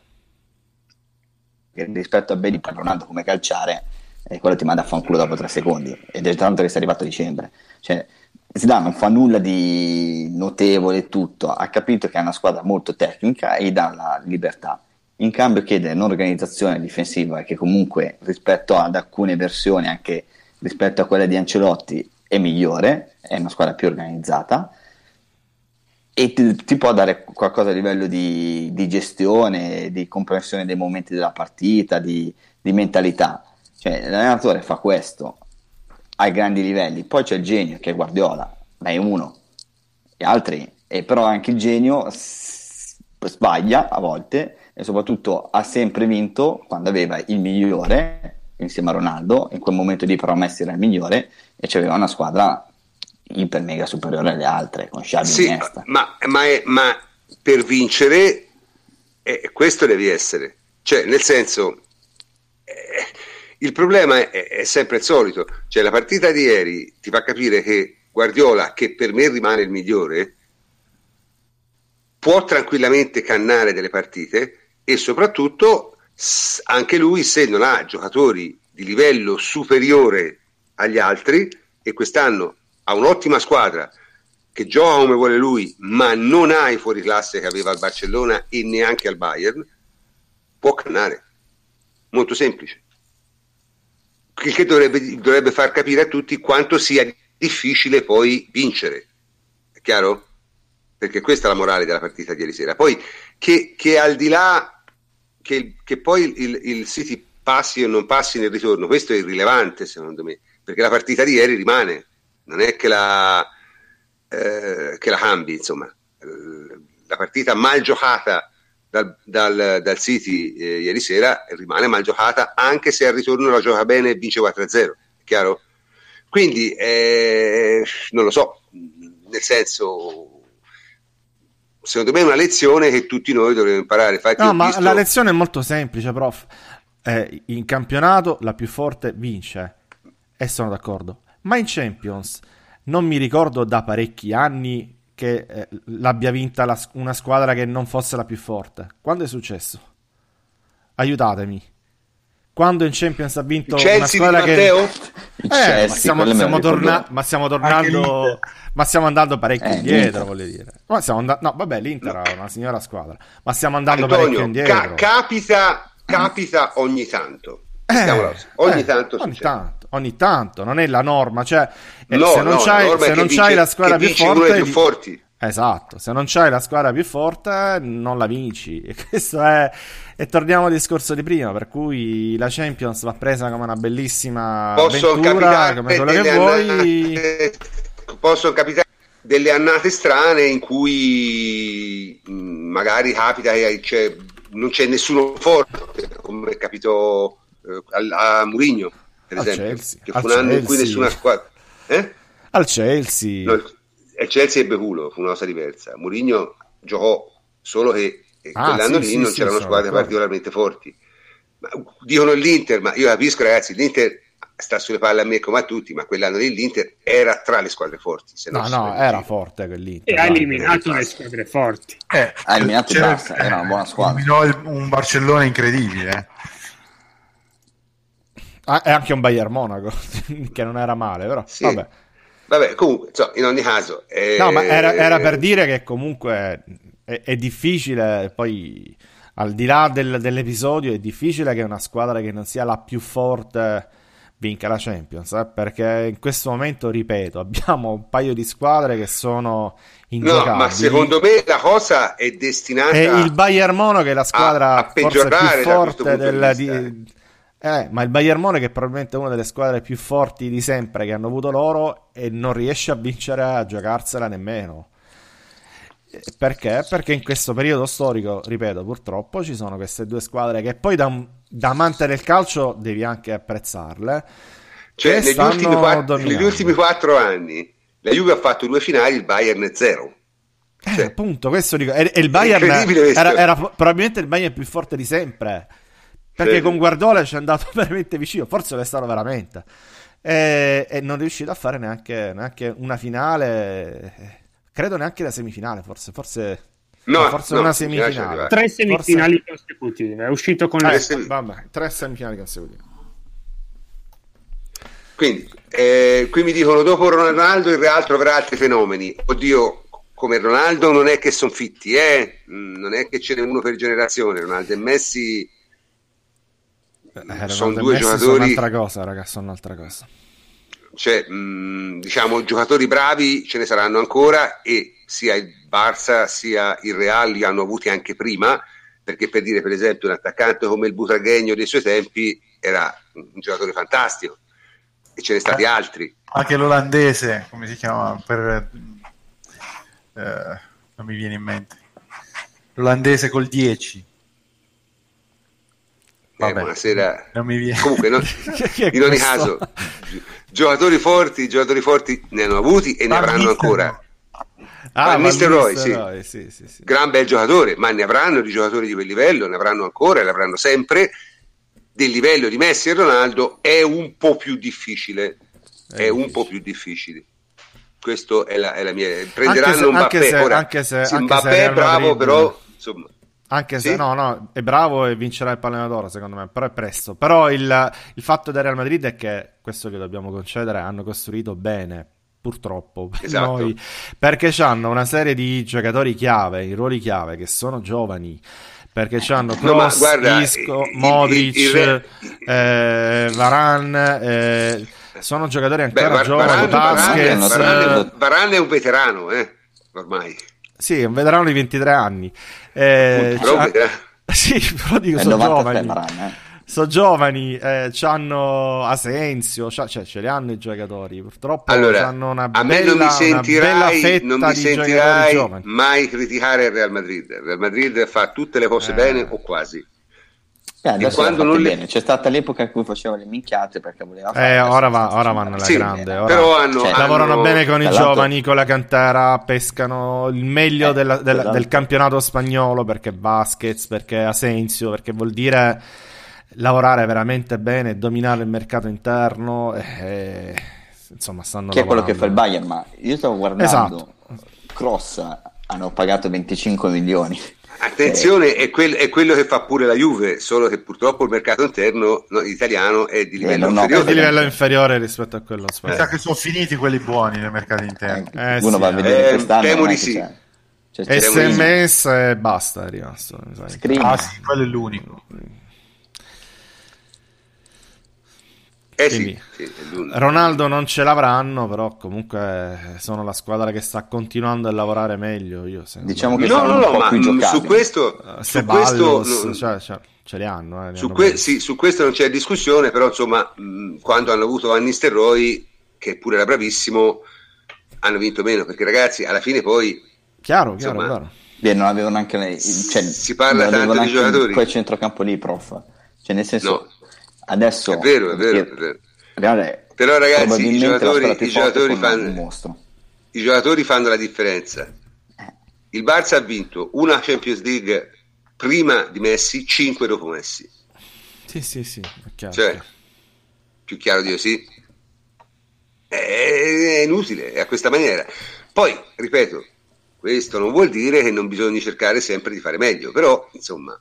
che rispetto a Bale Ronaldo come calciare, eh, quello ti manda a fanculo dopo tre secondi ed è tanto che sei arrivato a dicembre. Cioè, Zidane non fa nulla di notevole e tutto, ha capito che è una squadra molto tecnica e gli dà la libertà. In cambio chiede un'organizzazione difensiva che comunque rispetto ad alcune versioni, anche rispetto a quella di Ancelotti, è migliore, è una squadra più organizzata e ti, ti può dare qualcosa a livello di, di gestione, di comprensione dei momenti della partita, di, di mentalità. Cioè, l'allenatore fa questo ai grandi livelli, poi c'è il genio che è Guardiola, ma è uno, gli altri, e però anche il genio s- sbaglia a volte e soprattutto ha sempre vinto quando aveva il migliore insieme a Ronaldo, in quel momento lì però Messi era il migliore e c'aveva una squadra iper mega superiore alle altre con Xavi e Sì, Iniesta. ma, ma, è, ma per vincere eh, questo devi essere, cioè nel senso eh, il problema è, è sempre il solito, cioè la partita di ieri ti fa capire che Guardiola, che per me rimane il migliore, può tranquillamente cannare delle partite e soprattutto anche lui, se non ha giocatori di livello superiore agli altri, e quest'anno ha un'ottima squadra che gioca come vuole lui, ma non ha i fuoriclasse che aveva al Barcellona e neanche al Bayern, può cannare. Molto semplice. Il che dovrebbe, dovrebbe far capire a tutti quanto sia difficile poi vincere. È chiaro? Perché questa è la morale della partita di ieri sera. Poi che, che al di là che, che poi il, il City passi o non passi nel ritorno, questo è irrilevante secondo me, perché la partita di ieri rimane, non è che la eh, che la cambi, insomma. La partita mal giocata dal, dal, dal City eh, ieri sera rimane mal giocata, anche se al ritorno la gioca bene e vince quattro a zero, è chiaro? Quindi eh, non lo so, nel senso, secondo me è una lezione che tutti noi dovremmo imparare. Infatti no, ho ma visto... la lezione è molto semplice, prof. Eh, in campionato la più forte vince, e sono d'accordo, ma in Champions non mi ricordo da parecchi anni che eh, l'abbia vinta la, una squadra che non fosse la più forte. Quando è successo? Aiutatemi. Quando in Champions ha vinto Chelsea una squadra di Matteo? che eh, Chelsea, ma, stiamo, stiamo torna- ma stiamo tornando ma stiamo andando parecchio eh, indietro, voglio dire. Ma stiamo and- no, vabbè, l'Inter no. È una signora squadra, ma stiamo andando Antonio, parecchio indietro. Ca- capita capita ogni tanto. Eh, ogni eh, tanto ogni tanto, ogni tanto, non è la norma, cioè no, se non no, c'hai, se non vince, c'hai la squadra più forte, più forti. Esatto, se non c'hai la squadra più forte non la vinci, e questo è, e torniamo al discorso di prima, per cui la Champions va presa come una bellissima Possono avventura, come quello che vuoi. Annate, possono capitare delle annate strane in cui mh, magari capita che c'è, non c'è nessuno forte, come capitò eh, a, a Mourinho per al esempio, Chelsea, che fu un anno in cui nessuna squadra eh? al Chelsea no, il Chelsea ebbe culo, fu una cosa diversa. Mourinho giocò solo che ah, quell'anno sì, lì sì, non sì, c'erano squadre particolarmente forti. Ma, dicono l'Inter, ma io capisco ragazzi, l'Inter sta sulle palle a me come a tutti, ma quell'anno lì l'Inter era tra le squadre forti. Se no, no, era forte quell'Inter. E ha eliminato le squadre forti. Eh, ha eliminato il Barça, era una buona squadra. Eliminò un Barcellona incredibile. Ah, e anche un Bayern Monaco, che non era male, però sì. vabbè. Vabbè, comunque, so, in ogni caso... Eh... No, ma era, era per dire che comunque è, è difficile, poi al di là del, dell'episodio, è difficile che una squadra che non sia la più forte vinca la Champions, eh? Perché in questo momento, ripeto, abbiamo un paio di squadre che sono ingiocabili. No, ma secondo me la cosa è destinata... E il Bayern Monaco è la squadra a, a forse più forte del... di di, Eh, ma il Bayern Monaco è probabilmente una delle squadre più forti di sempre che hanno avuto loro e non riesce a vincere, a giocarsela nemmeno. Perché? Perché in questo periodo storico, ripeto, purtroppo ci sono queste due squadre che poi da, da amante del calcio devi anche apprezzarle. Cioè negli ultimi, quattro, negli ultimi quattro anni la Juve ha fatto due finali, il Bayern è zero. Cioè, eh, appunto, questo dico. E, e il Bayern era, era probabilmente il Bayern più forte di sempre. Perché con Guardiola ci è andato veramente vicino, forse lo è stato veramente, e, e non è riuscito a fare neanche, neanche una finale, credo neanche la semifinale, forse, forse, no, forse no, una semifinale. Tre semifinali forse... consecutive, è uscito con eh, le... sem- vabbè, tre semifinali consecutive. Quindi, eh, qui mi dicono dopo Ronaldo il Real troverà altri fenomeni. Oddio, come Ronaldo non è che sono fitti, eh? non è che ce n'è uno per generazione. Ronaldo e Messi eh, sono due Messi giocatori. Sono un'altra cosa, ragazzi, sono un'altra cosa. Cioè, mh, diciamo, giocatori bravi ce ne saranno ancora, e sia il Barça sia il Real li hanno avuti anche prima, perché per dire, per esempio, un attaccante come il Butragueño dei suoi tempi era un giocatore fantastico, e ce ne stati eh, altri. Anche l'olandese, come si chiama? Per, eh, non mi viene in mente. L'olandese col dieci. Eh, buonasera. Non mi viene. Comunque, no, in ogni caso, giocatori forti, giocatori forti ne hanno avuti e ne Van avranno Nistelrooy. ancora. Ah, Van Nistelrooy, Nistelrooy, sì. sì, sì, sì. Gran bel giocatore, ma ne avranno di giocatori di quel livello, ne avranno ancora e ne avranno sempre. Del livello di Messi e Ronaldo è un po' più difficile, è, è un po' più difficile. Questo è la, è la mia. Prenderanno anche se, Mbappé. anche se, Ora, anche se, se anche Mbappé se è bravo, Madrid, però insomma. Anche se sì? no, no, è bravo e vincerà il pallone d'oro, secondo me, però è presto. Però il, il fatto del Real Madrid è che, questo che dobbiamo concedere, hanno costruito bene, purtroppo, per esatto. noi, perché hanno una serie di giocatori chiave, in ruoli chiave, che sono giovani. Perché c'hanno Kroos, no, Isco, il, Modric, il, il, il, eh, Varane, eh, sono giocatori ancora Beh, giovani. Varane, Varane, Varane è un veterano, eh, ormai. Sì, è un veterano di ventitré anni. Eh, però sì, però dico, sono giovani. Sono giovani, eh, c'hanno Asensio, cioè ce li hanno i giocatori. Purtroppo allora, hanno una a bella, me non mi sentirai, non mi sentirai mai criticare il Real Madrid. Il Real Madrid fa tutte le cose eh. bene o quasi. Eh, adesso quando non le... bene. C'è stata l'epoca in cui faceva le minchiate perché voleva fare. Eh, ora, va, ora vanno alla sì, grande. Ora però hanno, cioè, hanno... lavorano bene con i Tra giovani, con la cantera, pescano il meglio eh, della, della, esatto. del campionato spagnolo, perché Busquets, perché Asensio, perché vuol dire lavorare veramente bene, dominare il mercato interno. E, insomma, stanno che lavorando. È quello che fa il Bayern, ma io stavo guardando esatto. Kroos hanno pagato venticinque milioni. Attenzione, è, quel, è quello che fa pure la Juve, solo che purtroppo il mercato interno no, italiano è di livello eh, no, inferiore. È di livello inferiore rispetto a quello spagnolo. Mi sa che sono finiti quelli buoni nel mercato interno. Eh, eh, uno sì, va a vedere eh, quest'anno. Temo di sì. C'è, c'è S M S e basta, è rimasto. Ah sì, quello è l'unico. Eh Quindi, sì, sì, Ronaldo non ce l'avranno, però comunque sono la squadra che sta continuando a lavorare meglio. Io diciamo che no, sono no, un po' ma più giocati. Su questo, uh, su Ballos, questo no, cioè, cioè, ce li hanno. Eh, su, hanno que- sì, su questo non c'è discussione, però insomma, mh, quando hanno avuto Van Nistelrooy, che pure era bravissimo, hanno vinto meno, perché ragazzi, alla fine poi... Chiaro, chiaro, insomma, chiaro. Beh, non avevano anche lei, cioè, si parla tanto di giocatori. Quel centrocampo lì, prof. Cioè, nel senso, no. adesso... È vero, è vero, è vero. Guarda, però ragazzi i giocatori, i, giocatori fanno, i giocatori fanno la differenza. Il Barça ha vinto una Champions League prima di Messi, cinque dopo Messi. Sì, sì, sì, è chiaro. Cioè, più chiaro di così è, è inutile, è a questa maniera. Poi, ripeto, questo non vuol dire che non bisogna cercare sempre di fare meglio, però insomma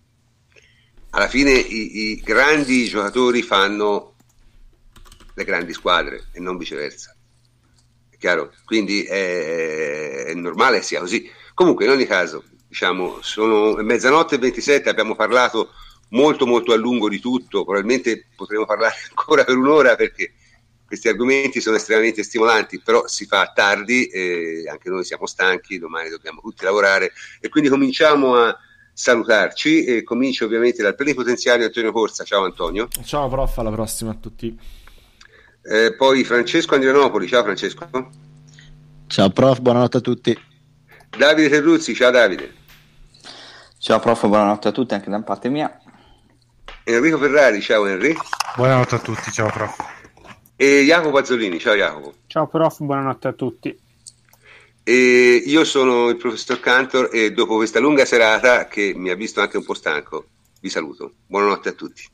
alla fine i, i grandi giocatori fanno le grandi squadre e non viceversa, è chiaro? Quindi è, è normale che sia così. Comunque in ogni caso, diciamo, sono mezzanotte e ventisette, abbiamo parlato molto molto a lungo di tutto, probabilmente potremo parlare ancora per un'ora perché questi argomenti sono estremamente stimolanti, però si fa tardi e anche noi siamo stanchi, domani dobbiamo tutti lavorare e quindi cominciamo a salutarci e comincio ovviamente dal plenipotenziario Antonio Corsa. Ciao Antonio. Ciao prof, alla prossima a tutti. Eh, poi Francesco Andrianopoli, ciao Francesco. Ciao prof, buonanotte a tutti. Davide Terruzzi, ciao Davide. Ciao prof, buonanotte a tutti anche da parte mia. Enrico Ferrari, ciao Henry. Buonanotte a tutti, ciao prof. E Jacopo Azzolini, ciao Jacopo. Ciao prof, buonanotte a tutti. E io sono il professor Cantor e dopo questa lunga serata che mi ha visto anche un po' stanco vi saluto, buonanotte a tutti.